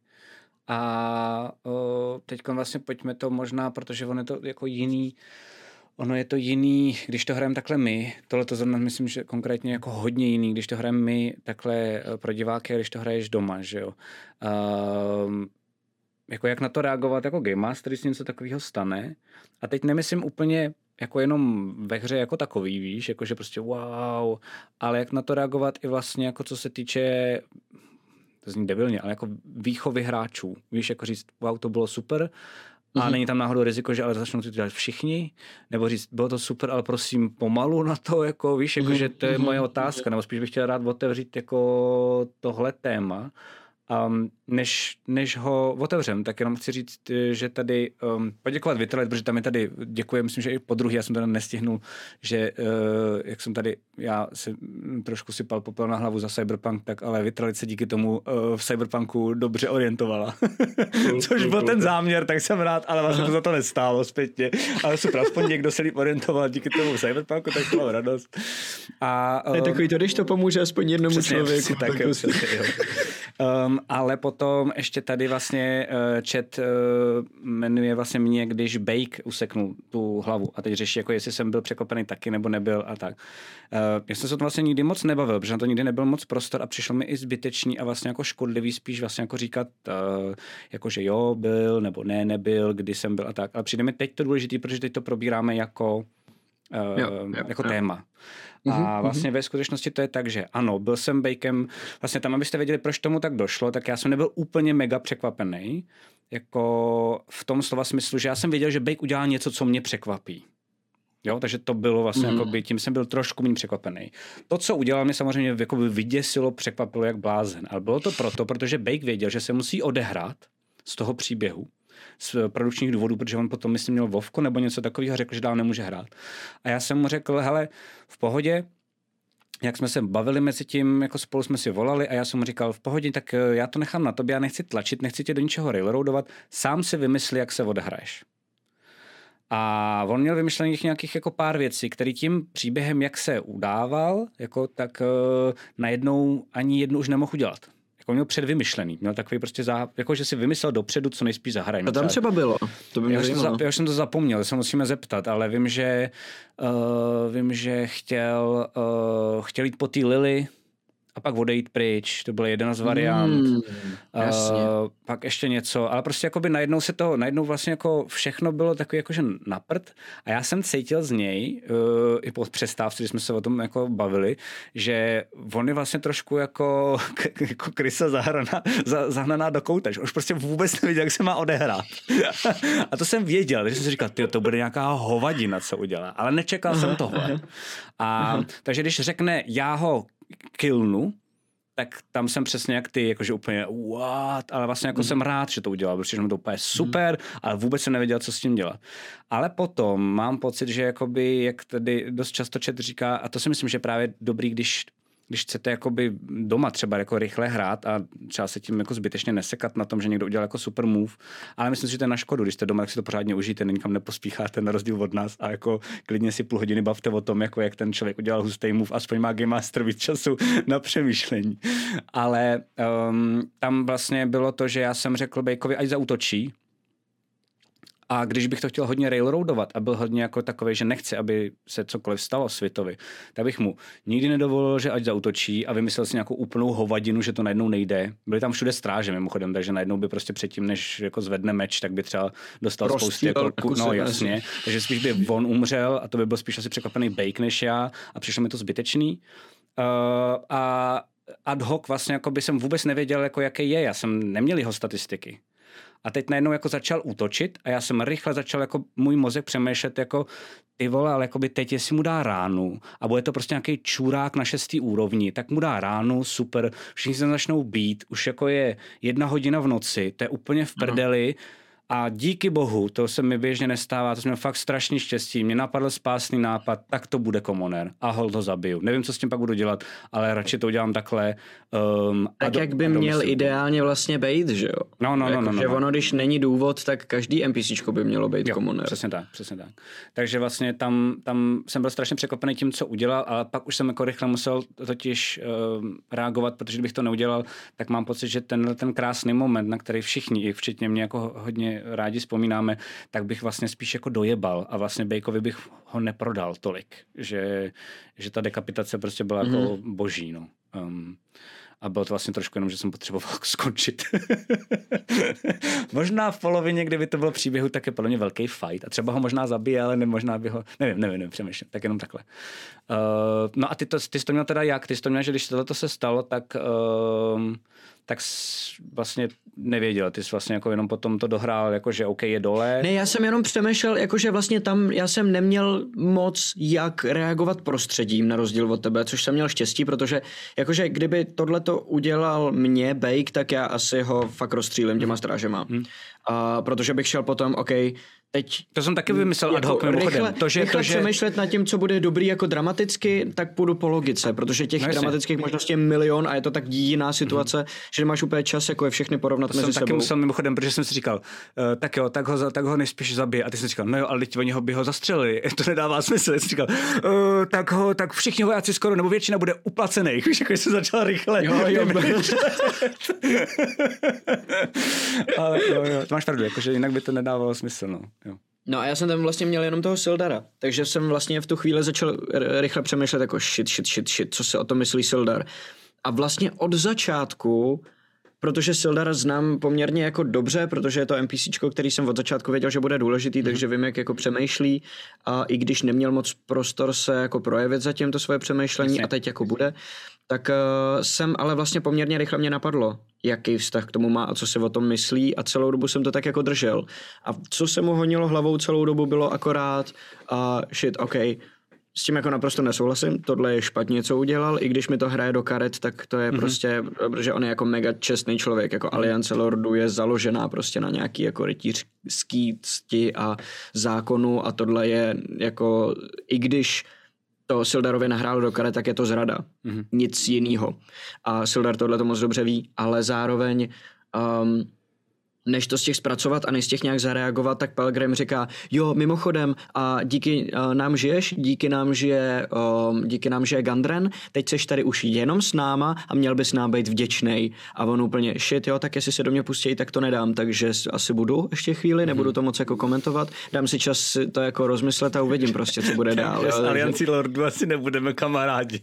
A teď vlastně pojďme to možná, protože on je to jako jiný. Ono je to jiný, když to hrajeme takhle my, tohle to zrovna myslím, že konkrétně jako hodně jiný, když to hrajeme my takhle pro diváky, když to hraješ doma, že jo. Um, jako jak na to reagovat jako Game Master, když něco takového stane. A teď nemyslím úplně jako jenom ve hře jako takový, víš, jakože prostě wow, ale jak na to reagovat i vlastně jako co se týče, to zní debilně, ale jako výchovy hráčů, víš, jako říct wow, to bylo super, a mm-hmm. není tam náhodou riziko, že ale začnou to dělat všichni, nebo říct, bylo to super, ale prosím pomalu na to, jako víš, jako, mm-hmm. že to je moje otázka, nebo spíš bych chtěl rád otevřít jako tohle téma, um, než, než ho otevřem, tak jenom chci říct, že tady um, poděkovat Vitralit, protože tam je tady, děkuji, myslím, že i po druhý, já jsem to nestihnul, že uh, jak jsem tady, já si trošku sypal popel na hlavu za Cyberpunk, tak ale Vitralit se díky tomu uh, v Cyberpunku dobře orientovala. Což byl ten záměr, tak jsem rád, ale vlastně to za to nestálo zpětně. Ale super, aspoň někdo se líp orientoval díky tomu v Cyberpunku, tak to mám radost. A, uh, je takový to, když to pomůže aspoň jednomu přesně, člověku. Přesně, tak, jo, přesně, jo. Um, ale potom ještě tady vlastně uh, chat uh, jmenuje vlastně mě, když Bake useknul tu hlavu a teď řeší, jako jestli jsem byl překvapený taky nebo nebyl a tak. Uh, já jsem se to vlastně nikdy moc nebavil, protože na to nikdy nebyl moc prostor a přišlo mi i zbytečný a vlastně jako škodlivý spíš vlastně jako říkat, uh, jako že jo, byl nebo ne, nebyl, kdy jsem byl a tak. Ale přijde mi teď to důležitý, protože teď to probíráme jako, uh, jo, jo, jako jo. téma. A vlastně ve skutečnosti to je tak, že ano, byl jsem Bakem, vlastně tam, abyste věděli, proč tomu tak došlo, tak já jsem nebyl úplně mega překvapený, jako v tom slova smyslu, že já jsem věděl, že Bake udělá něco, co mě překvapí. Jo, takže to bylo vlastně, mm. jakoby, tím jsem byl trošku méně překvapený. To, co udělal, mě samozřejmě jakoby vyděsilo, překvapilo jak blázen. Ale bylo to proto, protože Bake věděl, že se musí odehrát z toho příběhu, z produkčních důvodů, protože on potom, myslím, měl Vovko nebo něco takového, řekl, že dál nemůže hrát. A já jsem mu řekl, hele, v pohodě, jak jsme se bavili mezi tím, jako spolu jsme si volali a já jsem mu říkal, v pohodě, tak já to nechám na tobě, já nechci tlačit, nechci tě do ničeho railroadovat, sám si vymysli, jak se odehraješ. A on měl vymyšlených nějakých jako pár věcí, který tím příběhem, jak se udával, jako, tak uh, najednou ani jednu už nemohl udělat. Jako měl předvymyšlený, měl takový prostě zá, jako že si vymyslel dopředu, co nejspíš zahrajeme. A tam třeba bylo, to by mě já, zajímalo. Jsem to, já už jsem to zapomněl, se musíme zeptat, ale vím, že uh, vím, že chtěl, uh, chtěl jít po té Lily a pak odejít pryč, to byl jeden z variant. Mm, uh, pak ještě něco, ale prostě jakoby najednou se to, najednou vlastně jako všechno bylo takový jakože na prd a já jsem cítil z něj, uh, i po přestávce, když jsme se o tom jako bavili, že on je vlastně trošku jako, jako krysa zahraná, za, zahnaná do kouta, že už prostě vůbec nevěděl, jak se má odehrát. A to jsem věděl, takže jsem si říkal, tyjo, to bude nějaká hovadina, co udělá, ale nečekal jsem tohle. A takže když řekne, já ho killnu, tak tam jsem přesně jak ty, jakože úplně what, ale vlastně jako mm. jsem rád, že to udělal, protože mi to úplně super, mm. ale vůbec jsem nevěděl, co s tím dělat. Ale potom mám pocit, že jakoby, jak tady dost často chat říká, a to si myslím, že právě dobrý, když když chcete jakoby doma třeba jako rychle hrát a třeba se tím jako zbytečně nesekat na tom, že někdo udělal jako super move, ale myslím si, že to je na škodu, když jste doma, tak si to pořádně užijte, nikam nepospícháte na rozdíl od nás a jako klidně si půl hodiny bavte o tom, jako jak ten člověk udělal hustý move, aspoň má Game Master víc času na přemýšlení. Ale um, tam vlastně bylo to, že já jsem řekl Bakeovi, ať zaútočí. A když bych to chtěl hodně railroadovat a byl hodně jako takovej, že nechci, aby se cokoliv stalo Svitovi, tak bych mu nikdy nedovolil, že ať zaútočí a vymyslel si nějakou úplnou hovadinu, že to najednou nejde. Byly tam všude stráže mimochodem, takže najednou by prostě předtím, než jako zvedne meč, tak by třeba dostal Prostý, spousty jako, no jasně. Takže spíš by on umřel a to by byl spíš asi překvapený Bake než já a přišlo mi to zbytečný. Uh, a ad hoc vlastně jako by jsem vůbec nevěděl, jako jaký je. Já jsem neměl jeho statistiky. A teď najednou jako začal útočit a já jsem rychle začal jako můj mozek přemýšlet jako ty vole, ale jakoby teď jestli mu dá ránu a bude to prostě nějaký čurák na šestý úrovni, tak mu dá ránu, super, všichni se začnou být, už jako je jedna hodina v noci, to je úplně v prdeli. A díky bohu, to se mi běžně nestává, to jsme fakt strašný štěstí. Mě napadl spásný nápad, tak to bude Commoner a hol to zabiju. Nevím, co s tím pak budu dělat, ale radši to udělám takhle. Um, tak do, jak by měl myslím. Ideálně vlastně být, že jo? No, no, jako, no, no, že no. ono, když není důvod, tak každý NPCčko by mělo být Commoner. Přesně tak, přesně tak. Takže vlastně tam, tam jsem byl strašně překvapený tím, co udělal, ale pak už jsem jako rychle musel totiž uh, reagovat, protože kdybych to neudělal, tak mám pocit, že ten, ten krásný moment, na který všichni, včetně mě jako hodně rádi vzpomínáme, tak bych vlastně spíš jako dojebal a vlastně Bakeovi bych ho neprodal tolik, že, že ta dekapitace prostě byla mm-hmm. jako boží, no. Um, a bylo to vlastně trošku jenom, že jsem potřeboval skončit. Možná v polovině, kdyby to bylo příběhu, tak je podle mě velký fight. A třeba ho možná zabije, ale ne, možná by ho... Nevím, nevím, nevím, přemýšlím. Tak jenom takhle. Uh, no a ty, to, ty jsi to měl teda jak? Ty jsi to měl, že když tohle se stalo, tak... Uh, tak jsi vlastně nevěděl, ty jsi vlastně jako jenom potom to dohrál, jakože OK, je dole. Ne, já jsem jenom přemýšlel, jakože vlastně tam já jsem neměl moc jak reagovat prostředím na rozdíl od tebe, což jsem měl štěstí, protože jakože kdyby tohleto udělal mě Bake, tak já asi ho fakt rozstřílím těma strážema. Hmm. A protože bych šel potom, OK, teď... To jsem taky vymyslel ad hoc mimochodem. Rychle, to, že, rychle to, že... přemýšlet nad tím, co bude dobrý jako dramaticky, tak půjdu po logice, protože těch no dramatických možností je milion a je to tak jiná situace, mm. že nemáš úplně čas, jako je všechny porovnat to mezi jsem sebou. Taky musel mimochodem, protože jsem si říkal, uh, tak jo, tak ho, tak ho nejspíš zabije. A ty jsi říkal, no jo, ale teď oni ho by ho zastřelili. To nedává smysl. Jsi říkal, uh, tak ho, tak všichni vojáci skoro, nebo většina bude uplacených. Už jako jsem začal rychle. Jo, jo, ale jo, jo, to máš pravdu, jakože jinak by to nedávalo smysl, no. Jo. No a já jsem tam vlastně měl jenom toho Sildara, takže jsem vlastně v tu chvíli začal rychle přemýšlet jako shit, shit, shit, shit, co se o tom myslí Sildar. A vlastně od začátku, protože Sildara znám poměrně jako dobře, protože je to NPCčko, který jsem od začátku věděl, že bude důležitý, mm-hmm. takže vím, jak jako přemýšlí a i když neměl moc prostor se jako projevit zatím to svoje přemýšlení Jasně. a teď jako bude, tak uh, jsem ale vlastně poměrně rychle mě napadlo, jaký vztah k tomu má a co si o tom myslí a celou dobu jsem to tak jako držel. A co se mu honilo hlavou celou dobu bylo akorát uh, shit, ok, s tím jako naprosto nesouhlasím, tohle je špatně, co udělal, i když mi to hraje do karet, tak to je mm-hmm. prostě, protože on je jako mega čestný člověk, jako Aliance Lordů je založená prostě na nějaký jako rytířský cti a zákonu a tohle je jako, i když to Sildarovi nahrálo do karet, tak je to zrada. Mm-hmm. Nic jinýho. A Sildar tohle to moc dobře ví, ale zároveň um, než to z těch zpracovat a než z těch nějak zareagovat, tak Pelgrim říká, jo, mimochodem, a díky uh, nám žiješ, díky nám žije, um, díky nám žije Gandren, teď seš tady už jenom s náma a měl bys nám být vděčnej. A on úplně, shit, jo, tak jestli se do mě pustí, tak to nedám, takže asi budu ještě chvíli, nebudu to moc jako komentovat, dám si čas to jako rozmyslet a uvidím prostě, co bude dál. S Aliancí Lordů asi nebudeme kamarádi.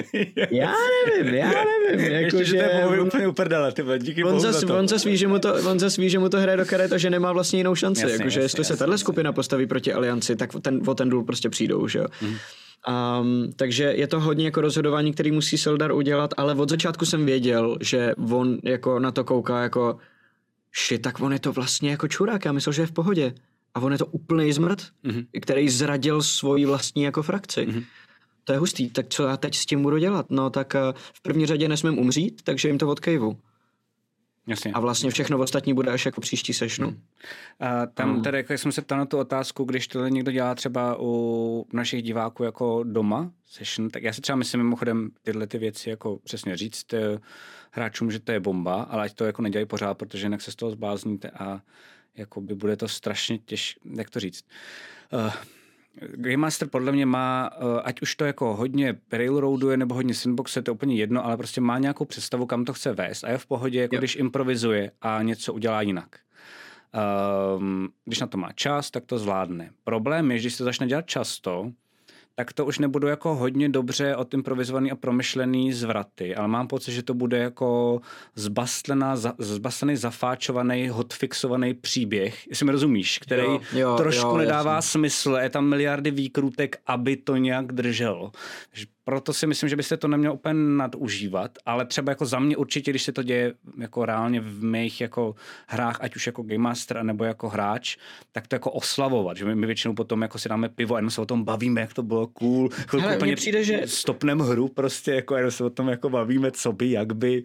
Já nevím, já nevím. Jako, ještě, že že to je on, úplně uprdele, tyhle, díky on bohu zas, za to. On zas ví, že mu to, on zas ví, že mu to hraje do karet a že nemá vlastně jinou šanci. Jasně, jakože jasně, jestli jasně, se tahle jasně. skupina postaví proti Alianci, tak ten, o ten důl prostě přijdou, že jo. Mm. Um, takže je to hodně jako rozhodování, který musí Sildar udělat, ale od začátku jsem věděl, že on jako na to kouká jako shit, tak on je to vlastně jako čurák, já myslel, že je v pohodě. A on je to úplný zmrt, mm-hmm. který zradil svoji vlastní jako frakci. Mm-hmm. To je hustý, tak co já teď s tím budu dělat? No tak uh, v první řadě nesmím umřít, takže jim to odkejvu. Jasně. A vlastně všechno ostatní bude až jako příští sessionu. Hmm. A tam Hmm. tedy, jako jsem se ptal na tu otázku, když tohle někdo dělá třeba u našich diváků jako doma session, tak já si třeba myslím mimochodem tyhle ty věci jako přesně říct hráčům, že to je bomba, ale ať to jako nedělají pořád, protože jinak se z toho zblázníte a jakoby bude to strašně těžké, jak to říct. Uh, Game Master podle mě má, ať už to jako hodně railroaduje nebo hodně sandboxuje, to je úplně jedno, ale prostě má nějakou představu, kam to chce vést a je v pohodě, jako když improvizuje a něco udělá jinak. Um, když na to má čas, tak to zvládne. Problém je, že když to začne dělat často, tak to už nebudu jako hodně dobře odimprovizovaný a promyšlený zvraty, ale mám pocit, že to bude jako zbastlená, zbastlený, zafáčovaný, hotfixovaný příběh, jestli mi rozumíš, který jo, jo, trošku jo, nedává jasný. smysl, je tam miliardy výkrutek, aby to nějak drželo. Proto si myslím, že byste to neměl úplně nadužívat, ale třeba jako za mě určitě, když se to děje jako reálně v mých jako hrách, ať už jako Game Master nebo jako hráč, tak to jako oslavovat, že my, my většinou potom jako si dáme pivo a jenom se o tom bavíme, jak to bylo cool. Chvilku Hele, úplně mně přijde, že stopneme hru prostě, jako a jenom se o tom jako bavíme, co by, jak by,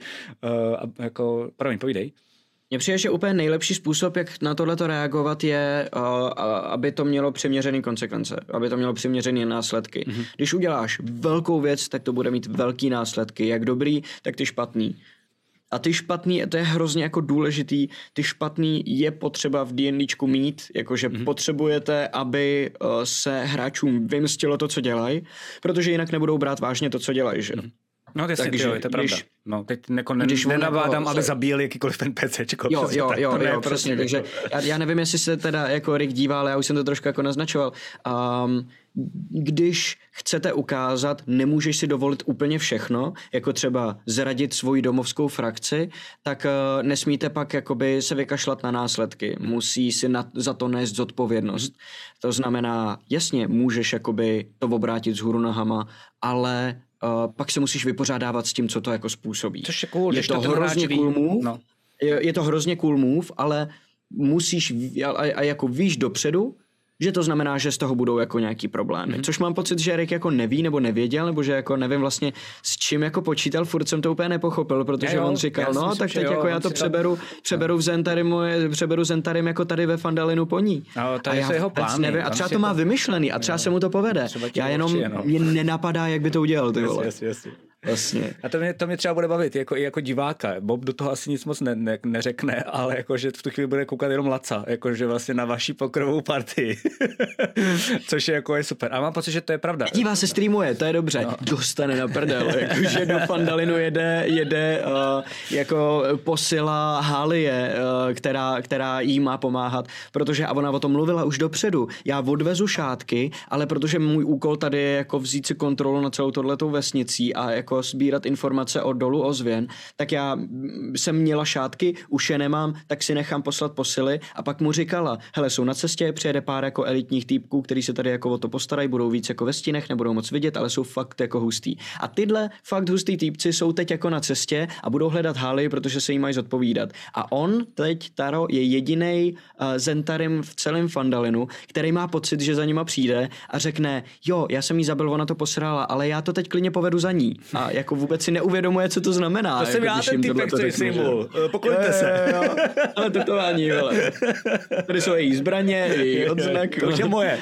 uh, jako, promiň, povídej. Mně přijde, že úplně nejlepší způsob, jak na tohleto reagovat, je, uh, aby to mělo přiměřený konsekvence, aby to mělo přiměřený následky. Mm-hmm. Když uděláš velkou věc, tak to bude mít velký následky, jak dobrý, tak ty špatný. A ty špatný, to je hrozně jako důležitý, ty špatný je potřeba v D&Dčku mít, jakože mm-hmm. potřebujete, aby uh, se hráčům vymstilo to, co dělají, protože jinak nebudou brát vážně to, co dělají, že? Mm-hmm. No, jasně, Takže, jo, to je pravda. Když, no, teď neko, ne, když nenavádám, jako, aby zabíjeli jakýkoliv NPCčko. Jo, jo, tak, jo, to jo, přesně, takže já, já nevím, jestli se teda jako Rick dívá, ale já už jsem to trošku jako naznačoval. Um, když chcete ukázat, nemůžeš si dovolit úplně všechno, jako třeba zradit svoji domovskou frakci, tak uh, nesmíte pak jakoby se vykašlat na následky. Musí si na, za to nést zodpovědnost. To znamená, jasně, můžeš jakoby to obrátit vzhůru nohama, ale Uh, pak se musíš vypořádávat s tím, co to jako způsobí. Což je cool, je to, to hrozně cool move, no. je, je to hrozně cool move, ale musíš, a, a jako víš dopředu, že to znamená, že z toho budou jako nějaký problémy. Mm-hmm. Což mám pocit, že Rick jako neví nebo nevěděl, nebo že jako nevím vlastně s čím jako počítal, furt jsem to úplně nepochopil, protože jo, on říkal, no tak teď jo, jako já to přeberu, tam... přeberu v Zentarimu, přeberu Zentarim jako tady ve Fandalinu po ní. No, to a je já jeho plán. Nevím, a třeba to má vymyšlený a třeba jo. se mu to povede. Já jenom mě nenapadá, jak by to udělal, ty vole. Yes, yes, yes. Vlastně. A to mě, to mě třeba bude bavit, jako, i jako diváka. Bob do toho asi nic moc ne, ne, neřekne, ale jakože v tu chvíli bude koukat jenom Laca, jakože vlastně na vaší pokrovou partii. Což je jako je super. A mám pocit, že to je pravda. Dívá se streamuje, to je dobře. No. Dostane na prdel, jakože do Fandalinu jede, jede uh, jako posila Halie, uh, která, která jí má pomáhat, protože a ona o tom mluvila už dopředu. Já odvezu šátky, ale protože můj úkol tady je jako vzít si kontrolu nad celou tohletou vesnicí a jako jako sbírat informace od dolu ozvěn, tak já jsem měla šátky, už je nemám, tak si nechám poslat posily a pak mu říkala, hele, jsou na cestě, přijede pár jako elitních týpků, kteří se tady jako o to postarají, budou víc jako ve stínech, nebudou moc vidět, ale jsou fakt jako hustý. A tyhle fakt hustý týpci jsou teď jako na cestě a budou hledat Hali, protože se jí mají zodpovídat. A on teď, Taro, je jedinej uh, Zentarim v celém Fandalinu, který má pocit, že za nima přijde a řekne, jo, já jsem jí zabil, ona to posrala, ale já to teď klidně povedu za ní. A jako vůbec si neuvědomuje, co to znamená. To jsem jako, já ten týpek, co jsi mluvil. Pokloňte se. Jo, jo. Ale tetování, vole. Tady jsou její zbraně, její odznak. To je moje.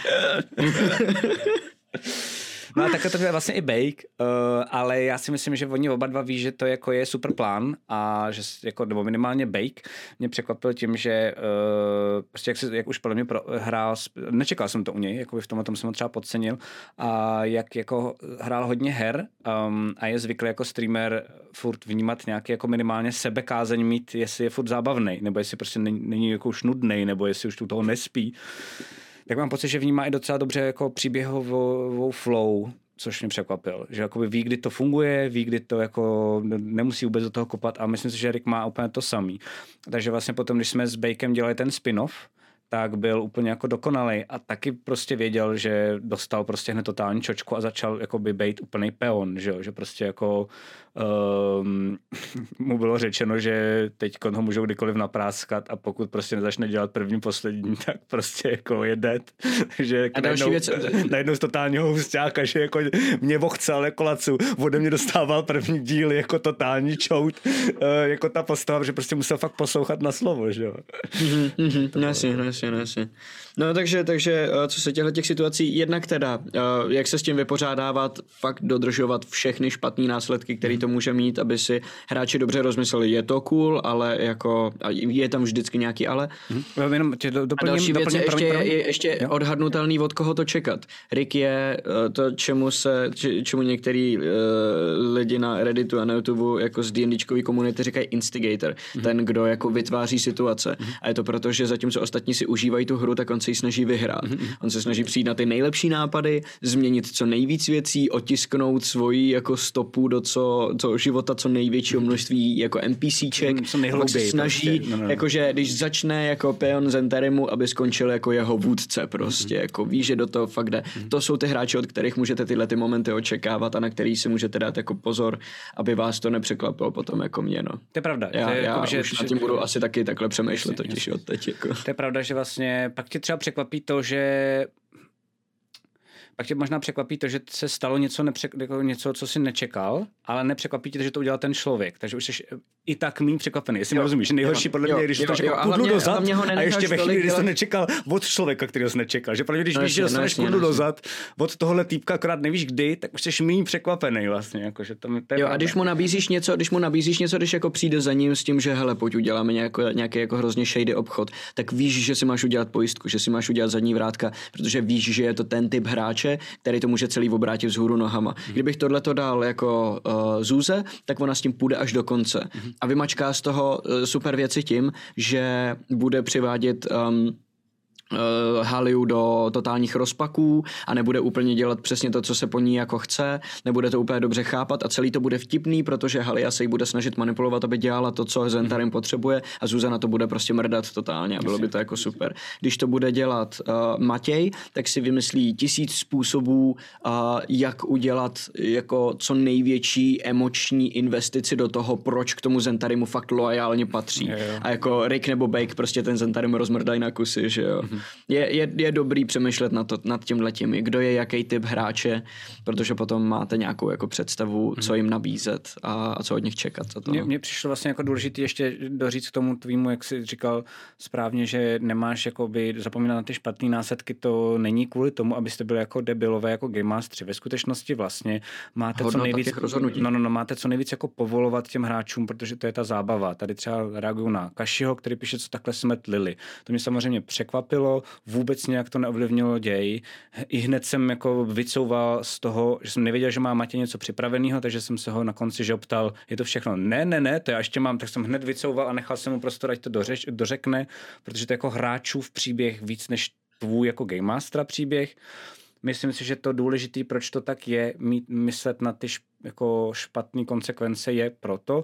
No a takhle to je vlastně i Bake, uh, ale já si myslím, že oni oba dva ví, že to jako je super plán a že jako, nebo minimálně Bake mě překvapil tím, že uh, prostě jak, si, jak už podle mě pro, hrál, nečekal jsem to u něj, jako v tomhle tom jsem ho třeba podcenil a jak jako hrál hodně her um, a je zvyklý jako streamer furt vnímat nějaký jako minimálně sebekázeň mít, jestli je furt zábavnej, nebo jestli prostě není, není jako už nudnej, nebo jestli už tu toho nespí. Tak mám pocit, že vnímá i docela dobře jako příběhovou flow, což mě překvapil. Že jakoby ví, kdy to funguje, ví, kdy to jako nemusí vůbec do toho kopat a myslím si, že Rick má úplně to samý. Takže vlastně potom, když jsme s Bakem dělali ten spin-off, tak byl úplně jako dokonalej a taky prostě věděl, že dostal prostě hned totální čočku a začal jakoby bejt úplnej peon, že, že prostě jako um, mu bylo řečeno, že teď ho můžou kdykoliv napráskat a pokud prostě nezačne dělat první, poslední, tak prostě jako je dead. Že jako a další najednou, věc... najednou z totálního husťáka, že jako mě vochcal jako lacu, ode mě dostával první díl jako totální čout, uh, jako ta postava, že prostě musel fakt poslouchat na slovo, že jo. Mm-hmm, mm-hmm, jasně, jasně. Jasně. No takže, takže co se těchto těch situací, jednak teda, jak se s tím vypořádávat, fakt dodržovat všechny špatné následky, které to může mít, aby si hráči dobře rozmysleli, je to cool, ale jako je tam vždycky nějaký ale. Mm-hmm. Jenom tě do, doplním, a další věc je ještě, je ještě jo? odhadnutelný, od koho to čekat. Rick je to, čemu se, čemu některý uh, lidi na Redditu a na YouTube jako z D&Dčkový komunity říkají instigator, mm-hmm. ten, kdo jako vytváří situace. Mm-hmm. A je to proto, že zatímco ostatní si užívají tu hru, tak on se ji snaží vyhrát. Mm-hmm. On se snaží přijít na ty nejlepší nápady, změnit co nejvíc věcí, otisknout svoji jako stopu do co, co života co největšího množství jako NPCček. Mm, pak se snaží, prostě. no, no. jakože když začne jako peon Zentarimu, aby skončil jako jeho vůdce prostě, mm-hmm. jako ví, že do toho fakt jde. Mm-hmm. To jsou ty hráči, od kterých můžete tyhle ty momenty očekávat a na který si můžete dát jako pozor, aby vás to nepřekvapilo potom jako mě, no. To je pravda. Já, to je já jako, že, už nad tím budu asi taky takhle přemýšlet jasně, totiž jasně. od teď, jako. To je pravda, že vlastně pak tě třeba překvapí to, že pak tě možná překvapí to, že se stalo něco, nepřek, jako něco, co jsi nečekal, ale nepřekvapí tě, že to udělal ten člověk. Takže už jsi i tak méně překvapený. Jestli mi rozumíš, nejhorší podle mě, když jsi to řekl kudlu dozad a ještě ve chvíli, kdy jsi to nečekal od člověka, kterého jsi nečekal. Že podle mě, když no, víš, že dostaneš kudlu dozad od tohohle týpka, akorát nevíš kdy, tak už jsi méně překvapený vlastně. Jako, že to, to je jo, a když mu nabízíš něco, když mu nabízíš něco, když jako přijde za ním s tím, že hele, pojď uděláme nějaký, nějaký jako hrozně shady obchod, tak víš, že si máš udělat pojistku, že si máš udělat zadní vrátka, protože víš, že je to ten typ hráče, který to může celý obrátit vzhůru nohama. Kdybych tohleto dal jako uh, Zuze, tak ona s tím půjde až do konce. A vymačká z toho uh, super věci tím, že bude přivádět um, Uh, Haliu do totálních rozpaků a nebude úplně dělat přesně to, co se po ní jako chce, nebude to úplně dobře chápat a celý to bude vtipný, protože Halia se jí bude snažit manipulovat, aby dělala to, co Zentarim potřebuje a Zuzana to bude prostě mrdat totálně a bylo by to jako super. Když to bude dělat uh, Matěj, tak si vymyslí tisíc způsobů, uh, jak udělat jako co největší emoční investici do toho, proč k tomu Zentarimu fakt loajálně patří. Je, a jako Rick nebo Bake prostě ten Zentarim rozmrdají na kusy, že jo. Mm-hmm. Je, je, je dobrý přemýšlet nad, to, nad tímhletím, kdo je jaký typ hráče, protože potom máte nějakou jako představu, co jim nabízet a, a co od nich čekat. Mně, mně přišlo vlastně jako důležité ještě doříct k tomu tvýmu, jak jsi říkal správně, že nemáš jakoby zapomínat na ty špatné následky, to není kvůli tomu, abyste byli jako debilové, jako game mastery. Ve skutečnosti vlastně máte Hodnota co nejvíc, no, no, no, máte co nejvíc jako povolovat těm hráčům, protože to je ta zábava. Tady třeba reaguju na Kashiho, který píše, co takhle smet Lily. To mě samozřejmě překvapilo, vůbec nějak to neovlivnilo děj. I hned jsem jako vycouval z toho, že jsem nevěděl, že má Matěj něco připraveného, takže jsem se ho na konci že optal, je to všechno. Ne, ne, ne, to já ještě mám, tak jsem hned vycouval a nechal jsem mu prostor, ať to dořeš, dořekne, protože to je jako hráčův příběh víc než tvůj jako game mastera příběh. myslím si, že to důležité, proč to tak je, mít, myslet na ty š, jako špatné konsekvence je proto,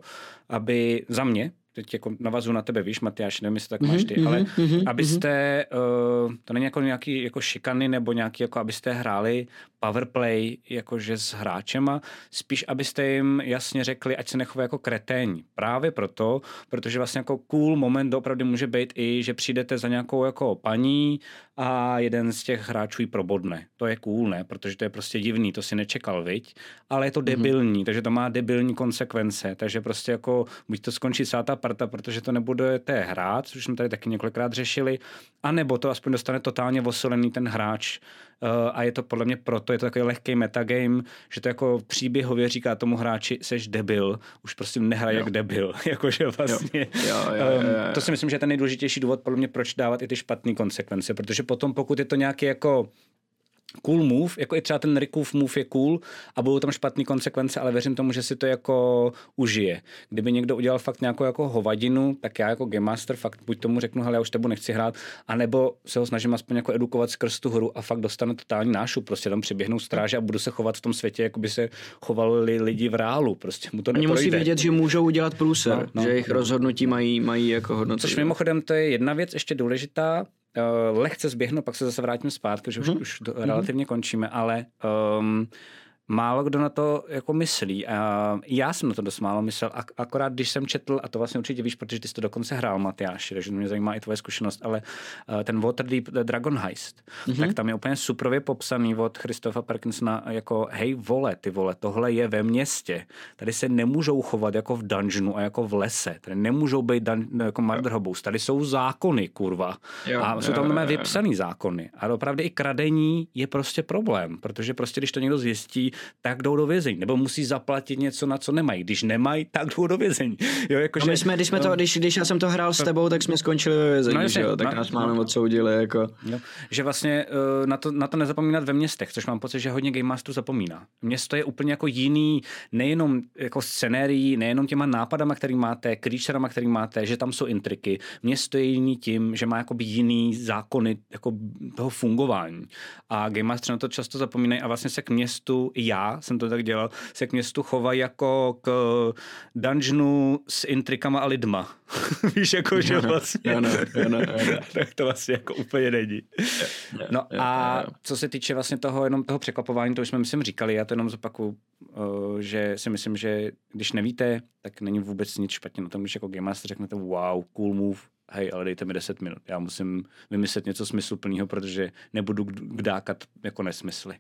aby za mě, teď jako navazu na tebe, víš, Matyáš, nevím, jestli tak máš ty, mm-hmm, ale mm-hmm, abyste, uh, to není jako nějaký jako šikany, nebo nějaký, jako abyste hráli powerplay, jakože s hráčema, spíš abyste jim jasně řekli, ať se nechovají jako kreténi. Právě proto, protože vlastně jako cool moment opravdu může být i, že přijdete za nějakou jako paní a jeden z těch hráčů ji probodne. To je cool, ne? Protože to je prostě divný, to si nečekal, viď? Ale je to debilní, mm-hmm. takže to má debilní konsekvence, takže prostě jako buď to skončí celá ta parta, protože to nebudete hrát, což jsme tady taky několikrát řešili, anebo to aspoň dostane totálně osolený ten hráč. Uh, a je to podle mě proto, je to takový lehký metagame, že to jako příběhově říká tomu hráči, seš debil, už prostě nehraj jak debil. Jakože vlastně. Jo. Jo, jo, jo, jo, jo. Um, to si myslím, že je ten nejdůležitější důvod podle mě, proč dávat i ty špatné konsekvence, protože potom, pokud je to nějaký jako cool move, jako i třeba ten Rickův move je cool a budou tam špatné konsekvence, ale věřím tomu, že si to jako užije. Kdyby někdo udělal fakt nějakou jako hovadinu, tak já jako Game Master fakt buď tomu řeknu, hele, já už tebu nechci hrát, anebo se ho snažím aspoň jako edukovat skrz tu hru a fakt dostane totální nášup, prostě tam přiběhnou stráže a budu se chovat v tom světě, jako by se chovali lidi v reálu, prostě mu to neprojde. Oni musí vědět, že můžou udělat průser, no, no, že jejich no. rozhodnutí mají, mají jako hodnotu. Což mimochodem to je jedna věc ještě důležitá. Uh, lehce zběhnu, pak se zase vrátím zpátky, že už, mm. už do, relativně končíme, ale um, málo kdo na to jako myslí. Uh, já jsem na to dost málo myslel, ak- akorát když jsem četl, a to vlastně určitě víš, protože ty jsi to dokonce hrál, Matyáši, takže mě zajímá i tvoje zkušenost, ale uh, ten Waterdeep Dragon Heist, mm-hmm. tak tam je úplně suprově popsaný od Christopha Perkinsona jako hej vole, ty vole, tohle je ve městě. Tady se nemůžou chovat jako v dungeonu a jako v lese. Tady nemůžou být dun- jako Murder Hobos. Tady jsou zákony, kurva. Jo, a jsou tam jo, vypsaný zákony. A opravdu i kradení je prostě problém, protože prostě když to někdo zjistí, tak jdou do vězení. Nebo musí zaplatit něco, na co nemají. Když nemají, tak jdou do vězení. Jo, jako, no my jsme, když, jsme to, když, když já jsem to hrál s tebou, tak jsme skončili ve vězení, no, jasně, že jo? Tak no, nás máme no, odsoudili. Jako. No, že vlastně uh, na, to, na to nezapomínat ve městech, což mám pocit, že hodně Game Masterů zapomíná. Město je úplně jako jiný, nejenom jako scenérií, nejenom těma nápadama, který máte, creaturama, který máte, že tam jsou intriky. Město je jiný tím, že má jakoby jiný zákony jako toho fungování. A Game Master na to často zapomínají a vlastně se k městu, já jsem to tak dělal, se k městu chovají jako k dungeonu s intrikama a lidma. Víš, jako, že vlastně no, no, no, no, no. tak to vlastně jako úplně není. No a co se týče vlastně toho, jenom toho překvapování, to už jsme myslím říkali, já to jenom zopakuju, že si myslím, že když nevíte, tak není vůbec nic špatně na tom, když jako Game Master řeknete wow, cool move, hej, ale dejte mi deset minut. Já musím vymyslet něco smysluplného, protože nebudu kdákat jako nesmysly.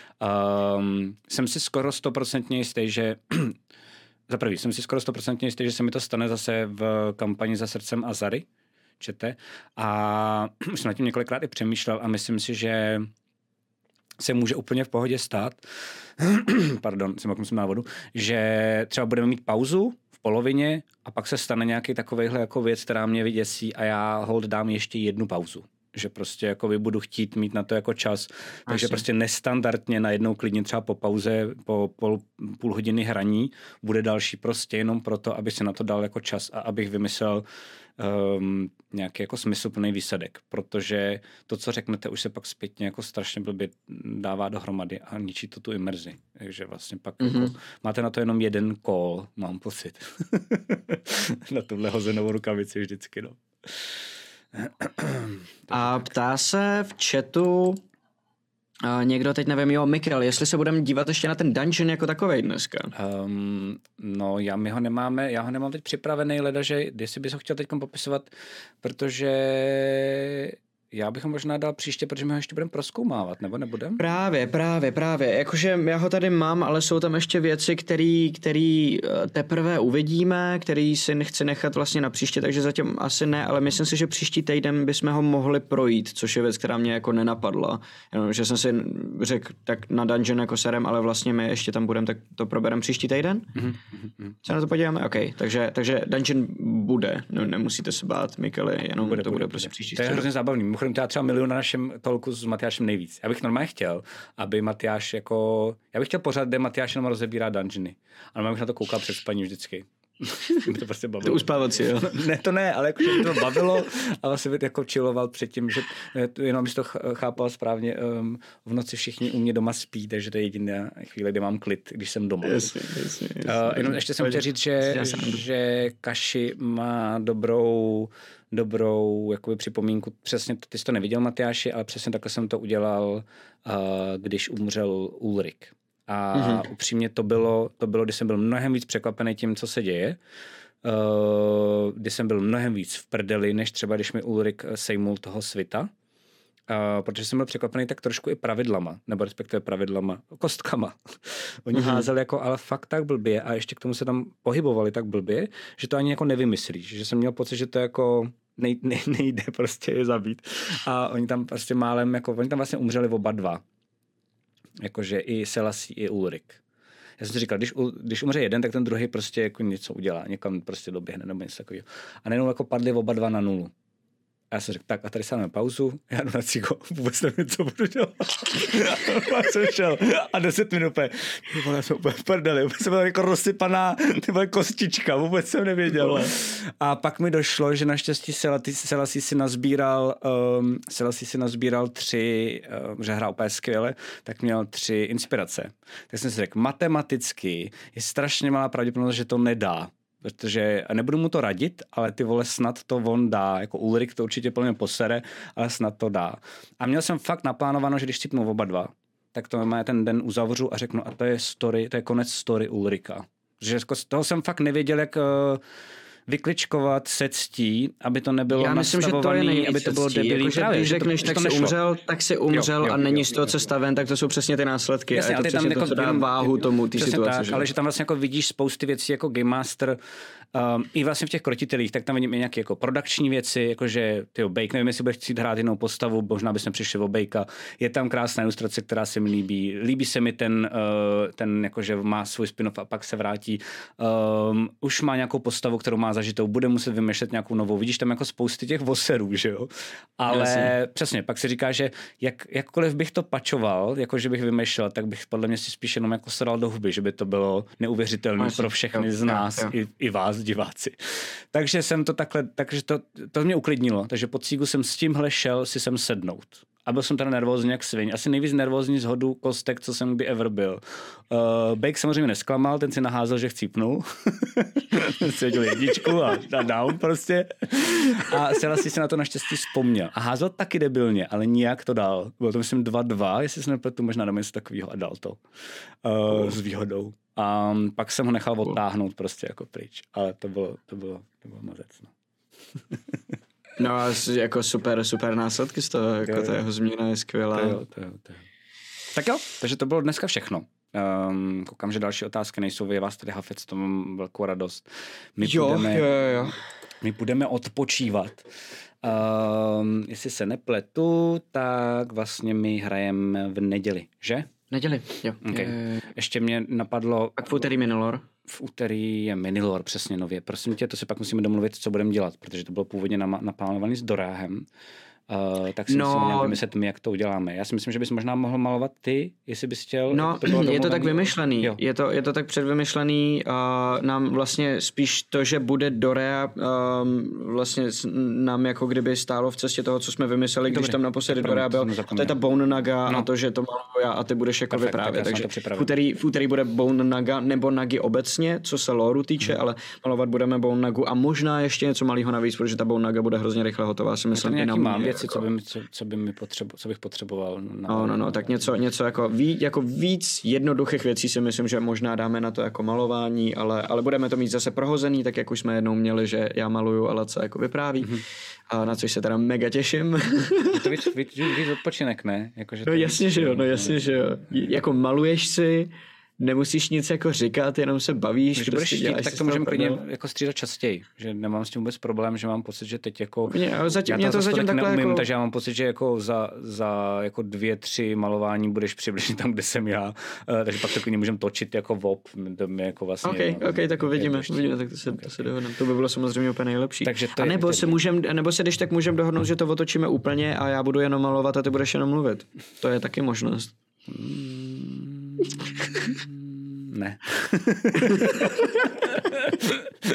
Um, jsem si skoro stoprocentně jistý, že za prvý, jsem si skoro stoprocentně jistý, že se mi to stane zase v kampani Za srdcem Azary, čete. A už jsem nad tím několikrát i přemýšlel a myslím si, že se může úplně v pohodě stát, pardon, jsem musím na vodu, že třeba budeme mít pauzu v polovině a pak se stane nějaký takovejhle jako věc, která mě vyděsí a já hold dám ještě jednu pauzu. Že prostě jako budu chtít mít na to jako čas, takže Asi. prostě nestandardně najednou klidně třeba po pauze, po půl, půl hodiny hraní bude další prostě jenom proto, aby se na to dal jako čas a abych vymyslel um, nějaký jako smysluplný výsledek, protože to, co řeknete, už se pak zpětně jako strašně blbě dává dohromady a ničí to tu imerzi. Takže vlastně pak mm-hmm. jako, máte na to jenom jeden call, mám pocit. Na tuhle hozenou rukavici vždycky, no. A ptá se v chatu a někdo, teď nevím, jo, Mikkel, jestli se budeme dívat ještě na ten dungeon jako takovej dneska. Um, no, já my ho nemáme, já ho nemám teď připravený, leda, že jestli bys ho chtěl teď popisovat, protože já bych ho možná dal příště, protože my ho ještě budeme prozkoumávat, nebo nebudeme? Právě, právě, právě. Jakože já ho tady mám, ale jsou tam ještě věci, který, který teprve uvidíme, který si nechci nechat vlastně na příště, takže zatím asi ne, ale myslím si, že příští týden bychom ho mohli projít, což je věc, která mě jako nenapadla. Jenom, že jsem si řekl tak na dungeon jako serem, ale vlastně my ještě tam budeme, tak to probereme příští týden. Mm-hmm. Se na to podíváme? OK, takže, takže dungeon bude, no, nemusíte se bát, Mikeli, jenom bude, to bude, bude prostě příští. To je hrozně zábavný. Mimochodem, já třeba milion na našem tolku s Matyášem nejvíc. Já bych normálně chtěl, aby Matyáš jako... Já bych chtěl pořád, kde Matyáš jenom rozebírá dungeony. A normálně bych na to koukal před spaní vždycky. Mě to prostě bavilo. To uspávací, jo? Ne, to ne, ale jakože mě to bavilo a vlastně jako chilloval předtím, že jenom abys to chápal správně, um, v noci všichni u mě doma spí, takže to je jediná chvíle, kdy mám klid, když jsem doma. Jasně, jasně, jasně. Uh, jenom ještě jsem chtěl říct, že, že Kaši má dobrou dobrou jakoby připomínku. Přesně, ty jsi to neviděl, Matyáši, ale přesně takhle jsem to udělal, uh, když umřel Ulrik. A mm-hmm. upřímně to bylo, to bylo, když jsem byl mnohem víc překvapený tím, co se děje. Uh, kdy jsem byl mnohem víc v prdeli, než třeba, když mi Ulrik sejmul toho svita. Uh, protože jsem byl překvapený tak trošku i pravidlama, nebo respektive pravidlama, kostkama. Oni mm-hmm. házeli jako, ale fakt tak blbě a ještě k tomu se tam pohybovali tak blbě, že to ani jako nevymyslíš. Že jsem měl pocit, že to jako nej, nej, nejde prostě je zabít. A oni tam prostě málem, jako, oni tam vlastně umřeli oba dva. Jakože i Selassie, i Ulrik. Já jsem si říkal, když, když umře jeden, tak ten druhý prostě jako něco udělá, někam prostě doběhne nebo něco takového. A najednou jako padli oba dva na nulu. A já jsem řekl, tak a tady sáme pauzu, já jdu na cigo, vůbec nevím, co budu dělat. A jsem šel a deset minut úplně, já jsem úplně v prdeli, úplně jsem byl jako rozsypaná tyhle kostička, vůbec jsem nevěděl. A pak mi došlo, že naštěstí Selassie si nazbíral, um, Selassie si nazbíral tři, um, že hrál úplně skvěle, tak měl tři inspirace. Tak jsem si řekl, matematicky je strašně malá pravděpodobnost, že to nedá. Protože nebudu mu to radit, ale ty vole snad to on dá, jako Ulrik to určitě plně posere, ale snad to dá. A měl jsem fakt naplánováno, že když cipnu oba dva, tak to má ten den uzavřu a řeknu, a to je story, to je konec story Ulrika. Že z toho jsem fakt nevěděl, jak uh, vykličkovat se ctí, aby to nebylo já myslím, že to je nejvíc aby to bylo debilní. Jako, když řekneš, tak si umřel, tak si umřel jo, jo, a není jo, z toho, co staven, tak to jsou přesně ty následky. Jasně, a je to přesně to, co dá váhu tomu, ty situace. Tak, ale že tam vlastně jako vidíš spousty věcí jako Game Master, um, i vlastně v těch krotitelích, tak tam vidíme nějaké jako produkční věci, jakože tyjo, Bake, nevím, jestli budeš chtít hrát jinou postavu, možná bychom přišli o Bakea. Je tam krásná ilustrace, která se mi líbí. Líbí se mi ten, uh, ten jakože má svůj spin-off a pak se vrátí. Um, už má nějakou postavu, kterou má zažitou, bude muset vymýšlet nějakou novou. Vidíš tam jako spousty těch voserů, že jo? Ale Jasně. přesně, pak si říká, že jak, jakkoliv bych to pačoval, jakože bych vymýšlel, tak bych podle mě si spíš jenom jako sral do huby, že by to bylo neuvěřitelné pro všechny jo, z nás, jo, jo. I, i vás, diváci. Takže jsem to takhle, takže to, to mě uklidnilo. Takže po cígu jsem s tímhle šel si sem sednout. A byl jsem teda nervózní jak sviň. Asi nejvíc nervózní z hodu kostek, co jsem kdy ever byl. Uh, Bake samozřejmě nesklamal, ten si naházel, že chcípnul. Svěděl jedničku a, a down prostě. A Selassie si na to naštěstí vzpomněl. A házel taky debilně, ale nijak to dal. Bylo to myslím dva dva, jestli se nepletu, možná dám něco takového a dal to. Uh, s výhodou. A um, pak jsem ho nechal odtáhnout prostě jako pryč. Ale to bylo, to bylo, to bylo mazec. No. No a jako super, super následky z toho, jako ta jeho změna je skvělá. To jo, to jo, to jo. Tak jo, takže to bylo dneska všechno. Um, koukám, že další otázky nejsou, vy vás tady Hafec, to mám velkou radost. My jo, budeme, jo, jo. My budeme odpočívat. Um, jestli se nepletu, tak vlastně my hrajeme v neděli, že? Neděli, jo. Okay. Je... Ještě mě napadlo... Tak v úterý Minilor. V úterý je Minilor, přesně nově. Prosím tě, to si pak musíme domluvit, co budeme dělat, protože to bylo původně naplánovaný s Doráhem. Uh, tak si no, musíme vymyslet my, jak to uděláme. Já si myslím, že bys možná mohl malovat ty, jestli bys chtěl. No, to je to tak vymyšlený. Je to, je to tak předvymyšlený. Uh, nám vlastně spíš to, že bude Dorea, um, vlastně nám jako kdyby stálo v cestě toho, co jsme vymysleli, Dobře, když tam naposledy Dorea byl. To je ta Bone Naga no. a to, že to maluju já a ty budeš jako Perfect, vyprávět. Tak Takže v úterý, v úterý bude Bone Naga nebo Nagi obecně, co se lóru týče, hmm. ale malovat budeme Bone Nagu a možná ještě něco malého navíc, protože ta Bone Naga bude hrozně rychle hotová. Si myslím, i na věci, co, by, co, co, by mi potřebo, co bych potřeboval. Na, no, no, no, tak něco, něco jako, ví, jako víc jednoduchých věcí si myslím, že možná dáme na to jako malování, ale, ale budeme to mít zase prohozený, tak jak už jsme jednou měli, že já maluju a Laca jako vypráví. Mm-hmm. A na což se teda mega těším. To víc, víc, víc odpočinek, ne? Jako, že no jasně, že jo, no jasně, že jo. Jako maluješ si, nemusíš nic jako říkat, jenom se bavíš. Když budeš chtít, tak to můžeme klidně jako střídat častěji, že nemám s tím vůbec problém, že mám pocit, že teď jako mě, zatím, já to zatím takhle neumím, jako... takže já mám pocit, že jako za, za jako dvě, tři malování budeš přibližně tam, kde jsem já, uh, takže pak to klidně můžeme točit jako vop, to mě jako vlastně... Ok, no, ok, tak uvidíme, uvidíme, tak to se, okay. to se dohodneme. To by bylo samozřejmě úplně nejlepší. Takže to a nebo se můžem, nebo se když tak můžeme dohodnout, že to otočíme úplně a já budu jenom malovat a ty budeš jenom mluvit. To je taky možnost. Ne.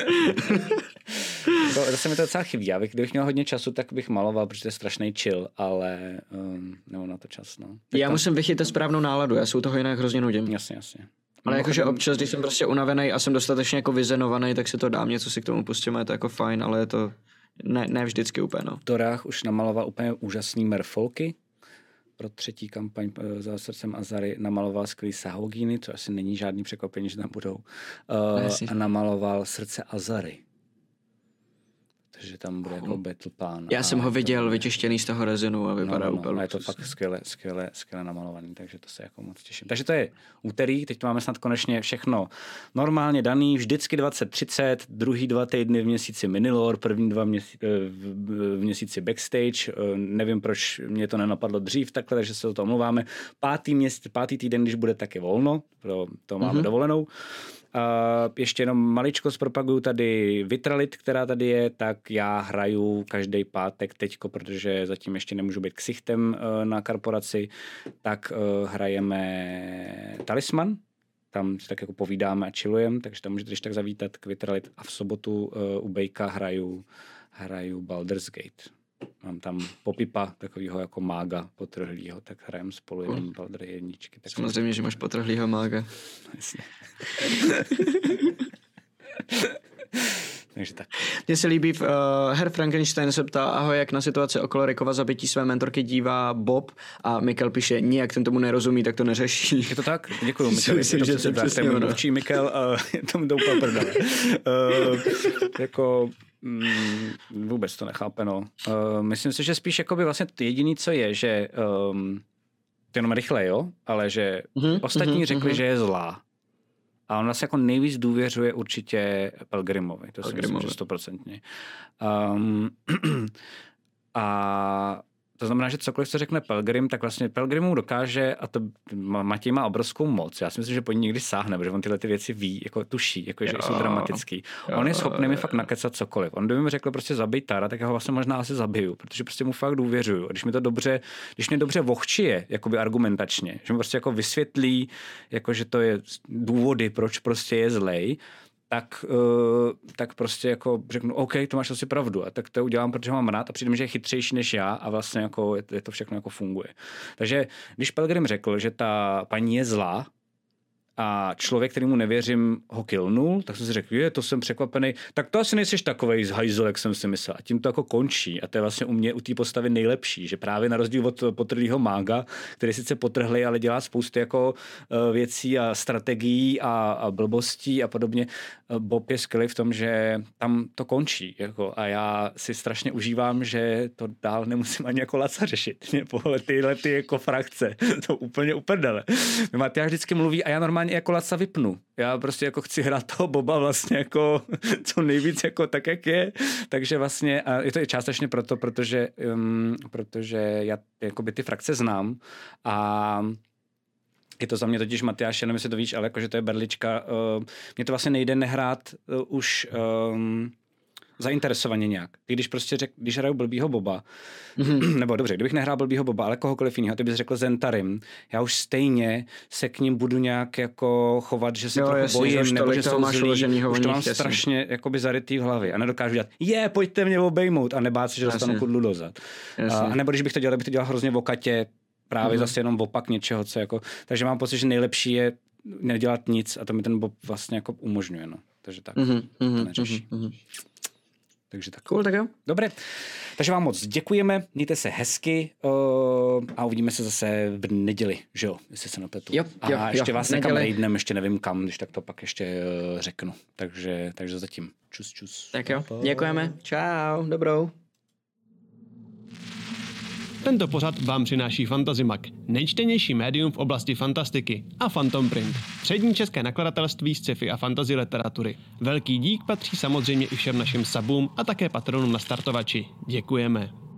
To, zase mi to docela chybí. Já bych, kdybych měl hodně času, tak bych maloval, protože to je strašný chill, ale um, nemám na to čas. No. Já tam... musím vychytit správnou náladu, já se u toho jinak hrozně nudím. Jasně, jasně. Ale jakože občas, když jsem prostě unavený a jsem dostatečně jako vyzenovaný, tak si to dám, něco si k tomu pustím, je to jako fajn, ale je to ne, ne vždycky úplně, no. Torách už namaloval úplně úžasný merfolky. Pro třetí kampaň za srdcem Azary namaloval skvělý sahogíny, co asi není žádný překvapení, že tam budou. Uh, a namaloval srdce Azary. Takže tam bude jako battle plán. Já jsem ho viděl vyčištěný z toho rezinu a vypadá no, no, úplně. No, je to fakt skvěle, skvěle, skvěle namalovaný, takže to se jako moc těším. Takže to je úterý, teď to máme snad konečně všechno normálně daný, vždycky dvacet třicet, druhý dva týdny v měsíci Minilore, první dva měsíci, v měsíci Backstage, nevím, proč mě to nenapadlo dřív takhle, takže se o to omlouváme. Pátý, měsíc, pátý týden, když bude taky volno, pro to máme mm-hmm. dovolenou. Uh, ještě jenom maličko zpropaguju tady Vitralit, která tady je, tak já hraju každý pátek teďko, protože zatím ještě nemůžu být ksichtem uh, na korporaci, tak uh, hrajeme Talisman, tam si tak jako povídáme a chillujeme, takže tam můžete když tak zavítat k Vitralit a v sobotu uh, u Bejka hraju, hraju Baldur's Gate. Mám tam Popipa, takovýho jako mága potrhlýho, tak hrajeme spolu jenom uh. Baldry jedničky. Tak samozřejmě, že máš potrhlýho mága. Jasně. Takže tak. Mně se líbí, uh, Herr Frankenstein se ptá, ahoj, jak na situaci okolo Rickova zabití své mentorky dívá Bob a Mikel píše, nijak ten tomu nerozumí, tak to neřeší. Je to tak? Děkuju, Mikel. Myslím, že to přesně ono. Mluvčí Mikel, uh, tomu to úplně prdele. Uh, jako mm, vůbec to nechápe, no. Uh, myslím si, že spíš jakoby vlastně jediný, co je, že um, to jenom rychle, jo, ale že mm-hmm, ostatní mm-hmm, řekli, mm-hmm. že je zlá. A on vlastně jako nejvíc důvěřuje určitě Pelgrimovi. To si myslím, že stoprocentně. Um, a to znamená, že cokoliv, co řekne Pelgrim, tak vlastně Pelgrimu dokáže, a to Matěj má obrovskou moc. Já si myslím, že po ní někdy sáhne, protože on tyhle ty věci ví, jako tuší, jako že jsou dramatický. Jo, on je schopný mi fakt nakecat cokoliv. On by mi řekl prostě zabij Tara, tak já ho vlastně možná asi zabiju, protože prostě mu fakt důvěřuju. A když mi to dobře, když mě dobře vohčije, jakoby argumentačně, že mi prostě jako vysvětlí, jako že to je důvody, proč prostě je zlej, tak, uh, tak prostě jako řeknu, OK, to máš asi pravdu. A tak to udělám, protože ho mám rád a přijde mi, že je chytřejší než já a vlastně jako je, je to všechno jako funguje. Takže když Pelgrim řekl, že ta paní je zlá a člověk, kterýmu nevěřím, ho killnul, tak jsem si řekl, je, to jsem překvapený, tak to asi nejseš takovej zhajzl, jak jsem si myslel. A tím to jako končí. A to je vlastně u mě u té postavy nejlepší, že právě na rozdíl od potrhlýho mága, který sice potrhlý, ale dělá spousty jako uh, věcí a strategií a, a blbostí a podobně. Uh, Bob je skvělý v tom, že tam to končí. Jako, a já si strašně užívám, že to dál nemusím ani jako Laca řešit. Pohle tyhle ty jako frakce. To úplně uprdele. Matyáš vždycky mluví a já normálně jako Laca vypnu. Já prostě jako chci hrát toho Boba vlastně jako co nejvíc jako tak, jak je. Takže vlastně, a je to i částečně proto, protože, um, protože já jakoby ty frakce znám a je to za mě totiž Matyáš, jenom jestli to víš, ale jakože to je berlička. Uh, mně to vlastně nejde nehrát uh, už um, zainteresovaně nějak. Ty když prostě řek, když hraju blbýho Boba, mm-hmm. nebo dobře, kdybych nehrál blbýho Boba, ale kohokoliv jiného, ty bys řekl Zentarim, já už stejně se k ním budu nějak jako chovat, že se jo, trochu jasný, bojím, že nebo že jsou zlí, už to mám jasný. strašně jakoby zarytý v hlavě a nedokážu dělat, je, pojďte mě obejmout a nebát se, že dostanu kudlu dozad. A, a nebo když bych to dělal, bych to dělal hrozně v okatě, právě mm-hmm. zase jenom opak něčeho, co jako, takže mám pocit, že nejlepší je nedělat nic a to mi ten Bob vlastně jako umožňuje, no. Takže tak, mm-hmm. to neřeší. Mm-hmm. Takže tak. Cool, tak jo. Dobré. Takže vám moc děkujeme, mějte se hezky uh, a uvidíme se zase v neděli, že jo, jestli se napletu. Jo, jo, a ještě jo, vás někam rejdnem, ještě nevím kam, když tak to pak ještě uh, řeknu. Takže, takže zatím. Čus, čus. Tak jo, děkujeme. Čau, dobrou. Tento pořad vám přináší Fantazimak, nejčtenější médium v oblasti fantastiky a Phantom Print, přední české nakladatelství z sci-fi a fantasy literatury. Velký dík patří samozřejmě i všem našim subům a také patronům na startovači. Děkujeme.